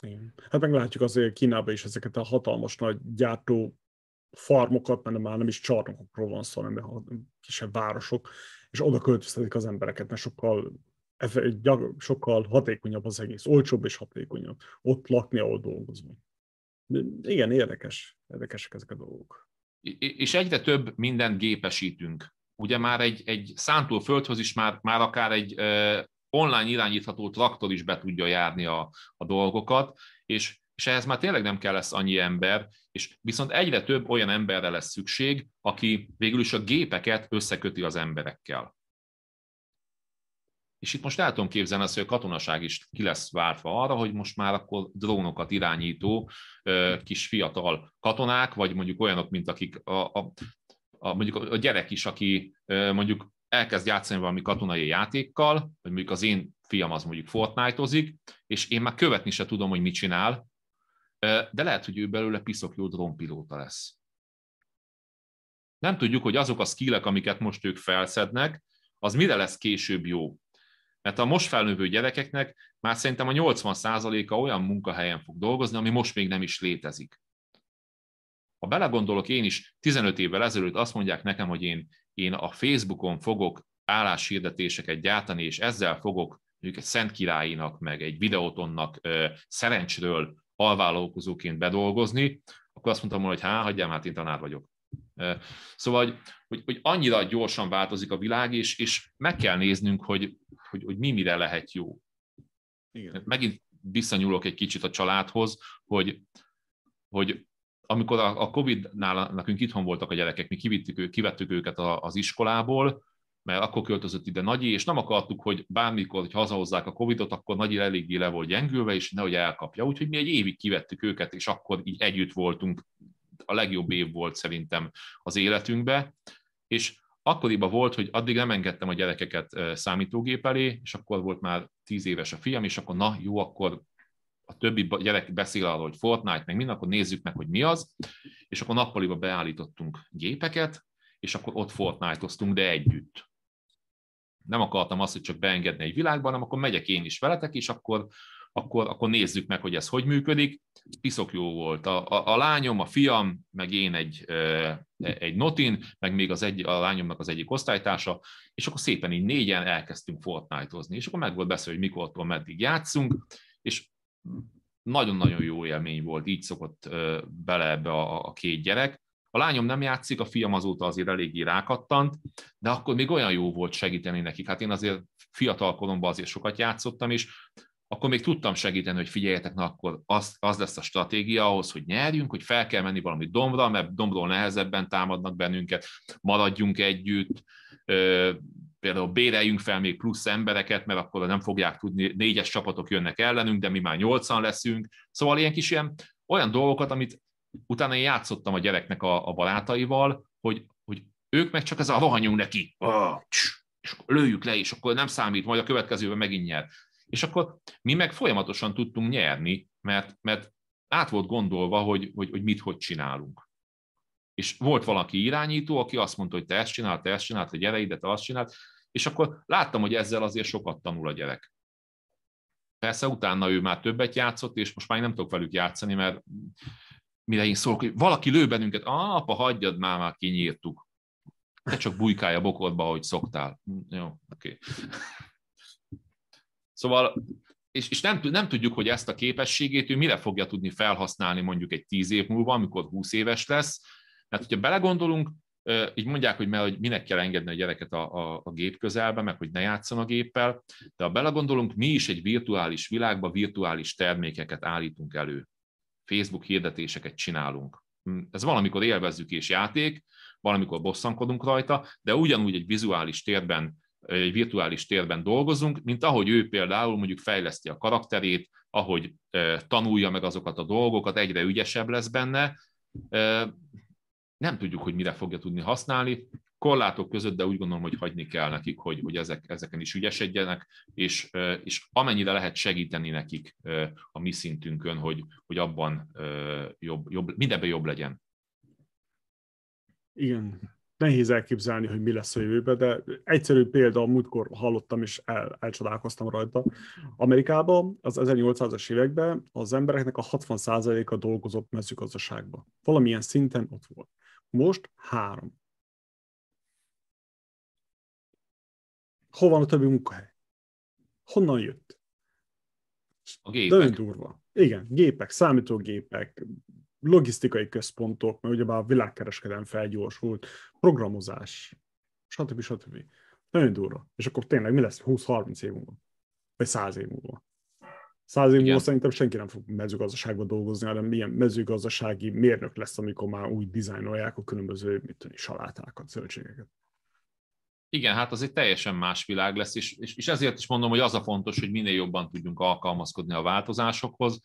Igen. Hát meglátjuk azért Kínában is ezeket a hatalmas nagy gyártó farmokat, mert már nem is csarnokokról van szó, hanem kisebb városok, és oda költöztetik az embereket, mert sokkal, sokkal hatékonyabb az egész, olcsóbb és hatékonyabb ott lakni, ahol dolgozni. De igen, érdekes, érdekesek ezek a dolgok. És egyre több mindent gépesítünk. Ugye már egy, egy szántóföldhöz is már, már akár egy uh, online irányítható traktor is be tudja járni a, a dolgokat, és, és ehhez már tényleg nem kell lesz annyi ember, és viszont egyre több olyan emberre lesz szükség, aki végül is a gépeket összeköti az emberekkel. És itt most el tudom képzelni azt, hogy a katonaság is ki lesz várva arra, hogy most már akkor drónokat irányító kis fiatal katonák, vagy mondjuk olyanok, mint akik a, a, a, mondjuk a gyerek is, aki mondjuk elkezd játszani valami katonai játékkal, vagy mondjuk az én fiam az mondjuk Fortnite-ozik, és én már követni se tudom, hogy mit csinál, de lehet, hogy ő belőle piszok jó drónpilóta lesz. Nem tudjuk, hogy azok a skillek, amiket most ők felszednek, az mire lesz később jó. Mert a most felnövő gyerekeknek már szerintem a nyolcvan százaléka olyan munkahelyen fog dolgozni, ami most még nem is létezik. Ha belegondolok, én is tizenöt évvel ezelőtt azt mondják nekem, hogy én, én a Facebookon fogok álláshirdetéseket gyártani, és ezzel fogok mondjuk egy Szent Királynak, meg egy Videótonnak szerencsről alvállalkozóként bedolgozni, akkor azt mondtam volna, hogy há, hagyjál, hát én tanár vagyok. Szóval, hogy, hogy annyira gyorsan változik a világ, és, és meg kell néznünk, hogy, hogy, hogy mi mire lehet jó. Igen. Megint visszanyúlok egy kicsit a családhoz, hogy, hogy amikor a, a Covid-nál nekünk itthon voltak a gyerekek, mi kivittük, kivettük őket az iskolából, mert akkor költözött ide Nagyi, és nem akartuk, hogy bármikor, hogy hazahozzák a Covidot, akkor Nagyi eléggé le volt gyengülve, és nehogy elkapja. Úgyhogy mi egy évig kivettük őket, és akkor így együtt voltunk. A legjobb év volt szerintem az életünkbe, és akkoriban volt, hogy addig nem engedtem a gyerekeket számítógép elé, és akkor volt már tíz éves a fiam, és akkor na jó, akkor a többi gyerek beszél arról, hogy Fortnite, meg minden, akkor nézzük meg, hogy mi az, és akkor nappaliba beállítottunk gépeket, és akkor ott Fortnite-oztunk, de együtt. Nem akartam azt, hogy csak beengedni egy világban, hanem akkor megyek én is veletek, és akkor Akkor, akkor nézzük meg, hogy ez hogy működik. Piszok jó volt. A, a, a lányom, a fiam, meg én egy, egy notin, meg még az egy, a lányomnak az egyik osztálytársa, és akkor szépen így négyen elkezdtünk Fortnite-ozni, és akkor meg volt beszélve, hogy mikortól meddig játszunk, és nagyon-nagyon jó élmény volt, így szokott bele ebbe a, a két gyerek. A lányom nem játszik, a fiam azóta azért eléggé rákattant, de akkor még olyan jó volt segíteni nekik. Hát én azért fiatal koromban azért sokat játszottam, és akkor még tudtam segíteni, hogy figyeljetek, na akkor az, az lesz a stratégia ahhoz, hogy nyerjünk, hogy fel kell menni valami dombra, mert dombról nehezebben támadnak bennünket, maradjunk együtt, például béreljünk fel még plusz embereket, mert akkor nem fogják tudni, négyes csapatok jönnek ellenünk, de mi már nyolcan leszünk. Szóval ilyen kis ilyen, olyan dolgokat, amit utána én játszottam a gyereknek a, a barátaival, hogy, hogy ők meg csak ez a rohanjunk neki, oh, és lőjük le, és akkor nem számít, majd a következőben megint nyer. És akkor mi meg folyamatosan tudtunk nyerni, mert, mert át volt gondolva, hogy, hogy, hogy mit, hogy csinálunk. És volt valaki irányító, aki azt mondta, hogy te ezt csináld, te ezt csináld, te gyere ide, te azt csináld, és akkor láttam, hogy ezzel azért sokat tanul a gyerek. Persze utána ő már többet játszott, és most már nem tudok velük játszani, mert mire én szólok, hogy valaki lő bennünket, ah, apa, hagyjad már, már kinyírtuk. Te csak bujkálj a bokorba, ahogy szoktál. Jó, oké. Okay. Szóval, és, és nem, nem tudjuk, hogy ezt a képességét ő mire fogja tudni felhasználni mondjuk egy tíz év múlva, amikor húsz éves lesz. Mert hogyha belegondolunk, így mondják, hogy, mert, hogy minek kell engedni a gyereket a, a, a gép közelbe, meg hogy ne játszon a géppel, de ha belegondolunk, mi is egy virtuális világba virtuális termékeket állítunk elő. Facebook hirdetéseket csinálunk. Ez valamikor élvezzük és játék, valamikor bosszankodunk rajta, de ugyanúgy egy vizuális térben, egy virtuális térben dolgozunk, mint ahogy ő például mondjuk fejleszti a karakterét, ahogy tanulja meg azokat a dolgokat, egyre ügyesebb lesz benne. Nem tudjuk, hogy mire fogja tudni használni. Korlátok között, de úgy gondolom, hogy hagyni kell nekik, hogy, hogy ezek, ezeken is ügyesedjenek, és, és amennyire lehet segíteni nekik a mi szintünkön, hogy, hogy abban jobb, jobb, mindenben jobb legyen. Igen. nehéz elképzelni, hogy mi lesz a jövőben, de egyszerű példa, a múltkor hallottam és el, elcsodálkoztam rajta. Amerikában az ezernyolcszázas években az embereknek a hatvan százaléka dolgozott mezőgazdaságban. Valamilyen szinten ott volt. Most három. Hol van a többi munkahely? Honnan jött? A gépek. Nagyon durva. Igen, gépek, számítógépek, logisztikai központok, mert ugyebár a világkereskedelem felgyorsult, programozás, stb. stb. Nagyon durva. És akkor tényleg mi lesz húsz-harminc év múlva? Vagy száz év múlva? Száz év múlva szerintem senki nem fog mezőgazdaságban dolgozni, hanem milyen mezőgazdasági mérnök lesz, amikor már úgy dizájnolják a különböző mit tudom, salátákat, zöldségeket. Igen, hát az egy teljesen más világ lesz, és, és, és ezért is mondom, hogy az a fontos, hogy minél jobban tudjunk alkalmazkodni a változásokhoz,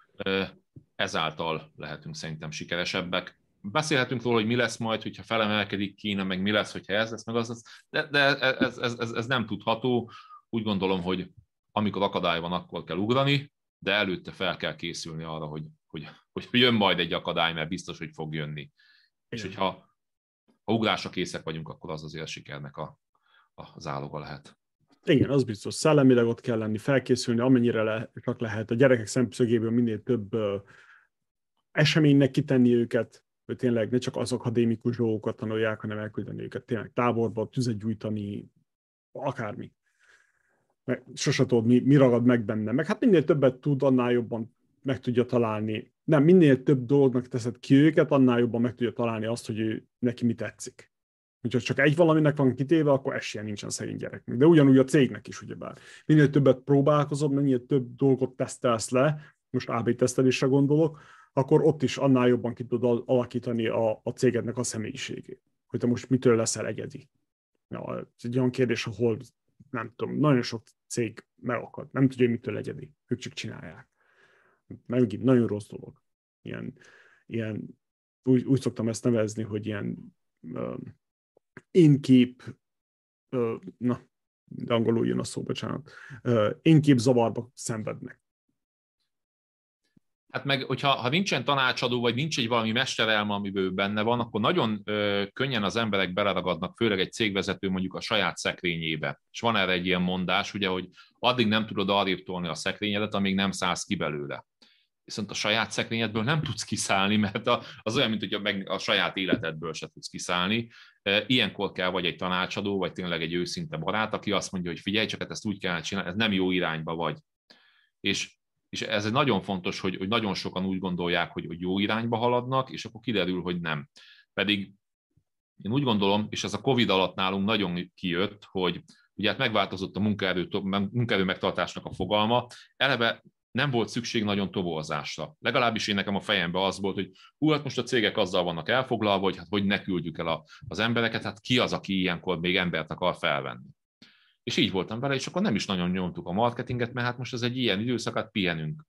ezáltal lehetünk szerintem sikeresebbek. Beszélhetünk róla, hogy mi lesz majd, hogyha felemelkedik Kína, meg mi lesz, hogyha ez lesz, meg az lesz, de, de ez, ez, ez, ez nem tudható. Úgy gondolom, hogy amikor akadály van, akkor kell ugrani, de előtte fel kell készülni arra, hogy, hogy, hogy jön majd egy akadály, mert biztos, hogy fog jönni. Igen. És hogyha ha ugrásra készek vagyunk, akkor az azért sikernek a, a záloga lehet. Igen, az biztos. Szellemileg ott kell lenni, felkészülni, amennyire le, csak lehet. A gyerekek szemszögéből minél több uh, eseménynek kitenni őket, hogy tényleg ne csak az akadémikus dolgokat tanulják, hanem elküldeni őket tényleg táborba, tüzet gyújtani, akármi. Meg sose tudod, mi, mi ragad meg benne. Meg hát minél többet tud, annál jobban meg tudja találni. Nem, minél több dolognak teszed ki őket, annál jobban meg tudja találni azt, hogy ő, neki mi tetszik. Úgyhogy csak egy valaminek van kitéve, akkor esélye nincsen szegény gyereknek. De ugyanúgy a cégnek is, ugyebár. Minél többet próbálkozod, minél több dolgot tesztelsz le, most á bé tesztelésre gondolok, akkor ott is annál jobban ki tudod alakítani a, a cégednek a személyiségét. Hogy te most mitől leszel egyedi. Ja, ez egy olyan kérdés, ahol nem tudom, nagyon sok cég megakad. Nem tudja, hogy mitől egyedi. Ők csak csinálják. Megint nagyon rossz dolog. Ilyen, ilyen úgy, úgy szoktam ezt nevezni, hogy ilyen uh, in-keep, uh, na, de angolul jön a szó, bocsánat, uh, in-keep zavarba szenvednek. Hát meg, hogyha ha nincsen tanácsadó, vagy nincs egy valami mesterelme, amiből benne van, akkor nagyon ö, könnyen az emberek beleragadnak, főleg egy cégvezető mondjuk a saját szekrényébe. És van erre egy ilyen mondás, ugye, hogy addig nem tudod arrébb tolni a szekrényedet, amíg nem szállsz ki belőle. Viszont a saját szekrényedből nem tudsz kiszállni, mert az olyan, mint hogy a, a saját életedből se tudsz kiszállni. Ilyenkor kell vagy egy tanácsadó, vagy tényleg egy őszinte barát, aki azt mondja, hogy figyelj, csak ezt úgy kellene csinálni, ez nem jó irányba vagy. És És ez egy nagyon fontos, hogy, hogy nagyon sokan úgy gondolják, hogy, hogy jó irányba haladnak, és akkor kiderül, hogy nem. Pedig én úgy gondolom, és ez a Covid alatt nálunk nagyon kijött, hogy ugye hát megváltozott a munkaerő, munkaerő megtartásnak a fogalma, eleve nem volt szükség nagyon toborzásra. Legalábbis én nekem a fejemben az volt, hogy hú, hát most a cégek azzal vannak elfoglalva, hogy hát hogy ne küldjük el a, az embereket, hát ki az, aki ilyenkor még embert akar felvenni. És így voltam vele, és akkor nem is nagyon nyomtuk a marketinget, mert hát most ez egy ilyen időszak, hát pihenünk.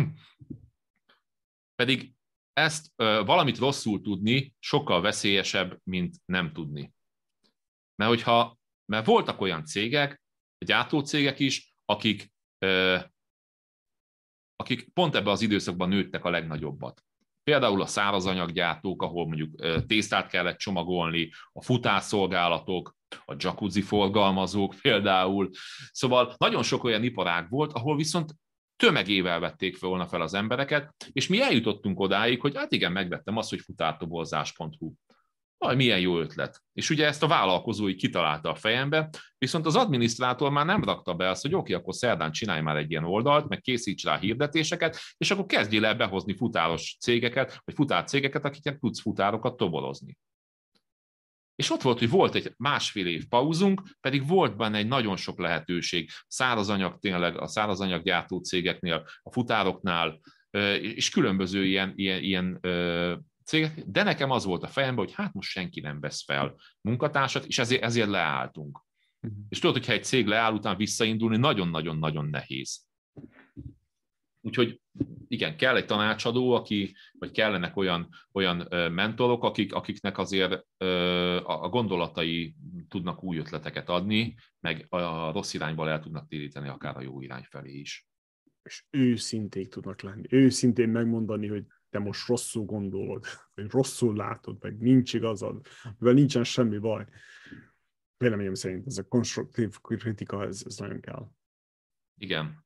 Pedig ezt ö, valamit rosszul tudni sokkal veszélyesebb, mint nem tudni. Mert hogyha, mert voltak olyan cégek, gyártócégek is, akik, ö, akik pont ebben az időszakban nőttek a legnagyobbat. Például a szárazanyaggyártók, ahol mondjuk tésztát kellett csomagolni, a futásszolgálatok, a jacuzzi forgalmazók például. Szóval nagyon sok olyan iparág volt, ahol viszont tömegével vették volna fel az embereket, és mi eljutottunk odáig, hogy hát igen, megvettem azt, hogy futártoborzás pont hu. Vaj, milyen jó ötlet. És ugye ezt a vállalkozói kitalálta a fejembe, viszont az adminisztrátor már nem rakta be azt, hogy oké, akkor szerdán csinálj már egy ilyen oldalt, meg készíts rá hirdetéseket, és akkor kezdjél el behozni futáros cégeket, vagy futárcégeket, akiknek tudsz futárokat toborozni. És ott volt, hogy volt egy másfél év pauzunk, pedig volt benne egy nagyon sok lehetőség. Szárazanyag tényleg, a szárazanyaggyártó cégeknél, a futároknál, és különböző ilyen, ilyen, ilyen cégek, de nekem az volt a fejemben, hogy hát most senki nem vesz fel munkatársat, és ezért, ezért leálltunk. Uh-huh. És tudod, hogyha egy cég leáll, után visszaindulni nagyon-nagyon-nagyon nehéz. Úgyhogy igen, kell egy tanácsadó, aki, vagy kellenek olyan, olyan mentorok, akik, akiknek azért a gondolatai tudnak új ötleteket adni, meg a rossz irányból el tudnak téríteni akár a jó irány felé is. És őszinték tudnak lenni. Őszintén megmondani, hogy te most rosszul gondolod, vagy rosszul látod, meg nincs igazad, mivel nincsen semmi baj. Véleményem szerint ez a konstruktív kritika, ez, ez nagyon kell. Igen.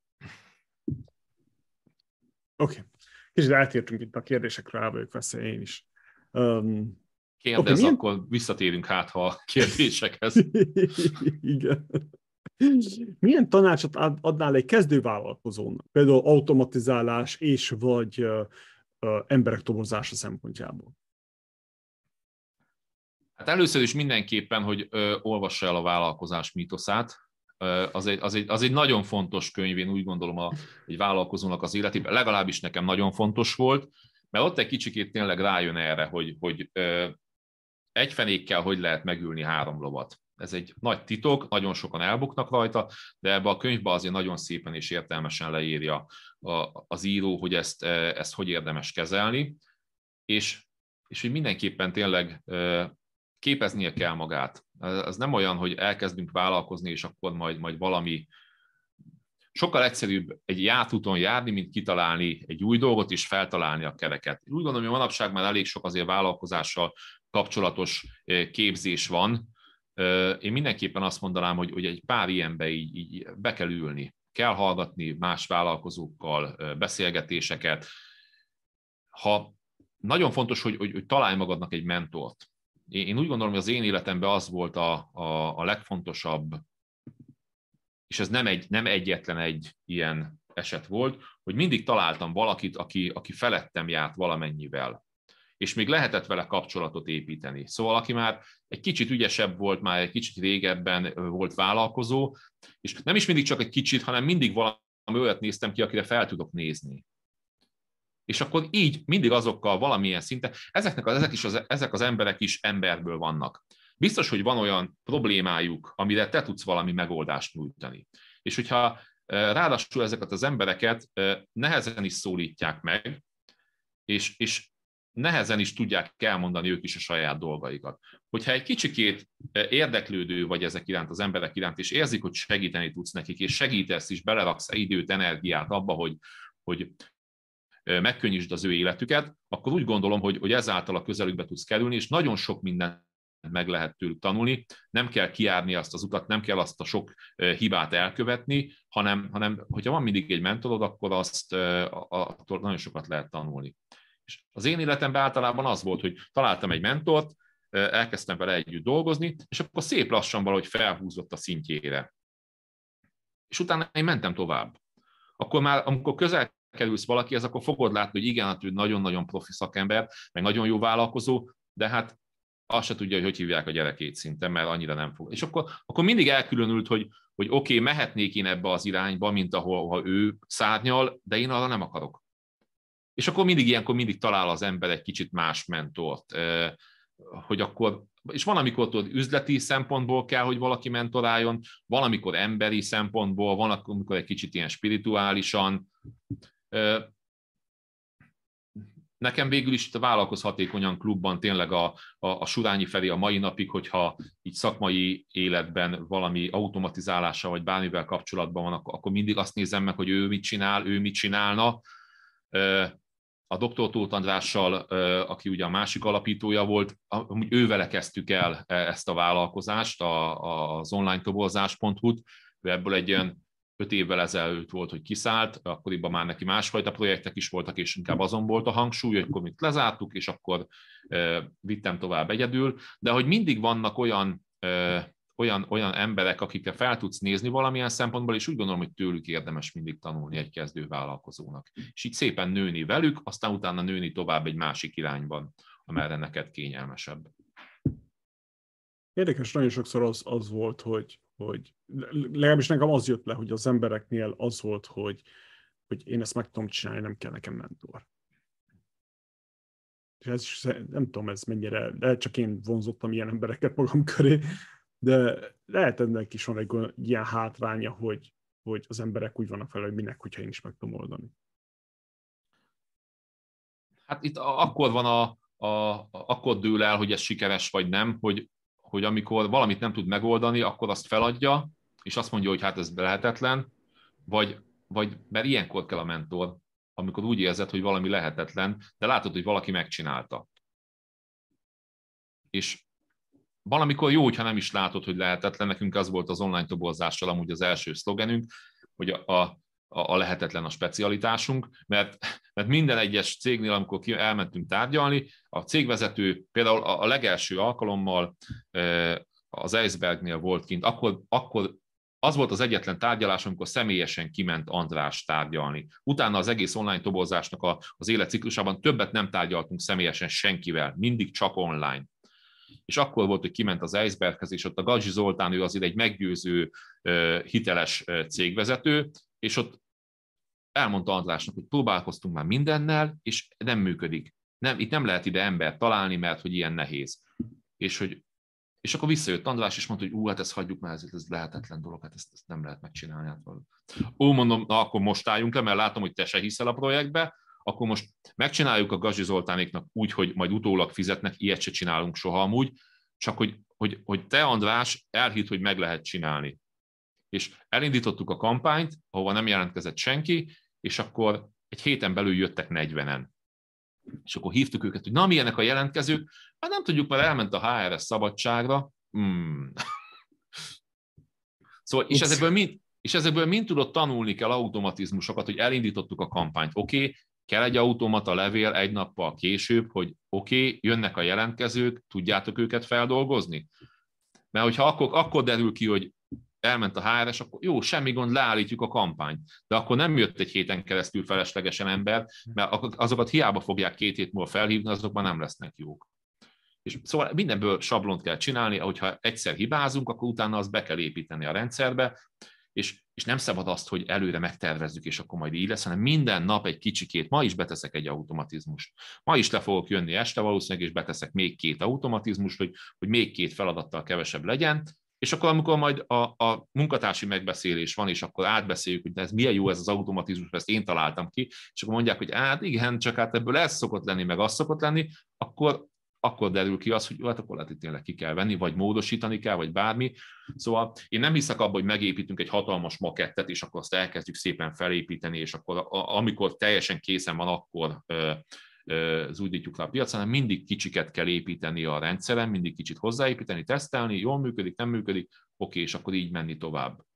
Oké. Okay. Kicsit eltértünk itt a kérdésekre, el vagyok veszélye én is. Um, Kérdezz, okay, milyen... akkor visszatérünk hát, ha a kérdésekhez. Igen. Milyen tanácsot adnál egy kezdővállalkozónak? Például automatizálás és vagy uh, uh, emberek tobozása szempontjából. Hát először is mindenképpen, hogy ö, olvassa el a vállalkozás mítoszát. Ö, az, egy, az, egy, az egy nagyon fontos könyv, én úgy gondolom a, egy vállalkozónak az életében. Legalábbis nekem nagyon fontos volt, mert ott egy kicsikét tényleg rájön erre, hogy, hogy ö, egy fenékkel hogy lehet megülni három lovat. Ez egy nagy titok, nagyon sokan elbuknak rajta, de ebbe a könyvbe azért nagyon szépen és értelmesen leírja az író, hogy ezt, ezt hogy érdemes kezelni, és, és hogy mindenképpen tényleg képeznie kell magát. Ez nem olyan, hogy elkezdünk vállalkozni, és akkor majd, majd valami... Sokkal egyszerűbb egy játúton járni, mint kitalálni egy új dolgot, és feltalálni a kereket. Úgy gondolom, hogy manapság már elég sok azért vállalkozással kapcsolatos képzés van. Én mindenképpen azt mondanám, hogy, hogy egy pár ilyenbe így, így be kell ülni. Kell hallgatni más vállalkozókkal beszélgetéseket. Ha nagyon fontos, hogy, hogy, hogy találj magadnak egy mentort. Én úgy gondolom, hogy az én életemben az volt a, a, a legfontosabb, és ez nem, egy, nem egyetlen egy ilyen eset volt, hogy mindig találtam valakit, aki, aki felettem járt valamennyivel. És még lehetett vele kapcsolatot építeni. Szóval aki már egy kicsit ügyesebb volt, már egy kicsit régebben volt vállalkozó, és nem is mindig csak egy kicsit, hanem mindig valami olyat néztem ki, akire fel tudok nézni. És akkor így mindig azokkal valamilyen szinten, ezeknek az, ezek, is az, ezek az emberek is emberből vannak. Biztos, hogy van olyan problémájuk, amire te tudsz valami megoldást nyújtani. És hogyha ráadásul ezeket az embereket nehezen is szólítják meg, és, és nehezen is tudják elmondani ők is a saját dolgaikat. Hogyha egy kicsikét érdeklődő vagy ezek iránt, az emberek iránt, és érzik, hogy segíteni tudsz nekik, és segítesz is, beleraksz időt, energiát abba, hogy, hogy megkönnyítsd az ő életüket, akkor úgy gondolom, hogy, hogy ezáltal a közelükbe tudsz kerülni, és nagyon sok mindent meg lehet tőlük tanulni, nem kell kijárni azt az utat, nem kell azt a sok hibát elkövetni, hanem, hanem hogyha van mindig egy mentorod, akkor azt attól nagyon sokat lehet tanulni. És az én életemben általában az volt, hogy találtam egy mentort, elkezdtem vele együtt dolgozni, és akkor szép lassan valahogy felhúzott a szintjére. És utána én mentem tovább. Akkor már, amikor közel kerülsz valakihez, akkor fogod látni, hogy igen, hát ő nagyon-nagyon profi szakember, meg nagyon jó vállalkozó, de hát azt se tudja, hogy hogy hívják a gyerekét szinten, mert annyira nem fog. És akkor, akkor mindig elkülönült, hogy, hogy oké, okay, mehetnék én ebbe az irányba, mint ahol ő szárnyal, de én arra nem akarok. És akkor mindig ilyenkor mindig talál az ember egy kicsit más mentort, hogy akkor, és van, amikor tudod, üzleti szempontból kell, hogy valaki mentoráljon, van, amikor emberi szempontból, van, amikor egy kicsit ilyen spirituálisan. Nekem végül is itt a Vállalkozz hatékonyan klubban tényleg a, a, a Surányi Feri a mai napig, hogyha így szakmai életben valami automatizálással vagy bármivel kapcsolatban van, akkor, akkor mindig azt nézem meg, hogy ő mit csinál, ő mit csinálna. A doktor Tóth Andrással, aki ugye a másik alapítója volt, amúgy ővele kezdtük el ezt a vállalkozást, az online toborzás pont hu-t. Ő ebből egy ilyen öt évvel ezelőtt volt, hogy kiszállt, akkoriban már neki másfajta projektek is voltak, és inkább azon volt a hangsúly, hogy akkor mit lezártuk, és akkor vittem tovább egyedül. De hogy mindig vannak olyan, olyan, olyan emberek, akikre fel tudsz nézni valamilyen szempontból, és úgy gondolom, hogy tőlük érdemes mindig tanulni egy kezdő vállalkozónak. És így szépen nőni velük, aztán utána nőni tovább egy másik irányban, amerre neked kényelmesebb. Érdekes, nagyon sokszor az, az volt, hogy, hogy legalábbis nekem az jött le, hogy az embereknél az volt, hogy, hogy én ezt meg tudom csinálni, nem kell nekem mentor. És ez, nem tudom, ez mennyire, de csak én vonzottam ilyen embereket magam köré, de lehet ennek is van egy ilyen hátránya, hogy, hogy az emberek úgy vannak fel, hogy minek, hogyha én is meg tudom oldani. Hát itt akkor van a, a, akkor dől el, hogy ez sikeres vagy nem, hogy, hogy amikor valamit nem tud megoldani, akkor azt feladja, és azt mondja, hogy hát ez lehetetlen, vagy, vagy mert ilyenkor kell a mentor. amikor úgy érzed, hogy valami lehetetlen, de látod, hogy valaki megcsinálta. És valamikor jó, hogyha nem is látod, hogy lehetetlen. Nekünk az volt az online toborzással amúgy az első szlogenünk, hogy a, a, a lehetetlen a specialitásunk, mert, mert minden egyes cégnél, amikor ki, elmentünk tárgyalni, a cégvezető például a, a legelső alkalommal az Icebergnél volt kint, akkor, akkor az volt az egyetlen tárgyalás, amikor személyesen kiment András tárgyalni. Utána az egész online toborzásnak a, az életciklusában többet nem tárgyaltunk személyesen senkivel, mindig csak online. És akkor volt, hogy kiment az Iceberghez, és ott a Gadzsi Zoltán, ő azért egy meggyőző, hiteles cégvezető, és ott elmondta Andrásnak, hogy próbálkoztunk már mindennel, és nem működik. Nem, itt nem lehet ide embert találni, mert hogy ilyen nehéz. És, hogy, és akkor visszajött András, és mondta, hogy ú, hát ezt hagyjuk már, ez, ez lehetetlen dolog, hát ezt, ezt nem lehet megcsinálni. Hát ó, mondom, na akkor most álljunk le, mert látom, hogy te se hiszel a projektbe, akkor most megcsináljuk a Gadzsi Zoltánéknak úgy, hogy majd utólag fizetnek, ilyet se csinálunk soha amúgy, csak hogy, hogy, hogy te, András, elhitt, hogy meg lehet csinálni. És elindítottuk a kampányt, ahova nem jelentkezett senki, és akkor egy héten belül jöttek negyvenen. És akkor hívtuk őket, hogy na, milyenek a jelentkezők? Hát nem tudjuk, mert elment a há er es szabadságra. Hmm. Szóval, és ezekből mind, és ezekből mind tudott tanulni kell automatizmusokat, hogy elindítottuk a kampányt. Oké, okay, kell egy automata levél egy nappal később, hogy oké, okay, jönnek a jelentkezők, tudjátok őket feldolgozni? Mert hogyha akkor, akkor derül ki, hogy elment a há er es, akkor jó, semmi gond, leállítjuk a kampányt. De akkor nem jött egy héten keresztül feleslegesen ember, mert azokat hiába fogják két hét múlva felhívni, azok már nem lesznek jók. És szóval mindenből sablont kell csinálni, ahogyha egyszer hibázunk, akkor utána azt be kell építeni a rendszerbe, és, és nem szabad azt, hogy előre megtervezzük, és akkor majd így lesz, hanem minden nap egy kicsikét, ma is beteszek egy automatizmust. Ma is le fogok jönni este valószínűleg, és beteszek még két automatizmust, hogy, hogy még két feladattal kevesebb legyen, és akkor, amikor majd a, a munkatársi megbeszélés van, és akkor átbeszéljük, hogy ez milyen jó ez az automatizmus, ezt én találtam ki, és akkor mondják, hogy hát igen, csak hát ebből ez szokott lenni, meg az szokott lenni, akkor, akkor derül ki az, hogy hát akkor lehet, hogy tényleg ki kell venni, vagy módosítani kell, vagy bármi. Szóval én nem hiszek abban, hogy megépítünk egy hatalmas makettet, és akkor azt elkezdjük szépen felépíteni, és akkor a, amikor teljesen készen van, akkor ö, zúdítjuk le a piacon, hanem mindig kicsiket kell építeni a rendszeren, mindig kicsit hozzáépíteni, tesztelni, jól működik, nem működik, oké, és akkor így menni tovább.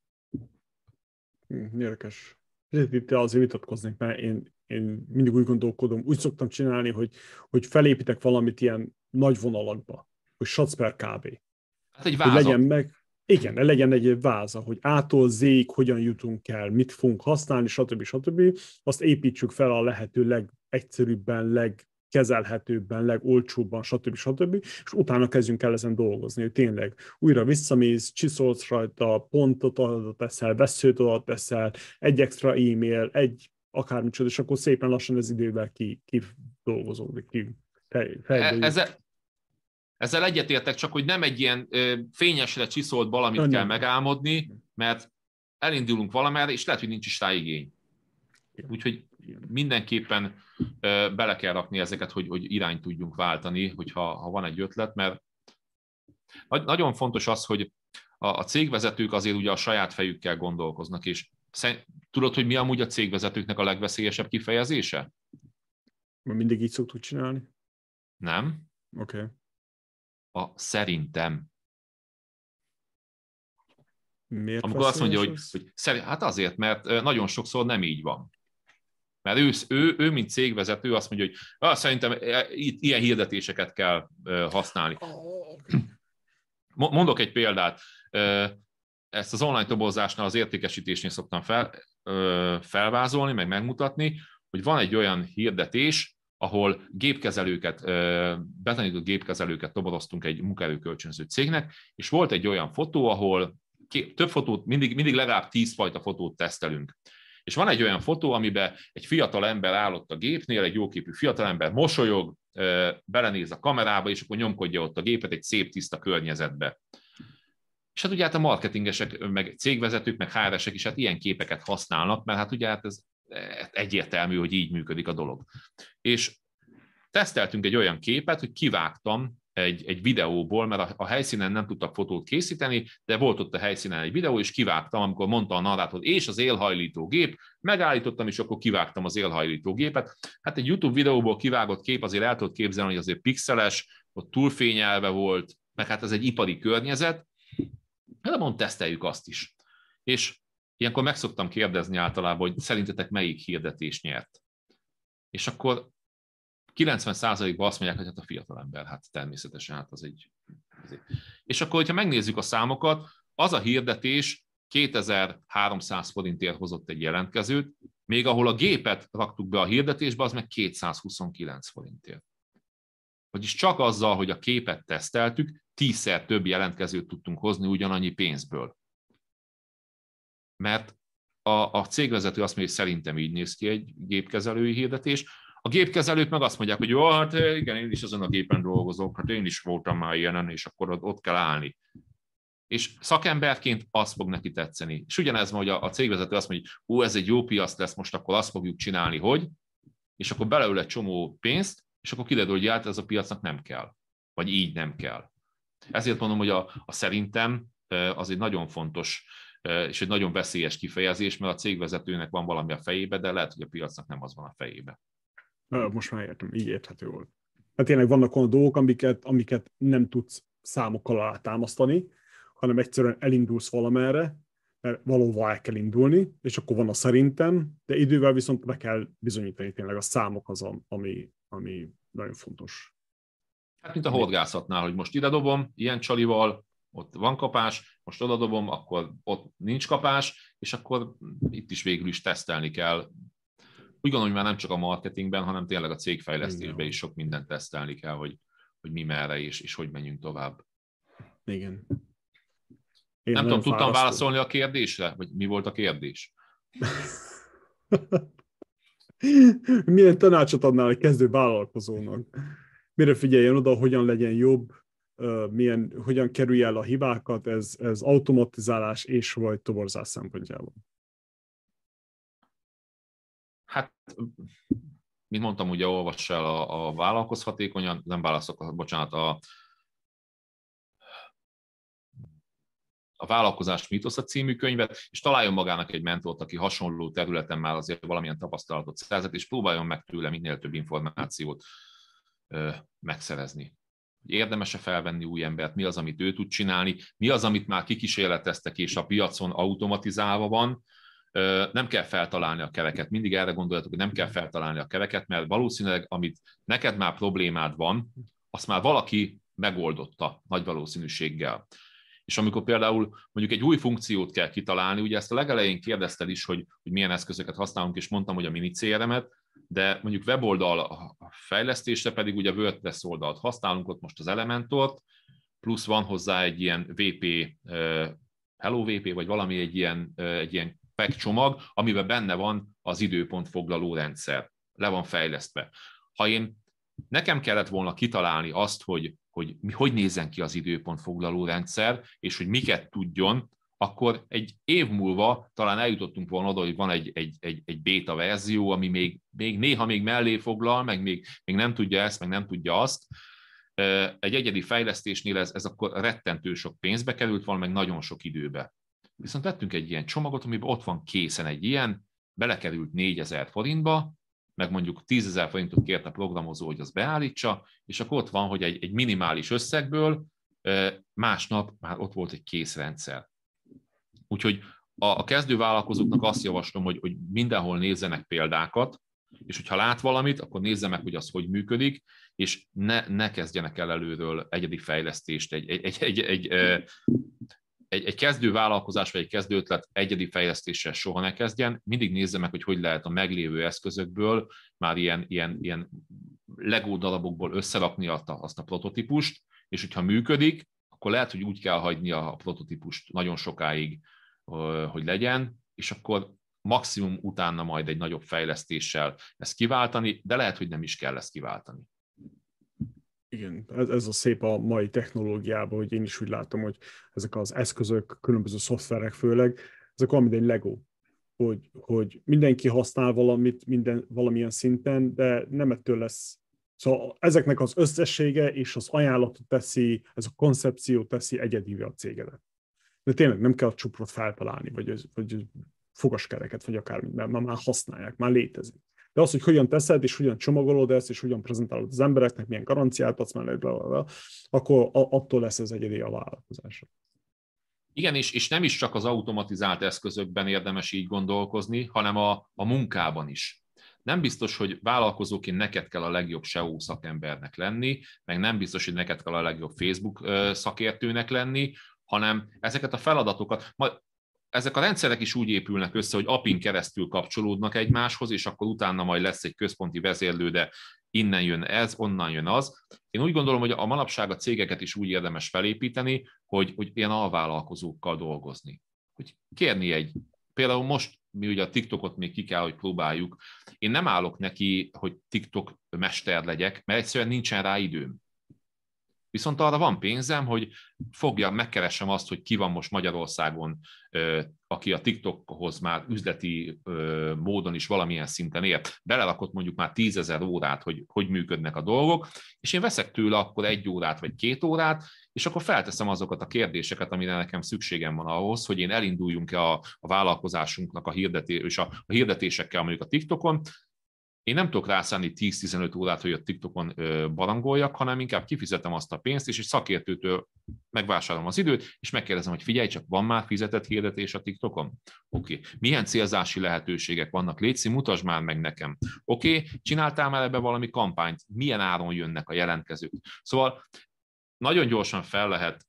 Érdekes. Itt azért vitatkoznék, mert én, én mindig úgy gondolkodom, úgy szoktam csinálni, hogy, hogy felépítek valamit ilyen nagy vonalakba, hogy satsz per kb. Hát egy vázat. Legyen meg, igen, legyen egy váza, hogy A-tól Z-ig hogyan jutunk el, mit fogunk használni, stb. stb. Azt építsük fel a lehető legegyszerűbben, legkezelhetőbben, legolcsóbban, stb. stb. És utána kezdjünk el ezen dolgozni, hogy tényleg újra visszamész, csiszolsz rajta, pontot adat teszel, veszőt adat teszel, egy extra e-mail, egy akármicsoda, és akkor szépen lassan az idővel ki, ki dolgozódik, ki fejlődik. Ezzel, ezzel egyetértek, csak hogy nem egy ilyen ö, fényesre csiszolt valamit nem, kell nem. megálmodni, mert elindulunk valamerre, és lehet, hogy nincs is rá igény. Úgyhogy mindenképpen ö, bele kell rakni ezeket, hogy, hogy irányt tudjunk váltani, hogyha ha van egy ötlet, mert nagyon fontos az, hogy a, a cégvezetők azért ugye a saját fejükkel gondolkoznak, és szen, tudod, hogy mi amúgy a cégvezetőknek a legveszélyesebb kifejezése? Mindig így szoktuk csinálni? Nem. Oké. Okay. A szerintem. Miért amikor azt mondja, hogy, hogy szerint, hát azért, mert nagyon sokszor nem így van. Mert ő, ő, ő mint cégvezető azt mondja, hogy ah, szerintem itt ilyen hirdetéseket kell használni. Mondok egy példát. Ezt az online toborzásnál, az értékesítésnél szoktam fel, felvázolni, meg megmutatni, hogy van egy olyan hirdetés, ahol gépkezelőket, betanított gépkezelőket toboroztunk egy munkaerőkölcsönző cégnek, és volt egy olyan fotó, ahol több fotót, mindig, mindig legalább tíz fajta fotót tesztelünk. És van egy olyan fotó, amiben egy fiatal ember állott a gépnél, egy jóképű fiatal ember mosolyog, belenéz a kamerába, és akkor nyomkodja ott a gépet egy szép, tiszta környezetbe. És hát ugye hát a marketingesek, meg cégvezetők, meg há er esek is hát ilyen képeket használnak, mert hát ugye hát ez egyértelmű, hogy így működik a dolog. És teszteltünk egy olyan képet, hogy kivágtam egy, egy videóból, mert a, a helyszínen nem tudtak fotót készíteni, de volt ott a helyszínen egy videó, és kivágtam, amikor mondta a narrátor, és az élhajlító gép, megállítottam, és akkor kivágtam az élhajlító gépet. Hát egy YouTube videóból kivágott kép azért el tudod képzelni, hogy azért pixeles, ott túlfényelve volt, meg hát ez egy ipari környezet, de mondom, teszteljük azt is. És ilyenkor meg szoktam kérdezni általában, hogy szerintetek melyik hirdetés nyert. És akkor kilencven százalékban azt mondják, hogy hát a fiatalember, hát természetesen, hát az egy... Azért. És akkor, hogyha megnézzük a számokat, az a hirdetés kétezer-háromszáz forintért hozott egy jelentkezőt, még ahol a gépet raktuk be a hirdetésbe, az meg kétszázhuszonkilenc forintért. Vagyis csak azzal, hogy a képet teszteltük, tízszer több jelentkezőt tudtunk hozni ugyanannyi pénzből. Mert a, a cégvezető azt mondja, hogy szerintem így néz ki egy gépkezelői hirdetés. A gépkezelők meg azt mondják, hogy jó, hát igen, én is azon a gépen dolgozok, hát én is voltam már ilyenen, és akkor ott kell állni. És szakemberként azt fog neki tetszeni. És ugyanez van, hogy a, a cégvezető azt mondja, hogy ó, ez egy jó piac lesz, most akkor azt fogjuk csinálni, hogy, és akkor beleül egy csomó pénzt, és akkor kiderül, hogy hát ez a piacnak nem kell. Vagy így nem kell. Ezért mondom, hogy a, a szerintem az egy nagyon fontos és egy nagyon veszélyes kifejezés, mert a cégvezetőnek van valami a fejébe, de lehet, hogy a piacnak nem az van a fejébe. Most már értem, így érthető volt. Hát tényleg vannak olyan dolgok, amiket, amiket nem tudsz számokkal alátámasztani, hanem egyszerűen elindulsz valamerre, mert valóban el kell indulni, és akkor van a szerintem, de idővel viszont be kell bizonyítani tényleg a számok az, ami, ami nagyon fontos. Hát mint a horgászatnál, hogy most ide dobom, ilyen csalival, ott van kapás, most oda dobom, akkor ott nincs kapás, és akkor itt is végül is tesztelni kell. Úgy gondolom, hogy már nem csak a marketingben, hanem tényleg a cégfejlesztésben is sok mindent tesztelni kell, hogy, hogy mi merre és, és hogy menjünk tovább. Igen. Én nem tudom, tudtam fárasztó. válaszolni a kérdésre? Vagy mi volt a kérdés? Milyen tanácsot adnál egy kezdő vállalkozónak? Mire figyeljen oda, hogyan legyen jobb, milyen, hogyan kerülj el a hibákat, ez, ez automatizálás és vagy toborzás szempontjából? Hát, mint mondtam, ugye olvass el a, a vállalkozhatékonyan, nem válaszok, bocsánat, a, a Vállalkozás mítosza című könyvet, és találjon magának egy mentort, aki hasonló területen már azért valamilyen tapasztalatot szerzett, és próbáljon meg tőle minél több információt ö, megszerezni. Érdemes-e felvenni új embert, mi az, amit ő tud csinálni, mi az, amit már kikísérleteztek, és a piacon automatizálva van. Nem kell feltalálni a kereket. Mindig erre gondoljatok, hogy nem kell feltalálni a kereket, mert valószínűleg, amit neked már problémád van, azt már valaki megoldotta nagy valószínűséggel. És amikor például mondjuk egy új funkciót kell kitalálni, ugye ezt a legelején kérdezted is, hogy, hogy milyen eszközöket használunk, és mondtam, hogy a mini cé er em-et, de mondjuk weboldal a fejlesztésre pedig ugye WordPress oldalt használunk, ott most az Elementort, plusz van hozzá egy ilyen vé pé, Hello vé pé, vagy valami egy ilyen, egy ilyen pack csomag, amiben benne van az időpontfoglaló rendszer. Le van fejlesztve. Ha én nekem kellett volna kitalálni azt, hogy hogy hogy nézzen ki az időpontfoglaló rendszer, és hogy miket tudjon, akkor egy év múlva talán eljutottunk volna oda, hogy van egy, egy, egy, egy béta verzió, ami még, még néha még mellé foglal, meg még, még nem tudja ezt, meg nem tudja azt. Egy egyedi fejlesztésnél ez, ez akkor rettentő sok pénzbe került volna, meg nagyon sok időbe. Viszont vettünk egy ilyen csomagot, amiben ott van készen egy ilyen, belekerült négyezer forintba, meg mondjuk tízezer forintot kért a programozó, hogy az beállítsa, és akkor ott van, hogy egy, egy minimális összegből másnap már ott volt egy kész rendszer. Úgyhogy a, a kezdővállalkozóknak azt javaslom, hogy, hogy mindenhol nézzenek példákat, és hogyha lát valamit, akkor nézze meg, hogy az hogy működik, és ne, ne kezdjenek el előről egyedi fejlesztést, egy, egy, egy, egy, egy, egy, egy kezdő vállalkozás vagy egy kezdő ötlet egyedi fejlesztéssel soha ne kezdjen, mindig nézze meg, hogy hogy lehet a meglévő eszközökből már ilyen, ilyen, ilyen Lego darabokból összerakni azt a, azt a prototípust, és hogyha működik, akkor lehet, hogy úgy kell hagyni a prototípust nagyon sokáig, hogy legyen, és akkor maximum utána majd egy nagyobb fejlesztéssel ezt kiváltani, de lehet, hogy nem is kell ezt kiváltani. Igen, ez, ez a szép a mai technológiában, hogy én is úgy látom, hogy ezek az eszközök, különböző szoftverek főleg, ezek olyan, mint egy Lego, hogy, hogy mindenki használ valamit minden, valamilyen szinten, de nem ettől lesz Szóval ezeknek az összessége és az ajánlatot teszi, ez a koncepció teszi egyedivé a cégedet. De tényleg nem kell a csuprot feltalálni, vagy, vagy fogaskereket, vagy akármit, mert már használják, már létezik. De az, hogy hogyan teszed, és hogyan csomagolod ezt, és hogyan prezentálod az embereknek, milyen garanciát adsz mellé, akkor attól lesz ez egyedi a vállalkozásra. Igen, és, és nem is csak az automatizált eszközökben érdemes így gondolkozni, hanem a, a munkában is. Nem biztos, hogy vállalkozóként neked kell a legjobb es e o szakembernek lenni, meg nem biztos, hogy neked kell a legjobb Facebook szakértőnek lenni, hanem ezeket a feladatokat, majd ezek a rendszerek is úgy épülnek össze, hogy á pé in keresztül kapcsolódnak egymáshoz, és akkor utána majd lesz egy központi vezérlő, de innen jön ez, onnan jön az. Én úgy gondolom, hogy a manapság a cégeket is úgy érdemes felépíteni, hogy, hogy ilyen alvállalkozókkal dolgozni. Hogy kérni egy, például most mi ugye a TikTokot még ki kell, hogy próbáljuk. Én nem állok neki, hogy TikTok mester legyek, mert egyszerűen nincsen rá időm. Viszont arra van pénzem, hogy fogjam, megkeressem azt, hogy ki van most Magyarországon, aki a TikTokhoz már üzleti módon is valamilyen szinten ért. Belelakott mondjuk már tízezer órát, hogy hogy működnek a dolgok, és én veszek tőle akkor egy órát vagy két órát, és akkor felteszem azokat a kérdéseket, amire nekem szükségem van ahhoz, hogy én elinduljunk-e a, a vállalkozásunknak a, hirdetés, és a, a hirdetésekkel mondjuk a TikTokon. Én nem tudok rászállni tíz-tizenöt órát, hogy a TikTokon barangoljak, hanem inkább kifizetem azt a pénzt, és egy szakértőtől megvásárolom az időt, és megkérdezem, hogy figyelj, csak van már fizetett hirdetés a TikTokon? Oké. Okay. Milyen célzási lehetőségek vannak? Léci, mutasd már meg nekem. Oké, okay. Csináltál már ebbe valami kampányt? Milyen áron jönnek a jelentkezők? Szóval nagyon gyorsan fel lehet,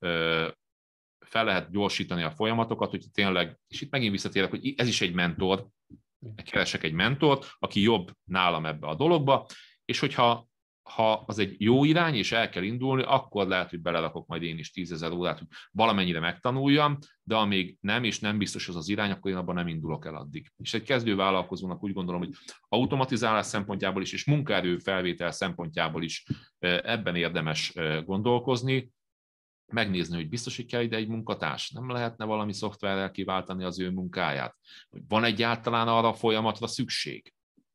fel lehet gyorsítani a folyamatokat, hogy tényleg, és itt megint visszatérek, hogy ez is egy mentor, keresek egy mentort, aki jobb nálam ebbe a dologba, és hogyha ha az egy jó irány, és el kell indulni, akkor lehet, hogy belerakok majd én is tízezer órát, hogy valamennyire megtanuljam, de amíg nem, és nem biztos az az irány, akkor én abban nem indulok el addig. És egy kezdővállalkozónak úgy gondolom, hogy automatizálás szempontjából is, és munkaerő felvétel szempontjából is ebben érdemes gondolkozni, megnézni, hogy biztos, hogy kell ide egy munkatárs. Nem lehetne valami szoftverrel kiváltani az ő munkáját? Hogy van egyáltalán arra a folyamatra szükség?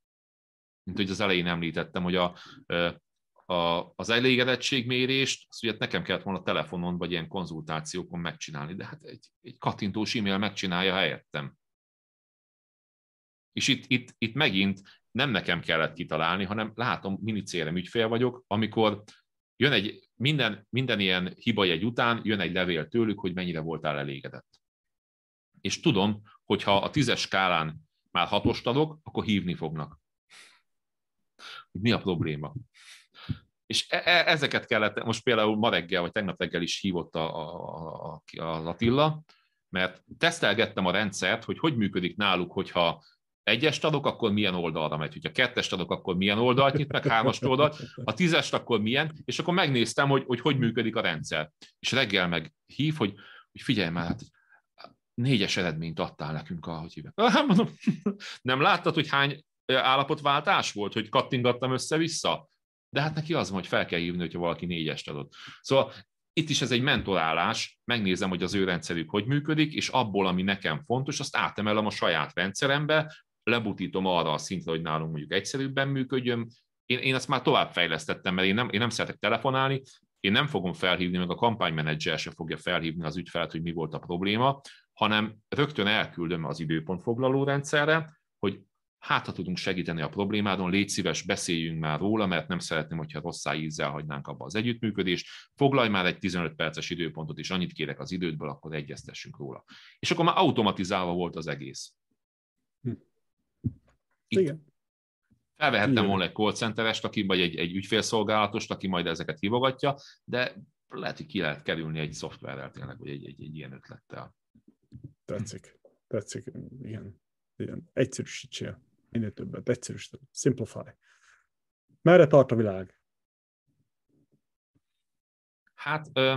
Mint hogy az elején említettem, hogy a, a, az elégedettségmérést, azt ugye nekem kellett volna telefonon vagy ilyen konzultációkon megcsinálni, de hát egy, egy kattintós e-mail megcsinálja helyettem. És itt, itt, itt megint nem nekem kellett kitalálni, hanem látom, minicérem ügyfél vagyok, amikor jön egy, minden, minden ilyen hibajegy után jön egy levél tőlük, hogy mennyire voltál elégedett. És tudom, hogy ha a tízes skálán már hatost adok, akkor hívni fognak. Mi a probléma? És e- e- ezeket kellett, most például ma reggel, vagy tegnap reggel is hívott a, a, a, az Attila, mert tesztelgettem a rendszert, hogy hogy működik náluk, hogyha egyest adok, akkor milyen oldalra megy. Hogyha kettest adok, akkor milyen oldalt nyit meg, hármast oldalt, a tízest akkor milyen, és akkor megnéztem, hogy hogy, hogy működik a rendszer. És reggel meg hív, hogy, hogy figyelj már, hát négyes eredményt adtál nekünk, ahogy hívják. Mondom, nem láttad, hogy hány állapotváltás volt, hogy kattingattam össze-vissza? De hát neki az van, hogy fel kell hívni, hogyha valaki négyest adott. Szóval itt is ez egy mentorálás, megnézem, hogy az ő rendszerük hogy működik, és abból, ami nekem fontos, azt átemelem a saját rendszerembe, lebutítom arra a szintre, hogy nálunk mondjuk egyszerűbben működjön. Én, én azt már tovább fejlesztettem, mert én nem, én nem szeretek telefonálni, én nem fogom felhívni, meg a kampánymenedzser se fogja felhívni az ügyfelet, hogy mi volt a probléma, hanem rögtön elküldöm az időpontfoglaló rendszerre, hogy hát, ha tudunk segíteni a problémádon, légy szíves, beszéljünk már róla, mert nem szeretném, hogyha rosszá ízzel hagynánk abba az együttműködést, foglalj már egy tizenöt perces időpontot, és annyit kérek az idődből, akkor egyeztessünk róla. És akkor már automatizálva volt az egész. Hm. Igen. Felvehettem Igen. volna egy call centerest, aki, vagy egy, egy ügyfélszolgálatost, aki majd ezeket hívogatja, de lehet, hogy ki lehet kerülni egy szoftverrel tényleg, vagy egy, egy, egy ilyen ötlettel. Tetszik. Tetszik. Igen. Igen. Egyszerűsítsél. Minél többet. Egyszerűsítsd. Simplify. Merre tart a világ? Hát ö,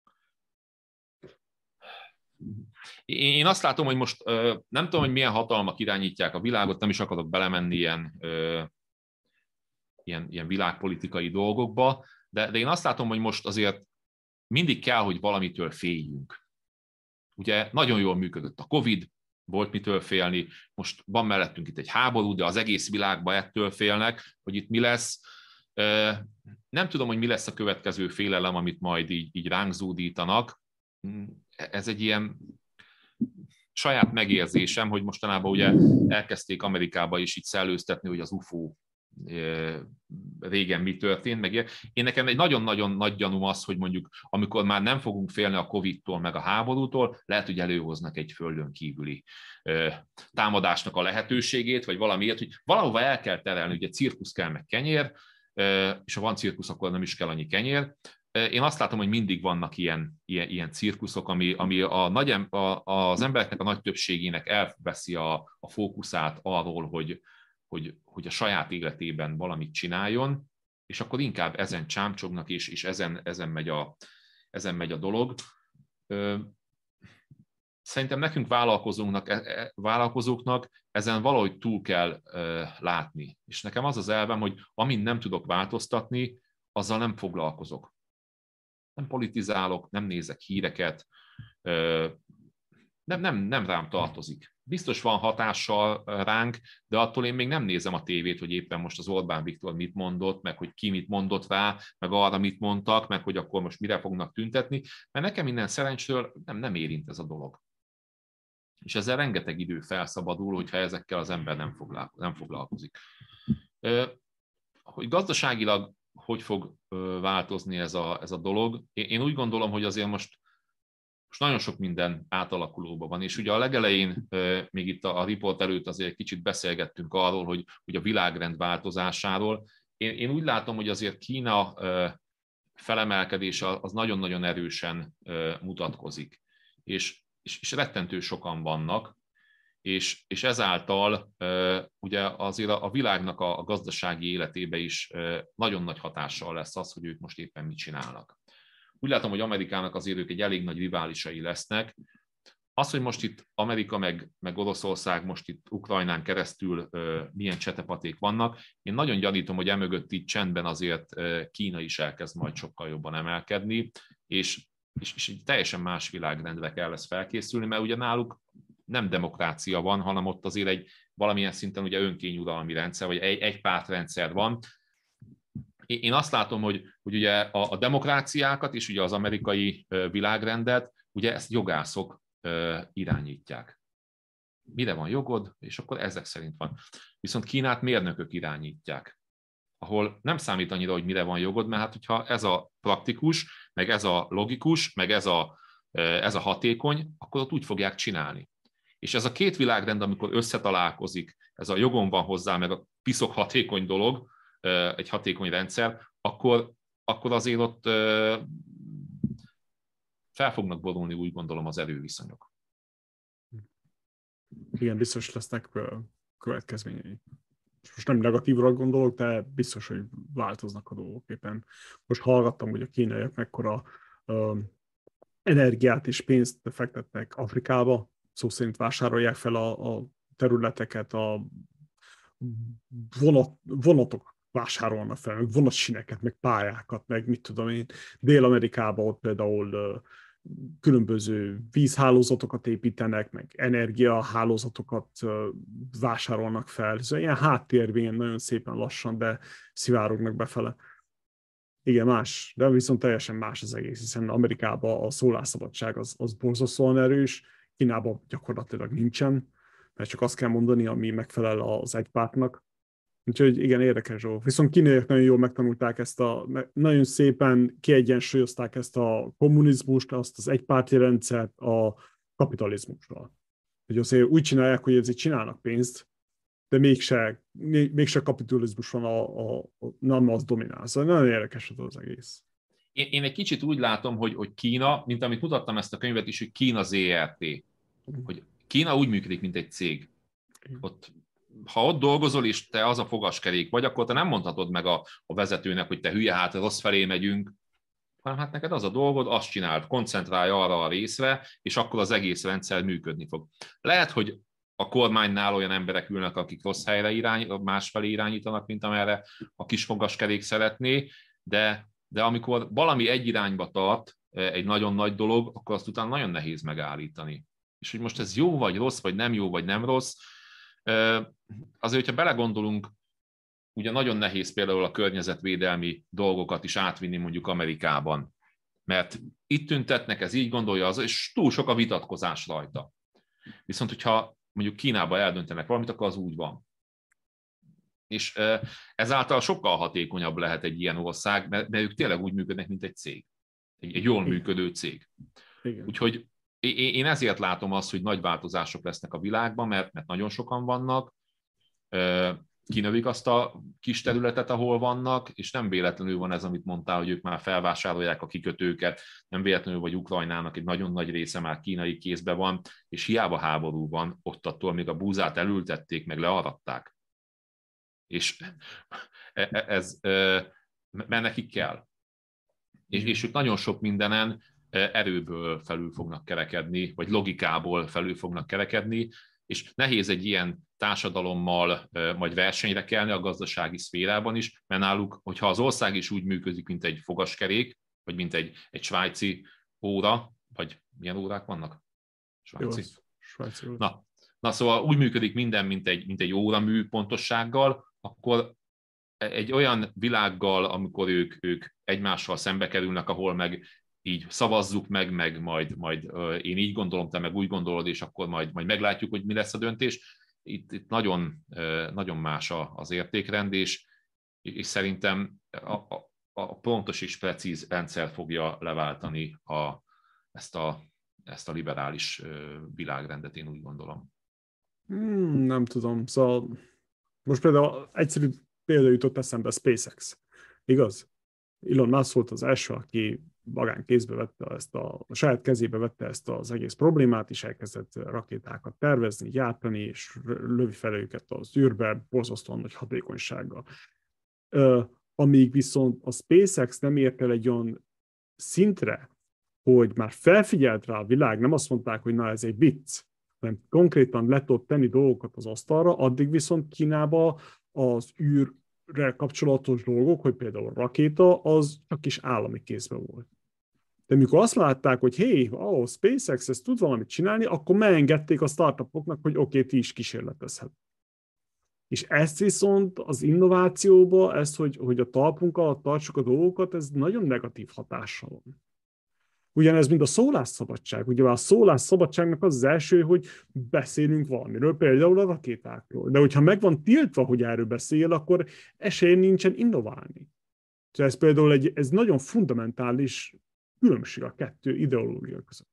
én azt látom, hogy most ö, nem tudom, hogy milyen hatalmak irányítják a világot, nem is akarok belemenni ilyen, ö, ilyen, ilyen világpolitikai dolgokba, de, de én azt látom, hogy most azért mindig kell, hogy valamitől féljünk. Ugye nagyon jól működött a Covid, volt mitől félni, most van mellettünk itt egy háború, de az egész világban ettől félnek, hogy itt mi lesz. Nem tudom, hogy mi lesz a következő félelem, amit majd így, így ránk zúdítanak. Ez egy ilyen saját megérzésem, hogy mostanában ugye elkezdték Amerikába is így szellőztetni, hogy az u f o régen mi történt, meg ilyen. Én nekem egy nagyon-nagyon nagy gyanúm az, hogy mondjuk amikor már nem fogunk félni a Covid-tól, meg a háborútól, lehet, hogy előhoznak egy földön kívüli támadásnak a lehetőségét, vagy valamiért, hogy valahova el kell terelni, ugye cirkusz kell, meg kenyér, és ha van cirkusz, akkor nem is kell annyi kenyér. Én azt látom, hogy mindig vannak ilyen, ilyen, ilyen cirkuszok, ami, ami a nagy, a, az embereknek a nagy többségének elveszi a, a fókuszát arról, hogy, hogy, hogy a saját életében valamit csináljon, és akkor inkább ezen csámcsognak, és, és ezen, ezen, megy a, ezen megy a dolog. Szerintem nekünk vállalkozóknak, vállalkozóknak ezen valahogy túl kell látni. És nekem az az elvem, hogy amint nem tudok változtatni, azzal nem foglalkozok. Nem politizálok, nem nézek híreket, nem, nem, nem rám tartozik. Biztos van hatással ránk, de attól én még nem nézem a tévét, hogy éppen most az Orbán Viktor mit mondott, meg hogy ki mit mondott rá, meg arra mit mondtak, meg hogy akkor most mire fognak tüntetni, mert nekem innen szerencsről nem, nem érint ez a dolog. És ezzel rengeteg idő felszabadul, hogyha ezekkel az ember nem, foglalko- nem foglalkozik. Hogy gazdaságilag hogy fog változni ez a, ez a dolog? Én úgy gondolom, hogy azért most, most nagyon sok minden átalakulóban van, és ugye a legelején, még itt a, a riport előtt azért kicsit beszélgettünk arról, hogy, hogy a világrend változásáról. Én, én úgy látom, hogy azért Kína felemelkedése az nagyon-nagyon erősen mutatkozik, és, és, és rettentő sokan vannak, és, és ezáltal ugye azért a világnak a gazdasági életébe is nagyon nagy hatással lesz az, hogy ők most éppen mit csinálnak. Úgy látom, hogy Amerikának azért ők egy elég nagy riválisai lesznek. Az, hogy most itt Amerika meg, meg Oroszország most itt Ukrajnán keresztül milyen csetepaték vannak, én nagyon gyanítom, hogy emögött itt csendben azért Kína is elkezd majd sokkal jobban emelkedni, és, és, és egy teljesen más világrendre kell lesz felkészülni, mert ugye náluk nem demokrácia van, hanem ott azért egy valamilyen szinten ugye önkényuralmi rendszer, vagy egy, egy pártrendszer van. Én azt látom, hogy, hogy ugye a, a demokráciákat és ugye az amerikai világrendet, ugye ezt jogászok irányítják. Mire van jogod, és akkor ezek szerint van. Viszont Kínát mérnökök irányítják, ahol nem számít annyira, hogy mire van jogod, mert hát hogyha ez a praktikus, meg ez a logikus, meg ez a, ez a hatékony, akkor ott úgy fogják csinálni. És ez a két világrend, amikor összetalálkozik, ez a jogom van hozzá, meg a piszok hatékony dolog, egy hatékony rendszer, akkor, akkor azért ott fel fognak borulni, úgy gondolom, az erőviszonyok. Igen, biztos lesznek következményei. Most nem negatívra gondolok, de biztos, hogy változnak a dolgok éppen. Most hallgattam, hogy a kínaiak mekkora uh, energiát és pénzt fektetnek Afrikába, szó szerint vásárolják fel a, a területeket, a vonat, vonatok vásárolnak fel, meg vonatsineket, meg pályákat, meg mit tudom én. Dél-Amerikában ott például uh, különböző vízhálózatokat építenek, meg energiahálózatokat uh, vásárolnak fel. Ez ilyen háttérben nagyon szépen lassan, de szivárognak befele. Igen, más, de viszont teljesen más az egész, hiszen Amerikában a szólásszabadság az, az borzasztóan erős, Kínában gyakorlatilag nincsen, mert csak azt kell mondani, ami megfelel az egypártnak. Úgyhogy igen, érdekes dolog. Viszont kínaiak nagyon jól megtanulták ezt a, nagyon szépen kiegyensúlyozták ezt a kommunizmust, azt az egypárti rendszert a kapitalizmussal. Hogy azért úgy csinálják, hogy ezért csinálnak pénzt, de mégse, mégse kapitalizmus van, a, a, a, nem az dominál. Szóval nagyon érdekes az egész. Én, én egy kicsit úgy látom, hogy, hogy Kína, mint amit mutattam ezt a könyvet is, hogy Kína zé er té. Hogy Kína úgy működik, mint egy cég. Ott, ha ott dolgozol, és te az a fogaskerék vagy, akkor te nem mondhatod meg a, a vezetőnek, hogy te hülye, hát rossz felé megyünk, hanem hát neked az a dolgod, azt csináld, koncentrálj arra a részre, és akkor az egész rendszer működni fog. Lehet, hogy a kormánynál olyan emberek ülnek, akik rossz helyre irány, másfelé irányítanak, mint amerre a kis fogaskerék szeretné, de, de amikor valami egy irányba tart, egy nagyon nagy dolog, akkor azt utána nagyon nehéz megállítani. És hogy most ez jó vagy rossz, vagy nem jó, vagy nem rossz, azért, hogyha belegondolunk, ugye nagyon nehéz például a környezetvédelmi dolgokat is átvinni mondjuk Amerikában, mert itt tüntetnek, ez így gondolja, az, és túl sok a vitatkozás rajta. Viszont, hogyha mondjuk Kínába eldöntenek valamit, akkor az úgy van. És ezáltal sokkal hatékonyabb lehet egy ilyen ország, mert, mert ők tényleg úgy működnek, mint egy cég. Egy, egy jól működő cég. Igen. Úgyhogy én ezért látom azt, hogy nagy változások lesznek a világban, mert, mert nagyon sokan vannak, kinövik azt a kis területet, ahol vannak, és nem véletlenül van ez, amit mondtál, hogy ők már felvásárolják a kikötőket, nem véletlenül, vagy Ukrajnának egy nagyon nagy része már kínai kézben van, és hiába háború van, ott attól még a búzát elültették, meg learatták. És ez, mert nekik kell. És, és ők nagyon sok mindenen erőből felül fognak kerekedni, vagy logikából felül fognak kerekedni, és nehéz egy ilyen társadalommal majd versenyre kelni a gazdasági szférában is, mert náluk, hogyha az ország is úgy működik, mint egy fogaskerék, vagy mint egy, egy svájci óra, vagy milyen órák vannak? Svájci. Jó, svájci óra. Na, na, szóval úgy működik minden, mint egy, mint egy óramű pontossággal, akkor egy olyan világgal, amikor ők, ők egymással szembe kerülnek, ahol meg így szavazzuk meg, meg majd, majd én így gondolom, te meg úgy gondolod, és akkor majd, majd meglátjuk, hogy mi lesz a döntés. Itt, itt nagyon, nagyon más az értékrend, és, és szerintem a, a, a pontos és precíz rendszer fogja leváltani a, ezt, a, ezt a liberális világrendet, én úgy gondolom. Hmm, nem tudom, szóval most például egyszerű példa jutott eszembe a SpaceX, igaz? Elon Musk volt az első, aki magán kézbe vette ezt a, a saját kezébe vette ezt az egész problémát, és elkezdett rakétákat tervezni, gyártani, és lövi fel őket az űrbe, borzasztóan nagy hatékonysággal. Uh, amíg viszont a SpaceX nem ért el egy olyan szintre, hogy már felfigyelt rá a világ, nem azt mondták, hogy na ez egy vicc, hanem konkrétan le tudott tenni dolgokat az asztalra, addig viszont Kínába az űrrel kapcsolatos dolgok, hogy például rakéta, az csak is állami kézben volt. De mikor azt látták, hogy hé, oh, SpaceX ezt tud valamit csinálni, akkor megengedték a startupoknak, hogy oké, okay, ti is kísérletezhet. És ezt viszont az innovációba, ezt, hogy, hogy a talpunk alatt tartsuk a dolgokat, ez nagyon negatív hatással van. Ugyanez, mint a szólásszabadság. Ugye a szólásszabadságnak az, az első, hogy beszélünk valamiről, például a rakétákról. De hogyha meg van tiltva, hogy erről beszél, akkor esély nincsen innoválni. Tehát ez például egy ez nagyon fundamentális különbség a kettő ideológia között.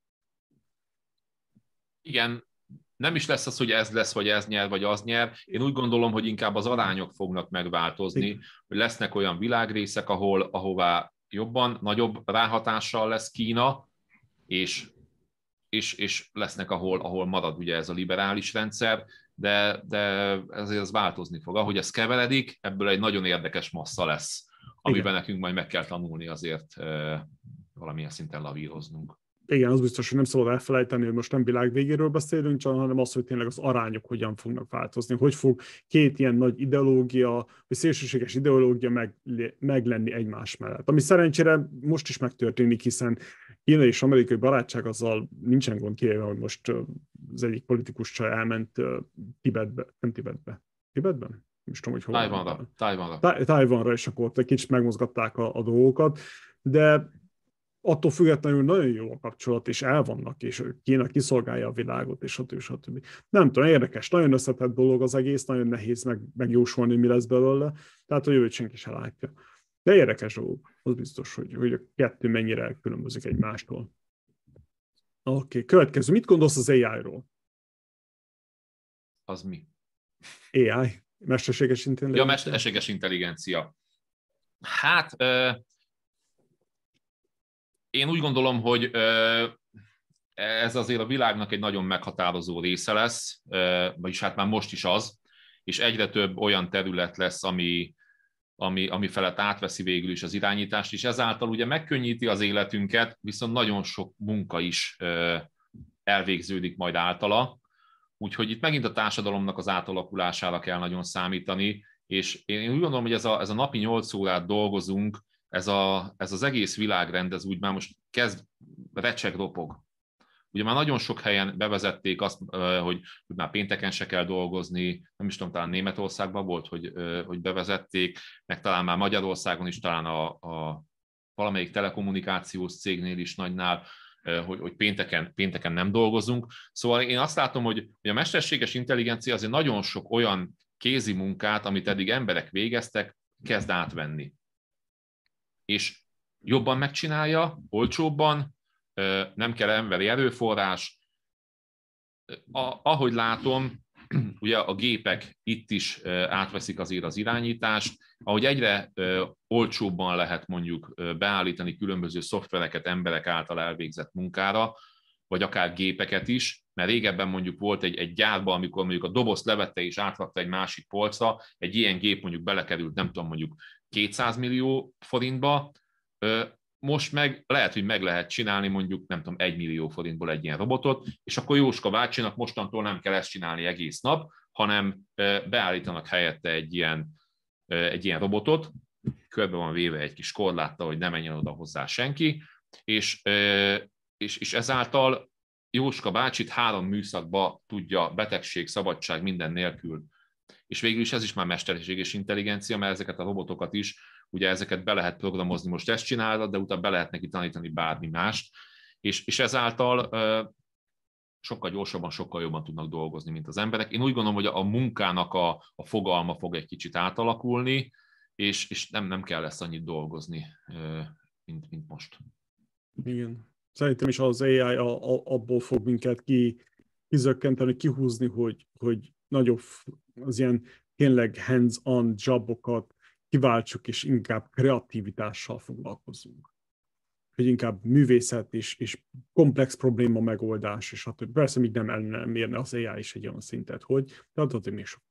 Igen, nem is lesz az, hogy ez lesz, vagy ez nyer, vagy az nyer. Én úgy gondolom, hogy inkább az arányok fognak megváltozni, igen. Hogy lesznek olyan világrészek, ahol, ahová jobban, nagyobb ráhatással lesz Kína, és, és, és lesznek, ahol, ahol marad ugye ez a liberális rendszer, de, de ezért ez változni fog. Ahogy ez keveredik, ebből egy nagyon érdekes massza lesz, amiben igen. Nekünk majd meg kell tanulni azért e, valamilyen szinten lavíroznunk. Igen, az biztos, hogy nem szabad elfelejteni, hogy most nem világ végéről beszélünk, csak hanem az, hogy tényleg az arányok hogyan fognak változni, hogy fog két ilyen nagy ideológia, vagy szélsőséges ideológia meg, meg lenni egymás mellett. Ami szerencsére most is megtörténik, hiszen Kína és amerikai barátság azzal nincsen gond kivéve, hogy most az egyik politikus csaj elment Tibetbe, nem Tibetbe, Tibetben? Nem is tudom, hogy hol. Tájvanra. Tájvanra. Tájvanra, és akkor ott egy kicsit megmozgatták a, a dolgokat, de attól függetlenül nagyon jó a kapcsolat, és elvannak, és Kína kiszolgálja a világot, és stb. stb. Nem tudom, érdekes, nagyon összetett dolog az egész, nagyon nehéz meg, megjósolni, mi lesz belőle, tehát a jövőt senki se látja. De érdekes dolog, az biztos, hogy, hogy a kettő mennyire különbözik egymástól. Oké, okay, következő. Mit gondolsz az á í-ról? Az mi? á í, mesterséges intelligencia. Ja, mesterséges intelligencia. Hát... Ö... Én úgy gondolom, hogy ez azért a világnak egy nagyon meghatározó része lesz, vagyis hát már most is az, és egyre több olyan terület lesz, ami, ami, ami felett átveszi végül is az irányítást, és ezáltal ugye megkönnyíti az életünket, viszont nagyon sok munka is elvégződik majd általa, úgyhogy itt megint a társadalomnak az átalakulására kell nagyon számítani, és én úgy gondolom, hogy ez a, ez a napi nyolc órát dolgozunk, Ez, a, ez az egész világrend, ez úgy már most kezd recseg, ropog. Ugye már nagyon sok helyen bevezették azt, hogy, hogy már pénteken se kell dolgozni, nem is tudom, talán Németországban volt, hogy, hogy bevezették, meg talán már Magyarországon is, talán a, a valamelyik telekommunikációs cégnél is nagynál, hogy, hogy pénteken, pénteken nem dolgozunk. Szóval én azt látom, hogy, hogy a mesterséges intelligencia azért nagyon sok olyan kézi munkát, amit eddig emberek végeztek, kezd átvenni. És jobban megcsinálja, olcsóbban, nem kell emberi erőforrás. Ahogy látom, ugye a gépek itt is átveszik azért az irányítást, ahogy egyre olcsóbban lehet mondjuk beállítani különböző szoftvereket emberek által elvégzett munkára, vagy akár gépeket is, mert régebben mondjuk volt egy, egy gyárban, amikor mondjuk a dobozt levette és átrakta egy másik polcra, egy ilyen gép mondjuk belekerült, nem tudom, mondjuk kétszáz millió forintba, most meg lehet, hogy meg lehet csinálni mondjuk, nem tudom, egy millió forintból egy ilyen robotot, és akkor Jóska bácsinak mostantól nem kell ezt csinálni egész nap, hanem beállítanak helyette egy ilyen, egy ilyen robotot, körbe van véve egy kis korláttal, hogy ne menjen oda hozzá senki, és, és, és ezáltal Jóska bácsit három műszakba tudja betegség, szabadság minden nélkül. És végül is ez is már mesterséges intelligencia, mert ezeket a robotokat is, ugye ezeket be lehet programozni, most ezt csinálod, de utána be lehet neki tanítani bármi mást, és, és ezáltal uh, sokkal gyorsabban, sokkal jobban tudnak dolgozni, mint az emberek. Én úgy gondolom, hogy a munkának a, a fogalma fog egy kicsit átalakulni, és, és nem, nem kell lesz annyit dolgozni, uh, mint, mint most. Igen. Szerintem is az á i a, a, abból fog minket ki, kizökkenteni, kihúzni, hogy, hogy nagyobb az ilyen tényleg hands-on jobokat kiváltsuk, és inkább kreativitással foglalkozunk. Hogy inkább művészet és, és komplex probléma megoldás, és hát persze még nem, nem érne az á i is egy olyan szintet, hogy de adott még sok.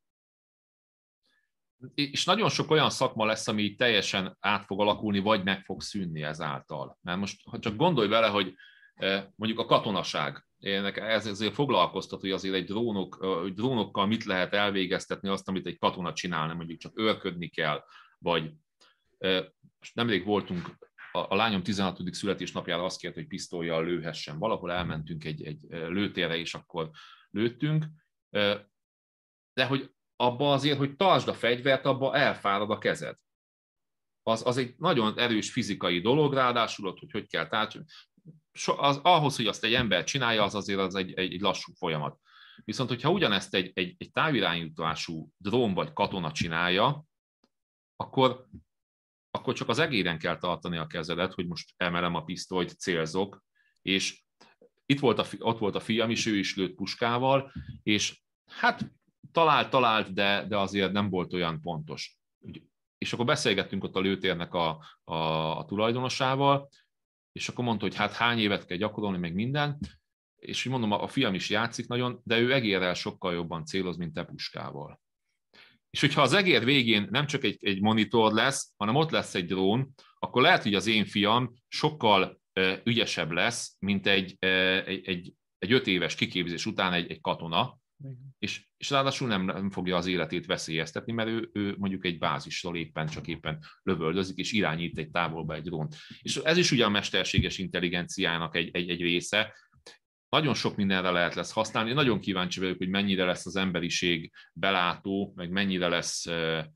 És nagyon sok olyan szakma lesz, ami teljesen át fog alakulni, vagy meg fog szűnni ezáltal. Mert most, ha csak gondolj vele, hogy mondjuk a katonaság, ez azért foglalkoztat, hogy azért egy drónok, drónokkal mit lehet elvégeztetni azt, amit egy katona csinálna, mondjuk csak őrködni kell, vagy most nemrég voltunk, a, a lányom tizenhatodik születésnapjára azt kért, hogy pisztollyal lőhessen. Valahol elmentünk egy, egy lőtérre, és akkor lőttünk, de hogy abba azért, hogy tartsd a fegyvert, abba elfárad a kezed. Az, az egy nagyon erős fizikai dolog, ráadásul, hogy hogy kell tárcsolni. Az, ahhoz, hogy azt egy ember csinálja, az azért az egy, egy, egy lassú folyamat. Viszont, hogyha ugyanezt egy, egy, egy távirányítású drón vagy katona csinálja, akkor, akkor csak az egéren kell tartani a kezedet, hogy most emelem a pisztolyt, célzok, és itt volt a, ott volt a fiam is, ő is lőtt puskával, és hát talált, talált, de, de azért nem volt olyan pontos. És akkor beszélgettünk ott a lőtérnek a, a, a tulajdonosával, és akkor mondta, hogy hát hány évet kell gyakorolni, meg minden, és mondom, a fiam is játszik nagyon, de ő egérrel sokkal jobban céloz, mint te puskával. És hogyha az egér végén nem csak egy, egy monitor lesz, hanem ott lesz egy drón, akkor lehet, hogy az én fiam sokkal uh, ügyesebb lesz, mint egy, uh, egy, egy, egy öt éves kiképzés után egy, egy katona, és, és ráadásul nem, nem fogja az életét veszélyeztetni, mert ő, ő mondjuk egy bázisról éppen csak éppen lövöldözik, és irányít egy távolba egy drónt. És ez is ugye a mesterséges intelligenciának egy, egy, egy része. Nagyon sok mindenre lehet lesz használni. Nagyon kíváncsi vagyok, hogy mennyire lesz az emberiség belátó, meg mennyire lesz,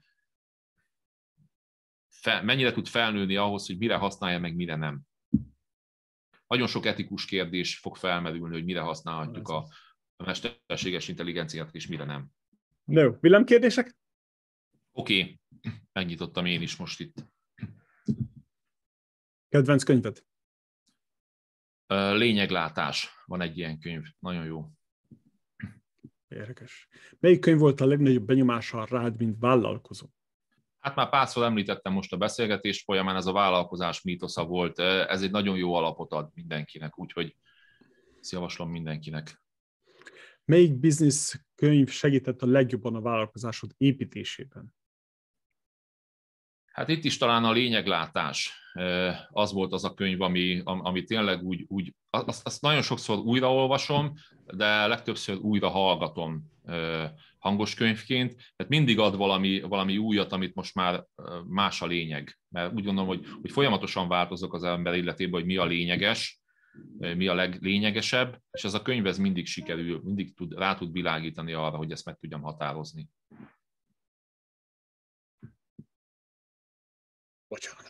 fel, mennyire tud felnőni ahhoz, hogy mire használja, meg mire nem. Nagyon sok etikus kérdés fog felmerülni, hogy mire használhatjuk a a mesterséges intelligenciát, és mire nem. No, villámkérdések? Oké, okay. Megnyitottam én is most itt. Kedvenc könyved? Lényeglátás. Van egy ilyen könyv. Nagyon jó. Érdekes. Melyik könyv volt a legnagyobb benyomással rád, mint vállalkozó? Hát már párszor említettem most a beszélgetés folyamán, ez a vállalkozás mítosza volt. Ez egy nagyon jó alapot ad mindenkinek, úgyhogy ezt javaslom mindenkinek. Melyik biznisz könyv segített a legjobban a vállalkozásod építésében? Hát itt is talán a lényeglátás. Az volt az a könyv, ami, ami tényleg úgy, úgy azt, azt nagyon sokszor újraolvasom, de legtöbbször újra hallgatom hangos könyvként. Tehát mindig ad valami, valami újat, amit most már más a lényeg. Mert úgy gondolom, hogy, hogy folyamatosan változok az ember életében, hogy mi a lényeges, mi a leglényegesebb, és ez a könyv ez mindig sikerül, mindig tud, rá tud világítani arra, hogy ezt meg tudjam határozni. Bocsánat.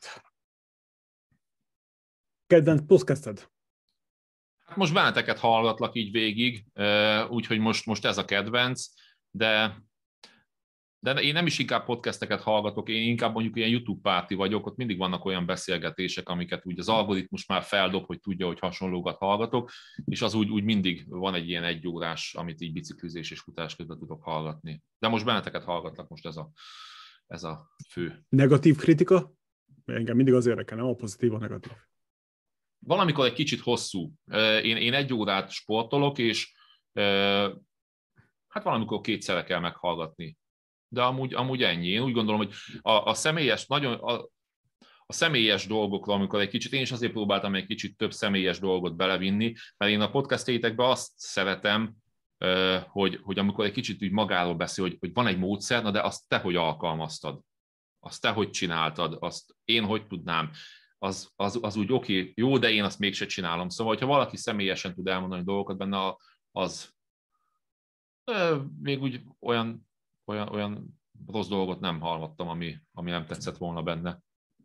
Kedvenc podcasted? Hát most benneteket hallgatlak így végig, úgyhogy most, most ez a kedvenc, de, de én nem is inkább podcasteket hallgatok, én inkább mondjuk ilyen YouTube párti vagyok, ott mindig vannak olyan beszélgetések, amiket úgy az algoritmus már feldob, hogy tudja, hogy hasonlókat hallgatok, és az úgy, úgy mindig van egy ilyen egyórás, amit így biciklizés és futás közben tudok hallgatni. De most benneteket hallgatlak, most ez a, ez a fő. Negatív kritika? Engem mindig az érdekel, nem a pozitív, a negatív. Valamikor egy kicsit hosszú. Én, én egy órát sportolok, és hát valamikor kétszerre kell meghallgatni. De amúgy, amúgy ennyi. Én úgy gondolom, hogy a, a személyes, nagyon a, a személyes dolgokra, amikor egy kicsit, én is azért próbáltam egy kicsit több személyes dolgot belevinni, mert én a podcastétekben azt szeretem, hogy, hogy amikor egy kicsit úgy magáról beszél, hogy, hogy van egy módszer, na de azt te hogy alkalmaztad, azt te hogy csináltad, azt én hogy tudnám, az, az, az úgy oké, okay, jó, de én azt mégse csinálom. Szóval, hogyha valaki személyesen tud elmondani dolgokat benne, az még úgy olyan, olyan, olyan rossz dolgot nem hallottam, ami, ami nem tetszett volna benne.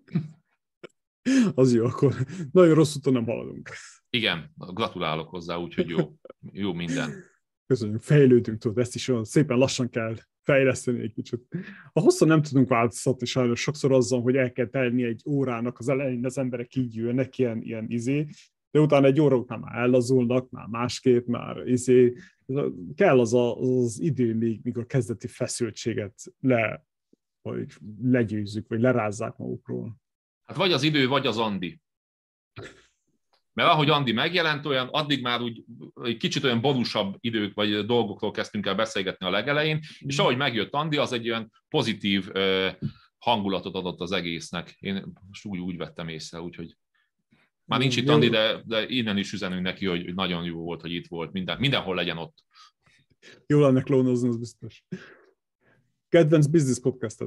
Az jó, akkor nagyon rossz úton nem haladunk. Igen, gratulálok hozzá, úgyhogy jó, jó minden. Köszönjük, fejlődünk, tudod, ezt is olyan szépen lassan kell fejleszteni egy kicsit. A hosszan nem tudunk változtatni sajnos, sokszor azzal, hogy el kell telni egy órának, az elején az emberek így jönnek, ilyen, ilyen izé, de utána egy óra után már ellazulnak, már másképp, már izé, kell az a, az idő még, míg a kezdeti feszültséget le, vagy legyőzzük, vagy lerázzák magukról. Hát vagy az idő, vagy az Andi. Mert ahogy Andi megjelent, olyan, addig már úgy egy kicsit olyan borúsabb idők vagy dolgokról kezdtünk el beszélgetni a legelején, és ahogy megjött Andi, az egy olyan pozitív uh, hangulatot adott az egésznek. Én most úgy, úgy vettem észre, úgyhogy már nincs itt Andi, de, de innen is üzenünk neki, hogy, hogy nagyon jó volt, hogy itt volt, minden, mindenhol legyen ott. Jó lenne klónozni, az biztos. Kedvenc business podcasted?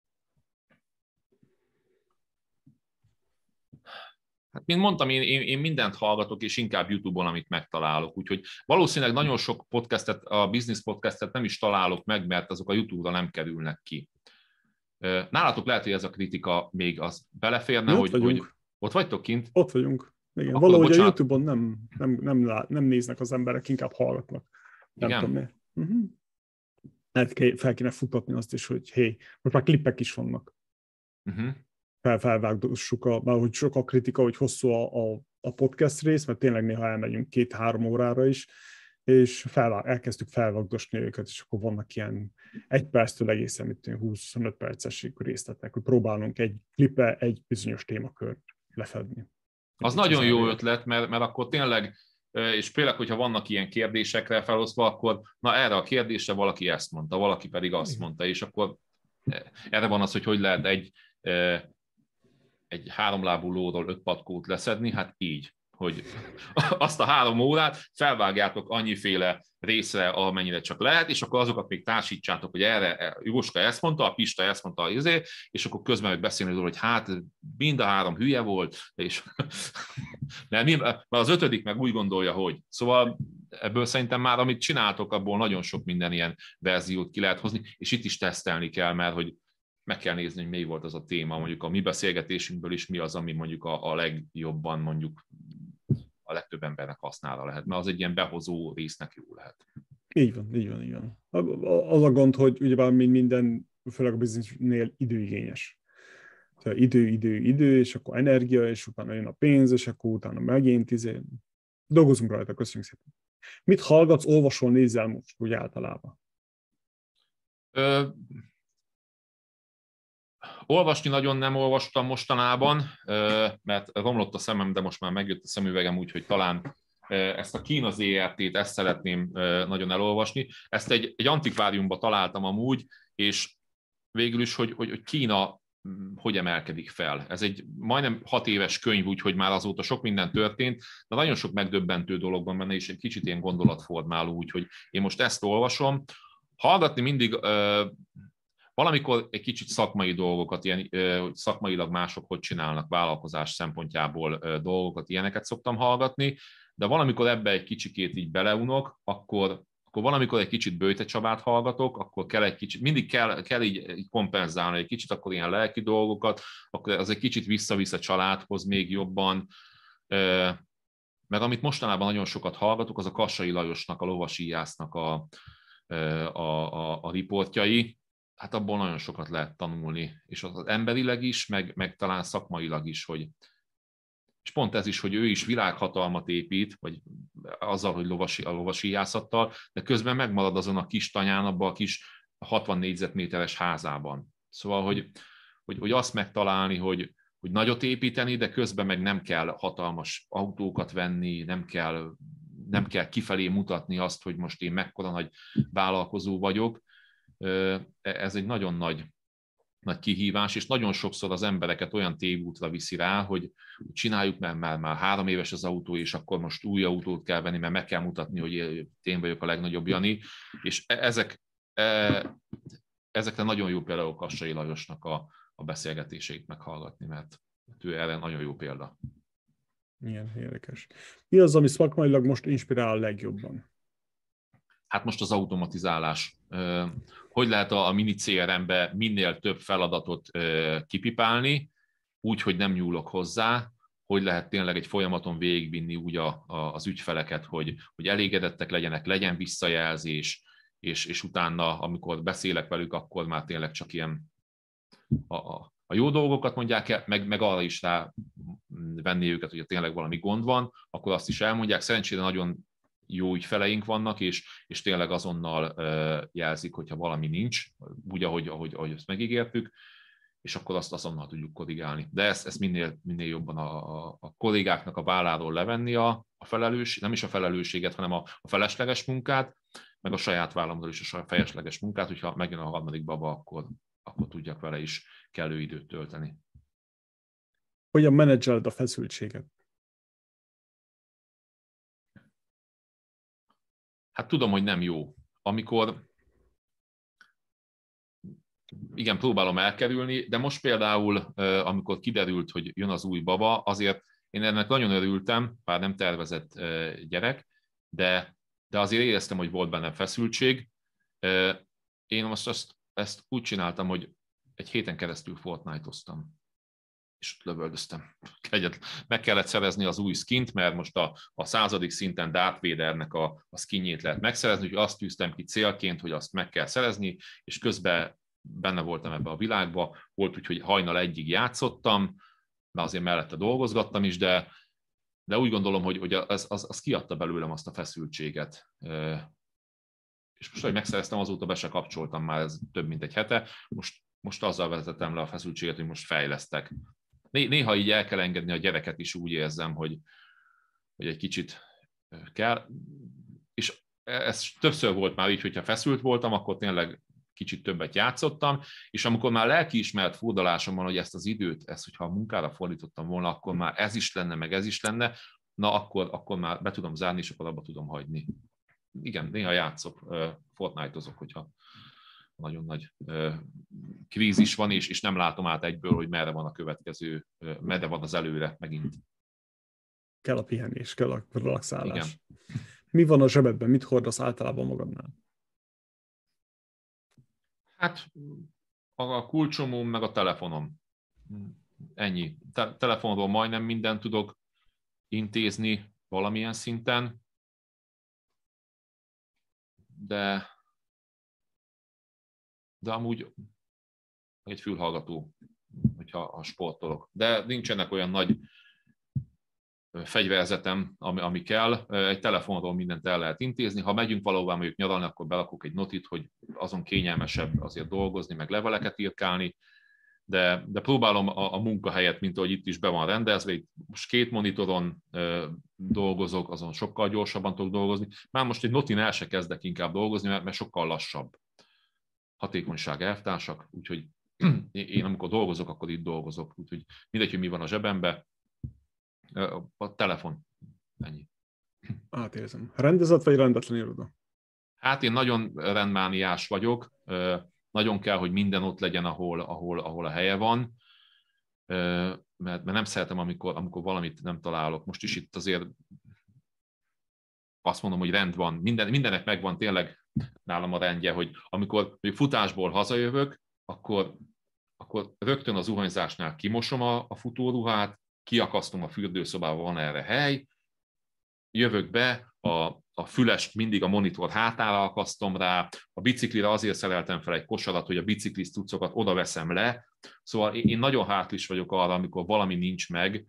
Hát, mint mondtam, én, én, én mindent hallgatok, és inkább YouTube-on, amit megtalálok. Úgyhogy valószínűleg nagyon sok podcastet, a business podcastet nem is találok meg, mert azok a YouTube-ra nem kerülnek ki. Nálatok lehet, hogy ez a kritika még az beleférne, ott hogy, vagyunk. hogy ott vagytok kint? Ott vagyunk. Igen, Akkor valahogy bocsánat. a YouTube-on nem, nem, nem, lát, nem néznek az emberek, inkább hallgatnak. Nem Igen? tudom miért. Uh-huh. Lehet fel kéne futatni azt is, hogy hé, most már klippek is vannak. Uh-huh. Fel, felvágdossuk, a, már hogy sok a kritika, hogy hosszú a, a, a podcast rész, mert tényleg néha elmegyünk két-három órára is, és fel, elkezdtük felvágdosni őket, és akkor vannak ilyen egy perctől egészen mint húsz-huszonöt perces részletek, hogy próbálunk egy klippe egy bizonyos témakört lefedni. Az Egy nagyon jó elég. ötlet, mert, mert akkor tényleg, és például, hogyha vannak ilyen kérdésekre felosztva, akkor na erre a kérdésre valaki ezt mondta, valaki pedig azt mondta, és akkor erre van az, hogy hogy lehet egy, egy háromlábú lóról öt patkót leszedni, hát így, hogy azt a három órát felvágjátok annyiféle részre, amennyire csak lehet, és akkor azokat még társítsátok, hogy erre Jóska ezt mondta, a Pista ezt mondta az izé, és akkor közben meg beszélni róla, hogy hát mind a három hülye volt, és mert az ötödik meg úgy gondolja, hogy. Szóval ebből szerintem már, amit csináltok, abból nagyon sok minden ilyen verziót ki lehet hozni, és itt is tesztelni kell, mert hogy meg kell nézni, hogy mi volt az a téma, mondjuk a mi beszélgetésünkből is mi az, ami mondjuk a, a legjobban mondjuk a legtöbb embernek hasznára lehet, mert az egy ilyen behozó résznek jó lehet. Így van, így van, így van. Az a gond, hogy ugyebár minden, főleg a biznisznél időigényes. Tehát idő, idő, idő, és akkor energia, és utána jön a pénz, és akkor utána megint izé. Dolgozunk rajta, köszönjük szépen. Mit hallgatsz, olvasol, nézel most úgy általában? Ö, olvasni nagyon nem olvastam mostanában, ö, mert romlott a szemem, de most már megjött a szemüvegem, úgyhogy talán ezt a Kína zé er té-t, ezt szeretném nagyon elolvasni. Ezt egy, egy antikváriumban találtam amúgy, és végül is, hogy, hogy, hogy Kína hogy emelkedik fel. Ez egy majdnem hat éves könyv, úgyhogy már azóta sok minden történt, de nagyon sok megdöbbentő dolog van benne, és egy kicsit ilyen gondolatformáló, úgyhogy én most ezt olvasom. Hallgatni mindig, Valamikor egy kicsit szakmai dolgokat, ilyen szakmailag mások hogy csinálnak vállalkozás szempontjából dolgokat, ilyeneket szoktam hallgatni, de valamikor ebbe egy kicsikét így beleunok, akkor, akkor valamikor egy kicsit Böjte Csabát hallgatok, akkor kell egy kicsit, mindig kell, kell így, így kompenzálni egy kicsit, akkor ilyen lelki dolgokat, akkor az egy kicsit visszavisz a családhoz még jobban, meg amit mostanában nagyon sokat hallgatok, az a Kassai Lajosnak, a lovasíjásznak a, a, a, a riportjai, hát abból nagyon sokat lehet tanulni, és az emberileg is, meg, meg talán szakmailag is, hogy és pont ez is, hogy ő is világhatalmat épít, vagy azzal, hogy lovasi, a lovasíjászattal, de közben megmarad azon a kis tanyán, abban a kis hatvan négyzetméteres házában. Szóval, hogy, hogy, hogy azt megtalálni, hogy, hogy nagyot építeni, de közben meg nem kell hatalmas autókat venni, nem kell, nem kell kifelé mutatni azt, hogy most én mekkora nagy vállalkozó vagyok. Ez egy nagyon nagy, nagy kihívás, és nagyon sokszor az embereket olyan tévútra viszi rá, hogy csináljuk, mert már, már három éves az autó, és akkor most új autót kell venni, mert meg kell mutatni, hogy én vagyok a legnagyobb Jani, és ezek, ezekre nagyon jó például Kassai Lajosnak a, a beszélgetéseit meghallgatni, mert ő erre nagyon jó példa. Ilyen érdekes. Mi az, ami szakmailag most inspirál a legjobban? Hát most az automatizálás. Hogy lehet a mini cé er em-be minél több feladatot kipipálni, úgy, hogy nem nyúlok hozzá, hogy lehet tényleg egy folyamaton végigvinni úgy a, a, az ügyfeleket, hogy, hogy elégedettek legyenek, legyen visszajelzés, és, és utána, amikor beszélek velük, akkor már tényleg csak ilyen a, a, a jó dolgokat mondják el, meg, meg arra is rá venni őket, hogy tényleg valami gond van, akkor azt is elmondják. Szerencsére nagyon jó ügyfeleink vannak, és, és tényleg azonnal uh, jelzik, hogyha valami nincs, úgy, ahogy, ahogy, ahogy ezt megígértük, és akkor azt azonnal tudjuk korrigálni. De ezt, ezt minél, minél jobban a, a, a kollégáknak a válláról levenni a, a felelős, nem is a felelősséget, hanem a, a felesleges munkát, meg a saját vállamról is a felesleges munkát, hogyha megjön a harmadik baba, akkor, akkor tudjak vele is kellő időt tölteni. Hogyan menedzseled a feszültséget? Hát tudom, hogy nem jó. Amikor, igen, próbálom elkerülni, de most például, amikor kiderült, hogy jön az új baba, azért én ennek nagyon örültem, bár nem tervezett gyerek, de, de azért éreztem, hogy volt bennem feszültség. Én most azt, ezt úgy csináltam, hogy egy héten keresztül Fortnite-oztam, és lövöldöztem. Meg kellett szerezni az új skint, mert most a, a századik szinten Darth Vadernek a, a skinjét lehet megszerezni, úgyhogy azt tűztem ki célként, hogy azt meg kell szerezni, és közben benne voltam ebbe a világba, volt úgy, hogy hajnal egyig játszottam, de azért mellette dolgozgattam is, de, de úgy gondolom, hogy, hogy az, az, az kiadta belőlem azt a feszültséget. És most, hogy megszereztem, azóta be se kapcsoltam már, ez több mint egy hete, most, most azzal vezetem le a feszültséget, hogy most fejlesztek. Néha így el kell engedni a gyereket is, úgy érzem, hogy, hogy egy kicsit kell, és ez többször volt már így, hogyha feszült voltam, akkor tényleg kicsit többet játszottam, és amikor már lelkiismeret furdalásom van, hogy ezt az időt, ezt, hogyha a munkára fordítottam volna, akkor már ez is lenne, meg ez is lenne, na akkor, akkor már be tudom zárni, és akkor abba tudom hagyni. Igen, néha játszok, Fortnite-ozok, hogyha nagyon nagy krízis van, és, és nem látom át egyből, hogy merre van a következő, merre van az előre megint. Kell a pihenés, kell a relaxálás. Igen. Mi van a zsebedben, mit hordasz általában magadnál? Hát a kulcsomóm, meg a telefonom. Ennyi. Te- telefonról majdnem mindent tudok intézni valamilyen szinten, de de amúgy egy fülhallgató, hogyha ha sportolok. De nincsenek olyan nagy fegyverzetem, ami, ami kell. Egy telefonról mindent el lehet intézni. Ha megyünk valahová mondjuk nyaralni, akkor belakok egy notit, hogy azon kényelmesebb azért dolgozni, meg leveleket írkálni, de, de próbálom a, a munkahelyet, mint ahogy itt is be van rendezve, itt most két monitoron ö, dolgozok, azon sokkal gyorsabban tudok dolgozni. Már most egy notin el se kezdek inkább dolgozni, mert, mert sokkal lassabb. Hatékonyság elvtársak, úgyhogy én amikor dolgozok, akkor itt dolgozok, úgyhogy mindegy, hogy mi van a zsebembe, a telefon, ennyi. Átérzem. Rendezett vagy rendetlen iroda? Hát én nagyon rendmániás vagyok, nagyon kell, hogy minden ott legyen, ahol, ahol, ahol a helye van, mert, mert nem szeretem, amikor, amikor valamit nem találok. Most is itt azért azt mondom, hogy rend van, minden, mindennek megvan tényleg nálam a rendje, hogy amikor futásból hazajövök, akkor, akkor rögtön az zuhanyzásnál kimosom a, a futóruhát, kiakasztom a fürdőszobába, van erre hely, jövök be, a, a füles mindig a monitor hátára akasztom rá, a biciklire azért szereltem fel egy kosarat, hogy a biciklis cuccokat oda veszem le, szóval én nagyon hátlis vagyok arra, amikor valami nincs meg.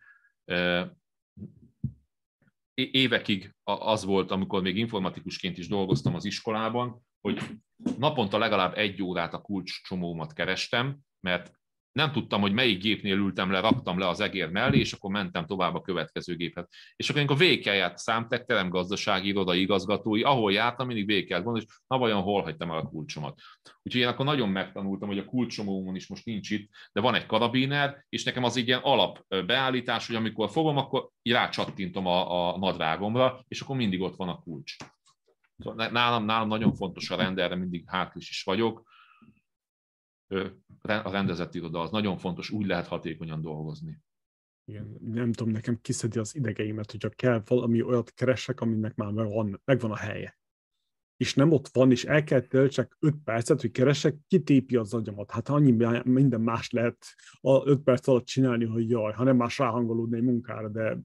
Évekig az volt, amikor még informatikusként is dolgoztam az iskolában, hogy naponta legalább egy órát a kulcscsomómat kerestem, mert nem tudtam, hogy melyik gépnél ültem le, raktam le az egér mellé, és akkor mentem tovább a következő géphez. És akkor amikor végig kell járt a számtek, teremgazdasági iroda igazgatói, ahol jártam, mindig végig kellett volna, és na vajon hol hagytam el a kulcsomat. Úgyhogy én akkor nagyon megtanultam, hogy a kulcscsomómon is most nincs itt, de van egy karabiner, és nekem az egy ilyen alap beállítás, hogy amikor fogom, akkor rácsattintom a, a nadrágomra, és akkor mindig ott van a kulcs. Nálam, nálam nagyon fontos a rend, erre mindig hátlis is vagyok. A rendezett iroda az nagyon fontos, úgy lehet hatékonyan dolgozni. Igen, nem tudom, nekem kiszedi az idegeimet, hogyha kell valami olyat keresek, aminek már megvan, megvan a helye. És nem ott van, és el kell töltsek öt percet, hogy keresek, kitépi az agyamat. Hát annyi minden más lehet a öt perc alatt csinálni, hogy jaj, ha nem más ráhangolódni egy munkára, de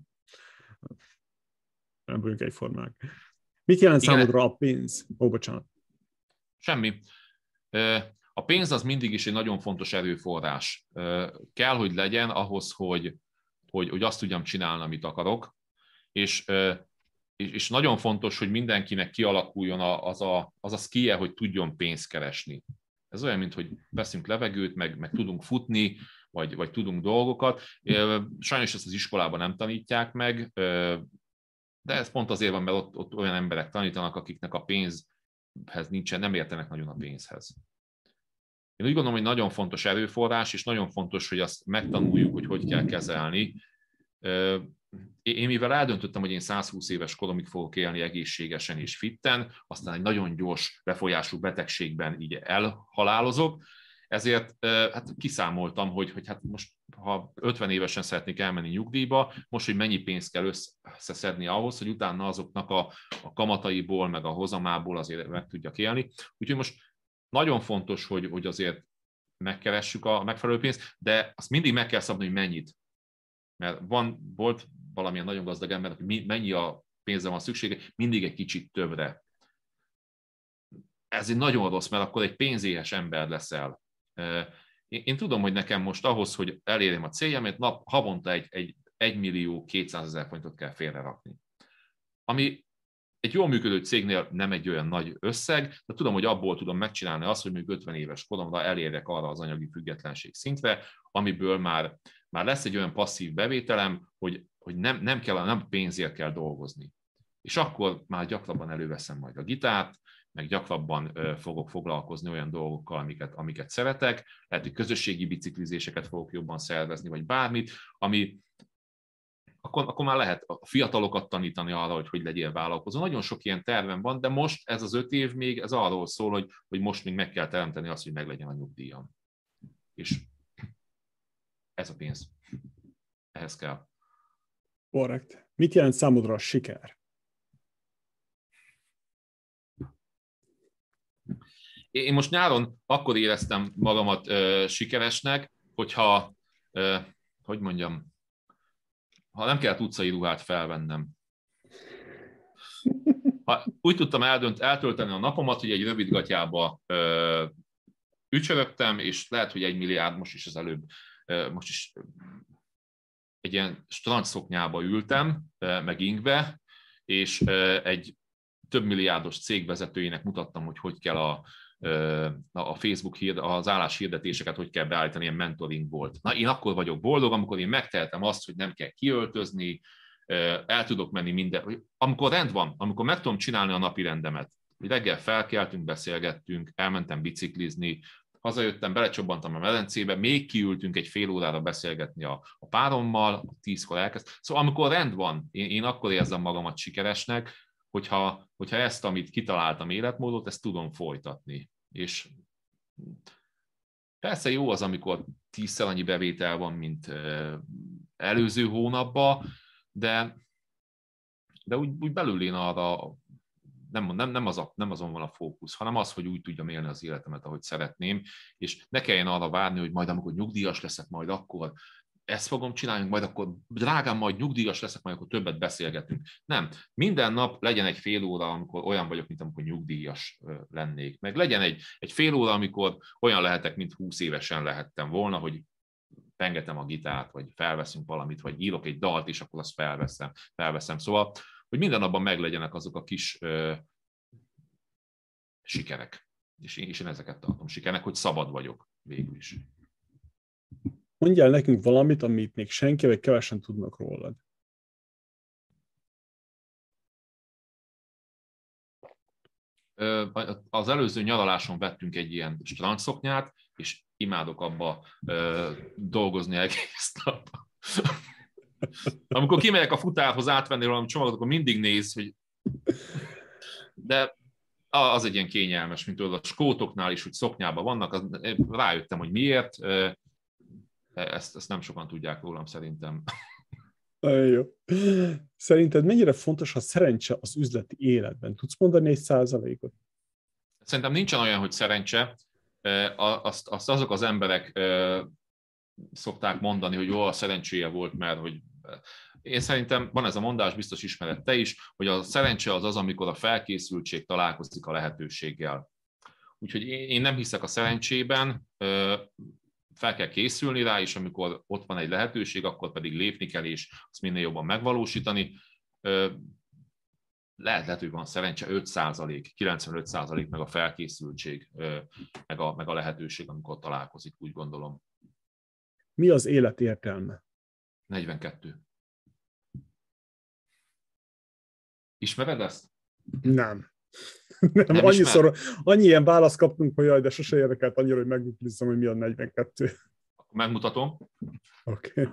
nem vagyunk egyformák. Mit jelent Igen. számodra a pénz? Ó, bocsánat. Semmi. A pénz az mindig is egy nagyon fontos erőforrás. Kell, hogy legyen ahhoz, hogy, hogy, hogy azt tudjam csinálni, amit akarok, és, és nagyon fontos, hogy mindenkinek kialakuljon az a, az a skillje, hogy tudjon pénzt keresni. Ez olyan, mint hogy veszünk levegőt, meg, meg tudunk futni, vagy, vagy tudunk dolgokat. Sajnos ezt az iskolában nem tanítják meg, de ez pont azért van, mert ott, ott olyan emberek tanítanak, akiknek a pénzhez nincsen, nem értenek nagyon a pénzhez. Én úgy gondolom, hogy nagyon fontos erőforrás, és nagyon fontos, hogy azt megtanuljuk, hogy hogy kell kezelni. Én mivel eldöntöttem, hogy én száz húsz éves koromig fogok élni egészségesen és fitten, aztán egy nagyon gyors befolyású betegségben így elhalálozok, ezért hát kiszámoltam, hogy, hogy hát most, ha ötven évesen szeretnék elmenni nyugdíjba, most, hogy mennyi pénzt kell összeszedni ahhoz, hogy utána azoknak a, a kamataiból, meg a hozamából azért meg tudjak élni. Úgyhogy most nagyon fontos, hogy, hogy azért megkeressük a megfelelő pénzt, de azt mindig meg kell szabni, hogy mennyit. Mert van, volt valamilyen nagyon gazdag ember, hogy mennyi a pénzre van szüksége, mindig egy kicsit többre. Ez egy nagyon rossz, mert akkor egy pénzéhes ember leszel. Én, én tudom, hogy nekem most ahhoz, hogy elérjem a céljamat, nap, havonta egy, egy egy millió kétszázezer forintot kell félrerakni. Ami egy jól működő cégnél nem egy olyan nagy összeg, de tudom, hogy abból tudom megcsinálni azt, hogy még ötven éves koromra elérjek arra az anyagi függetlenség szintre, amiből már, már lesz egy olyan passzív bevételem, hogy, hogy nem, nem, kell, nem pénzért kell dolgozni. És akkor már gyakrabban előveszem majd a gitárt, meg gyakrabban ö, fogok foglalkozni olyan dolgokkal, amiket, amiket szeretek, lehet, hogy közösségi biciklizéseket fogok jobban szervezni, vagy bármit, ami Akkor, akkor már lehet a fiatalokat tanítani arra, hogy hogy legyél vállalkozó. Nagyon sok ilyen tervem van, de most ez az öt év még, ez arról szól, hogy, hogy most még meg kell teremteni azt, hogy meglegyen a nyugdíjam. És ez a pénz. Ehhez kell. Korrekt. Mit jelent számodra a siker? Én most nyáron akkor éreztem magamat uh, sikeresnek, hogyha, uh, hogy mondjam, ha nem kellett utcai ruhát felvennem. Ha úgy tudtam eldönt, eltölteni a napomat, hogy egy rövidgatjába ö, ücsörögtem, és lehet, hogy egy milliárd, most is az előbb, ö, most is egy ilyen strandszoknyába ültem, ö, meg ingbe, és ö, egy több milliárdos cég vezetőjének mutattam, hogy hogy kell a, ö, a Facebook hird, az álláshirdetéseket, hogy kell beállítani, ilyen mentoring volt. Na, én akkor vagyok boldog, amikor én megtehetem azt, hogy nem kell kiöltözni, el tudok menni minden, amikor rend van, amikor meg tudom csinálni a napi rendemet. Reggel felkeltünk, beszélgettünk, elmentem biciklizni, hazajöttem, belecsobbantam a medencébe, még kiültünk egy fél órára beszélgetni a, a párommal, tízkor elkezd. Szóval amikor rend van, én, én akkor érzem magamat sikeresnek, hogyha, hogyha ezt, amit kitaláltam életmódot, ezt tudom folytatni. És persze jó az, amikor tízszer annyi bevétel van, mint előző hónapban, de, de úgy, úgy belül én arra nem, nem, nem, az a, nem azon van a fókusz, hanem az, hogy úgy tudjam élni az életemet, ahogy szeretném, és ne kelljen arra várni, hogy majd amikor nyugdíjas leszek, majd akkor ezt fogom csinálni, majd akkor drágám, majd nyugdíjas leszek, majd akkor többet beszélgetünk. Nem. Minden nap legyen egy fél óra, amikor olyan vagyok, mint amikor nyugdíjas lennék. Meg legyen egy, egy fél óra, amikor olyan lehetek, mint húsz évesen lehettem volna, hogy pengetem a gitárt, vagy felveszünk valamit, vagy írok egy dalt, és akkor azt felveszem. felveszem. Szóval, hogy minden napban meglegyenek azok a kis ö, sikerek. És én, és én ezeket tartom sikernek, hogy szabad vagyok végül is. Mondjál nekünk valamit, amit még senki, vagy kevesen tudnak rólad. Az előző nyaraláson vettünk egy ilyen strandszoknyát, és imádok abba dolgozni egész nap. Amikor kimegyek a futárhoz átvenni valami csomagot, akkor mindig néz, hogy... De az egy ilyen kényelmes, mint tudod, a skótoknál is, hogy szoknyában vannak, az... rájöttem, hogy miért. Ezt, ezt nem sokan tudják rólam, szerintem. Jó. Szerinted mennyire fontos a szerencse az üzleti életben? Tudsz mondani egy százalékot? Szerintem nincsen olyan, hogy szerencse. Azt, azt azok az emberek szokták mondani, hogy jó, a szerencséje volt, mert hogy én szerintem van ez a mondás, biztos ismered te is, hogy a szerencse az az, amikor a felkészültség találkozik a lehetőséggel. Úgyhogy én nem hiszek a szerencsében, fel kell készülni rá, és amikor ott van egy lehetőség, akkor pedig lépni kell, és azt minél jobban megvalósítani. Lehet, lehet hogy van szerencse öt százalék, kilencvenöt százalék meg a felkészültség, meg a, meg a lehetőség, amikor találkozik, úgy gondolom. Mi az élet értelme? negyvenkettő. Ismered ezt? Nem. Nem, Nem annyiszor, annyi ilyen választ kaptunk, hogy jaj, de sose érdekelt annyira, hogy megmutatom, hogy mi a negyvenkettő. Akkor megmutatom. Oké. Okay.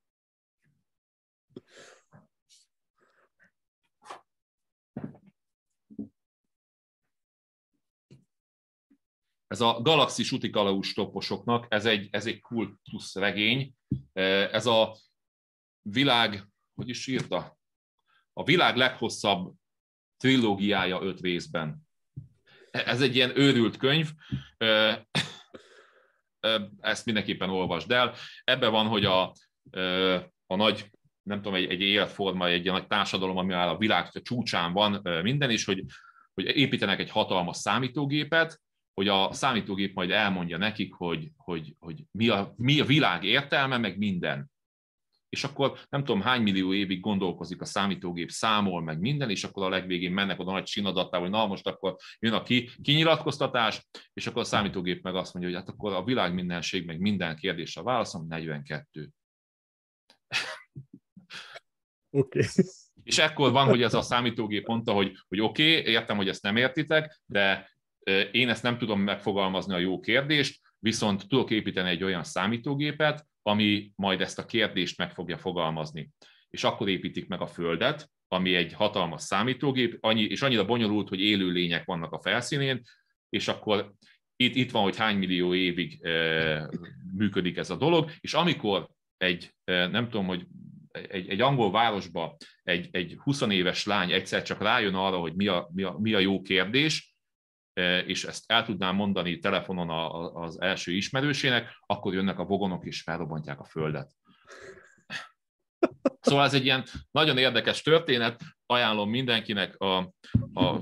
Ez a Galaxis Utikalaus topposoknak, ez egy, ez egy kultusz regény. Ez a világ, hogy is írta? A világ leghosszabb trilógiája öt részben. Ez egy ilyen őrült könyv, ezt mindenképpen olvasd el. Ebben van, hogy a, a nagy, nem tudom, egy, egy életforma, egy nagy társadalom, ami a világ csúcsán van minden, és hogy, hogy építenek egy hatalmas számítógépet, hogy a számítógép majd elmondja nekik, hogy, hogy, hogy mi, a, mi a világ értelme, meg minden. És akkor nem tudom hány millió évig gondolkozik a számítógép, számol meg minden, és akkor a legvégén mennek oda nagy sinadattá, hogy na most akkor jön a ki, kinyilatkoztatás, és akkor a számítógép meg azt mondja, hogy hát akkor a világ mindenség, meg minden kérdésre válaszom, negyvenkettő. Oké. Okay. És ekkor van, hogy ez a számítógép mondta, hogy, hogy oké, okay, értem, hogy ezt nem értitek, de én ezt nem tudom megfogalmazni a jó kérdést, viszont tudok építeni egy olyan számítógépet, ami majd ezt a kérdést meg fogja fogalmazni. És akkor építik meg a Földet, ami egy hatalmas számítógép, annyi, és annyira bonyolult, hogy élő lények vannak a felszínén, és akkor itt, itt van, hogy hány millió évig e, működik ez a dolog, és amikor egy, e, nem tudom, hogy egy, egy angol városba egy, egy húsz éves lány egyszer csak rájön arra, hogy mi a, mi a, mi a jó kérdés, és ezt el tudnám mondani telefonon az első ismerősének, akkor jönnek a vogonok és felrobbantják a Földet. Szóval ez egy ilyen nagyon érdekes történet, ajánlom mindenkinek a, a,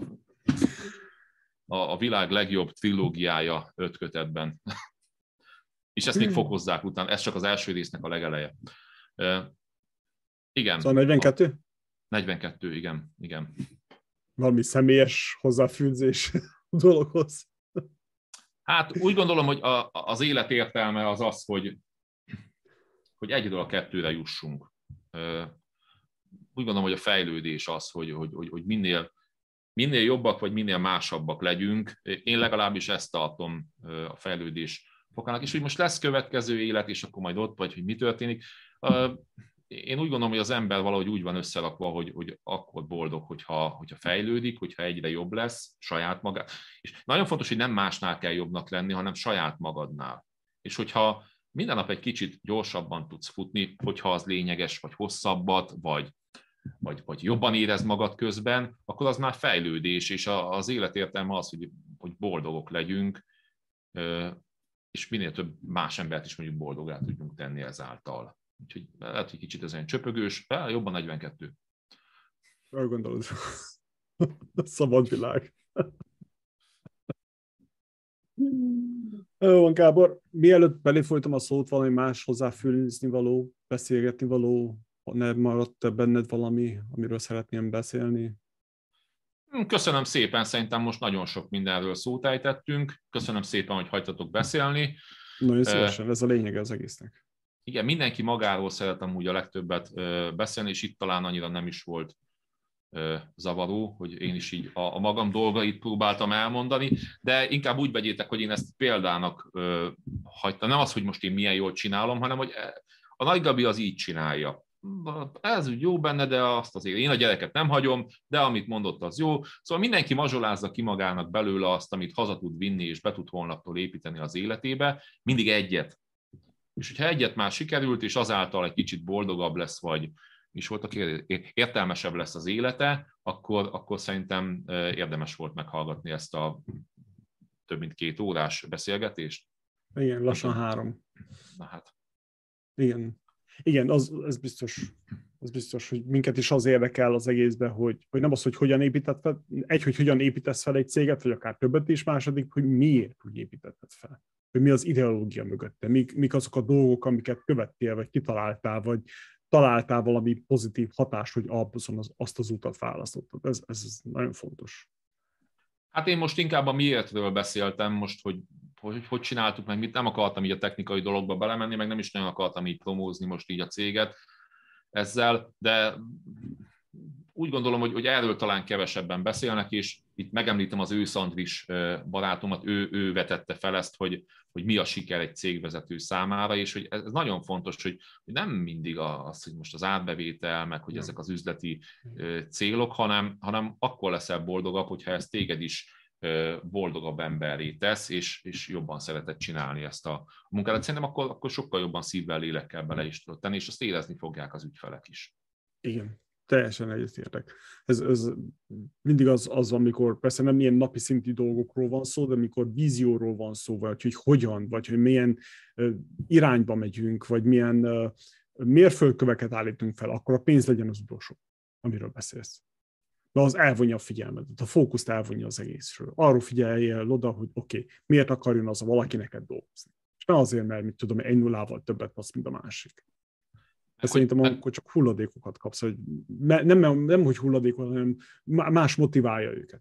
a világ legjobb trilógiája öt kötetben. És ezt még fokozzák után, ez csak az első résznek a legeleje. Igen. Szóval negyvenkettő? negyvenkettő, igen, igen. Valami személyes hozzáfűzés dologhoz. Hát úgy gondolom, hogy a, az élet értelme az az, hogy, hogy egyről a kettőre jussunk. Úgy gondolom, hogy a fejlődés az, hogy, hogy, hogy, hogy minél, minél jobbak, vagy minél másabbak legyünk. Én legalábbis ezt tartom a fejlődés fokának, és hogy most lesz következő élet, és akkor majd ott vagy, hogy mi történik. én úgy gondolom, hogy az ember valahogy úgy van összerakva, hogy, hogy akkor boldog, hogyha, hogyha fejlődik, hogyha egyre jobb lesz saját magát. És nagyon fontos, hogy nem másnál kell jobbnak lenni, hanem saját magadnál. És hogyha minden nap egy kicsit gyorsabban tudsz futni, hogyha az lényeges, vagy hosszabbat, vagy, vagy, vagy jobban érez magad közben, akkor az már fejlődés, és az élet értelme az, hogy, hogy boldogok legyünk, és minél több más embert is mondjuk boldogá tudjunk tenni ezáltal. Úgyhogy lehet, hogy kicsit ez olyan csöpögős, de jobban negyvenkettő. Elgondolod. Szabad világ. Jó van, Gábor. Mielőtt belé folytam a szót, valami más hozzáfűzni való, beszélgetni való, nem maradt benned valami, amiről szeretném beszélni? Köszönöm szépen, szerintem most nagyon sok mindenről szót ejtettünk. Köszönöm szépen, hogy hagytatok beszélni. Nagyon szívesen, ez a lényege az egésznek. Igen, mindenki magáról szeretem úgy a legtöbbet beszélni, és itt talán annyira nem is volt zavaró, hogy én is így a, a magam dolgait próbáltam elmondani, de inkább úgy vegyétek, hogy én ezt példának hagytam. Nem az, hogy most én milyen jól csinálom, hanem hogy a Nagy Gabi az így csinálja. Ez úgy jó benne, de azt azért én a gyereket nem hagyom, de amit mondott, az jó. Szóval mindenki mazsolázza ki magának belőle azt, amit haza tud vinni, és be tud holnaptól építeni az életébe, mindig egyet. És hogyha egyet már sikerült, és azáltal egy kicsit boldogabb lesz, vagy is volt a kérdés, értelmesebb lesz az élete, akkor, akkor szerintem érdemes volt meghallgatni ezt a több mint két órás beszélgetést. Igen, lassan három. Na hát. Igen. Igen, az, ez biztos, az biztos, hogy minket is az érdekel az egészben, hogy, hogy nem az, hogy hogyan épített fel, egy, hogy hogyan építesz fel egy céget, vagy akár többet is, második, hogy miért úgy építetted fel. Hogy mi az ideológia mögötte, mik, mik azok a dolgok, amiket követtél, vagy kitaláltál, vagy találtál valami pozitív hatást, hogy abban az, azt az utat választottad. Ez, ez nagyon fontos. Hát én most inkább a miértről beszéltem, most, hogy hogy, hogy csináltuk meg, mit nem akartam így a technikai dologba belemenni, meg nem is nagyon akartam így promózni most így a céget ezzel, de úgy gondolom, hogy, hogy erről talán kevesebben beszélnek, és itt megemlítem az Ősz Andris barátomat, ő, ő vetette fel ezt, hogy, hogy mi a siker egy cégvezető számára, és hogy ez nagyon fontos, hogy, hogy nem mindig az, hogy most az árbevétel, meg hogy ezek az üzleti célok, hanem, hanem akkor leszel boldogabb, hogyha ez téged is boldogabb emberré tesz, és, és jobban szereted csinálni ezt a munkát. Szerintem akkor, akkor sokkal jobban szívvel, lélekkel bele is tudod tenni, és azt érezni fogják az ügyfelek is. Igen, teljesen egyetértek. Ez, ez mindig az, az, amikor persze nem ilyen napi szintű dolgokról van szó, de amikor vízióról van szó, vagy hogy hogyan, vagy hogy milyen uh, irányba megyünk, vagy milyen uh, mérföldköveket állítunk fel, akkor a pénz legyen az utolsó, amiről beszélsz. De az elvonja a figyelmedet, a fókuszt elvonja az egészről. Arról figyeljél oda, hogy oké, okay, miért akarjon az a valaki neked dolgozni. És nem azért, mert mit tudom, egy nullával többet kapsz, mint a másik. De szerintem akkor csak hulladékokat kapsz, hogy nem, nem, nem hogy hulladékot, hanem más motiválja őket.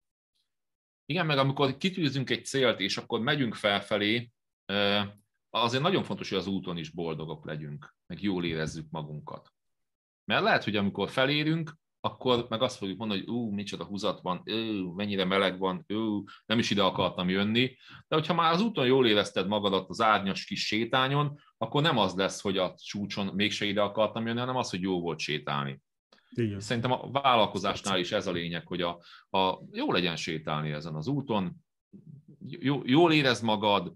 Igen, meg amikor kitűzünk egy célt, és akkor megyünk felfelé, azért nagyon fontos, hogy az úton is boldogok legyünk, meg jól érezzük magunkat. Mert lehet, hogy amikor felérünk, akkor meg azt fogjuk mondani, hogy ú, micsoda húzat van, ú, mennyire meleg van, ú, nem is ide akartam jönni. De hogyha már az úton jól érezted magadat az árnyas kis sétányon, akkor nem az lesz, hogy a csúcson mégse ide akartam jönni, hanem az, hogy jó volt sétálni. Igen. Szerintem a vállalkozásnál is ez a lényeg, hogy a, a, jó legyen sétálni ezen az úton, jó, jól érezd magad,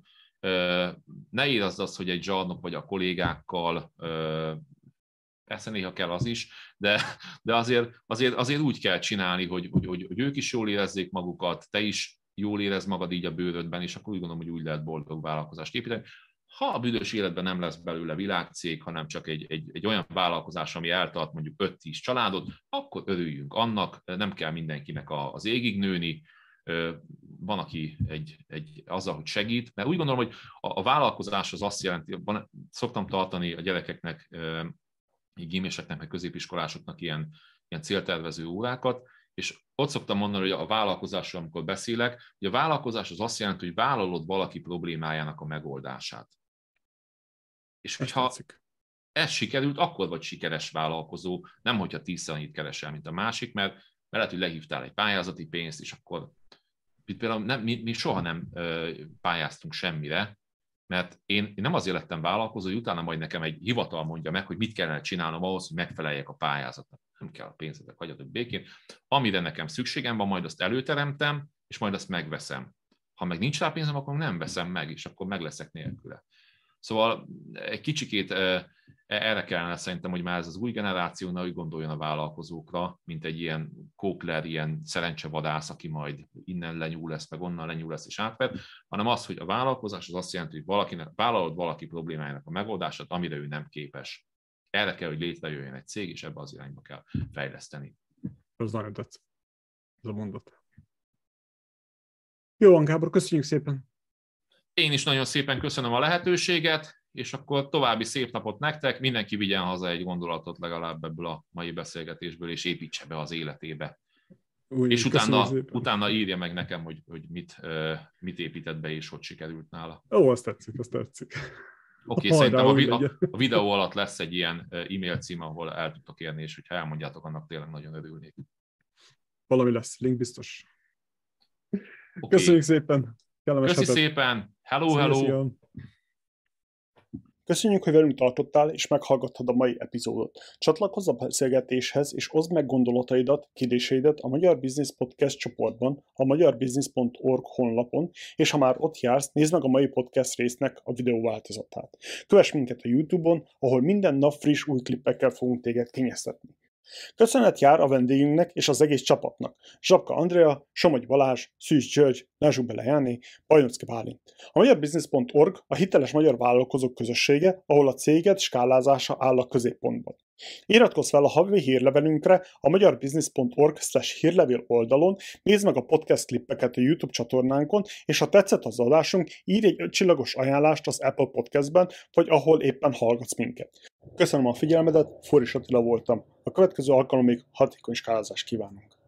ne érezd azt, hogy egy zsarnok vagy a kollégákkal, persze néha kell az is, de, de azért, azért, azért úgy kell csinálni, hogy, hogy, hogy, hogy ők is jól érezzék magukat, te is jól érezd magad így a bőrödben, és akkor úgy gondolom, hogy úgy lehet boldog vállalkozást építeni. Ha a büdös életben nem lesz belőle világcég, hanem csak egy, egy, egy olyan vállalkozás, ami eltart mondjuk öt-tíz családot, akkor örüljünk annak, nem kell mindenkinek az égig nőni, van, aki egy, egy, azzal, hogy segít, mert úgy gondolom, hogy a, a vállalkozás az azt jelenti, van, szoktam tartani a gyerekeknek, giméseknek, meg középiskolásoknak ilyen, ilyen céltervező órákat, és ott szoktam mondani, hogy a vállalkozásról, amikor beszélek, hogy a vállalkozás az azt jelenti, hogy vállalod valaki problémájának a megoldását. És hogyha ez sikerült, akkor vagy sikeres vállalkozó, nem hogyha tízszer annyit keresel, mint a másik, mert, mert lehet, hogy lehívtál egy pályázati pénzt, és akkor például nem, mi, mi soha nem pályáztunk semmire, Mert én, én nem azért lettem vállalkozó, hogy utána majd nekem egy hivatal mondja meg, hogy mit kellene csinálnom ahhoz, hogy megfeleljek a pályázatnak. Nem kell a pénzetek, hagyjatok békén. Amire nekem szükségem van, majd azt előteremtem, és majd azt megveszem. Ha meg nincs rá pénzem, akkor nem veszem meg, és akkor meg leszek nélküle. Szóval egy kicsikét erre kellene szerintem, hogy már ez az új generáció ne úgy gondoljon a vállalkozókra, mint egy ilyen kókler, ilyen szerencsevadász, aki majd innen lenyúl lesz, meg onnan lenyúl lesz és átver, hanem az, hogy a vállalkozás az azt jelenti, hogy valakinek, vállalod valaki problémájának a megoldását, amire ő nem képes. Erre kell, hogy létrejöjjön egy cég, és ebbe az irányba kell fejleszteni. Ez nagyon tetsz. Ez a mondat. Jó van, Gábor, köszönjük szépen! Én is nagyon szépen köszönöm a lehetőséget, és akkor további szép napot nektek, mindenki vigyen haza egy gondolatot legalább ebből a mai beszélgetésből, és építse be az életébe. Úgy, és utána, utána írja meg nekem, hogy, hogy mit, uh, mit épített be, és hogy sikerült nála. Ó, azt tetszik, azt tetszik. Oké, okay, szerintem a, vi- a, a videó alatt lesz egy ilyen e-mail cím, ahol el tudtok érni, és hogyha elmondjátok, annak tényleg nagyon örülnék. Valami lesz, link biztos. Okay. Köszönjük szépen! Kellemes Köszi hetet. szépen! Hello, hello! Szia, szia. Köszönjük, hogy velünk tartottál, és meghallgattad a mai epizódot. Csatlakozz a beszélgetéshez, és oszd meg gondolataidat, kérdéseidet a Magyar Business Podcast csoportban, a magyarbusiness pont org honlapon, és ha már ott jársz, nézd meg a mai podcast résznek a videó változatát. Kövess minket a YouTube-on, ahol minden nap friss új klippekkel fogunk téged kényeztetni. Köszönet jár a vendégünknek és az egész csapatnak. Zsapka Andrea, Somogy Balázs, Szűz György, Názsubele Jáné, Bajnocki Bálint. A magyarbusiness pont org a hiteles magyar vállalkozók közössége, ahol a céged skálázása áll a középpontban. Iratkozz fel a havi hírlevelünkre a magyarbusiness pont org slash hírlevél oldalon, nézd meg a podcast klippeket a YouTube csatornánkon, és ha tetszett az adásunk, írj egy csillagos ajánlást az Apple Podcastben, vagy ahol éppen hallgatsz minket. Köszönöm a figyelmedet, Forris Attila voltam. A következő alkalomig hatékony skálázást kívánunk!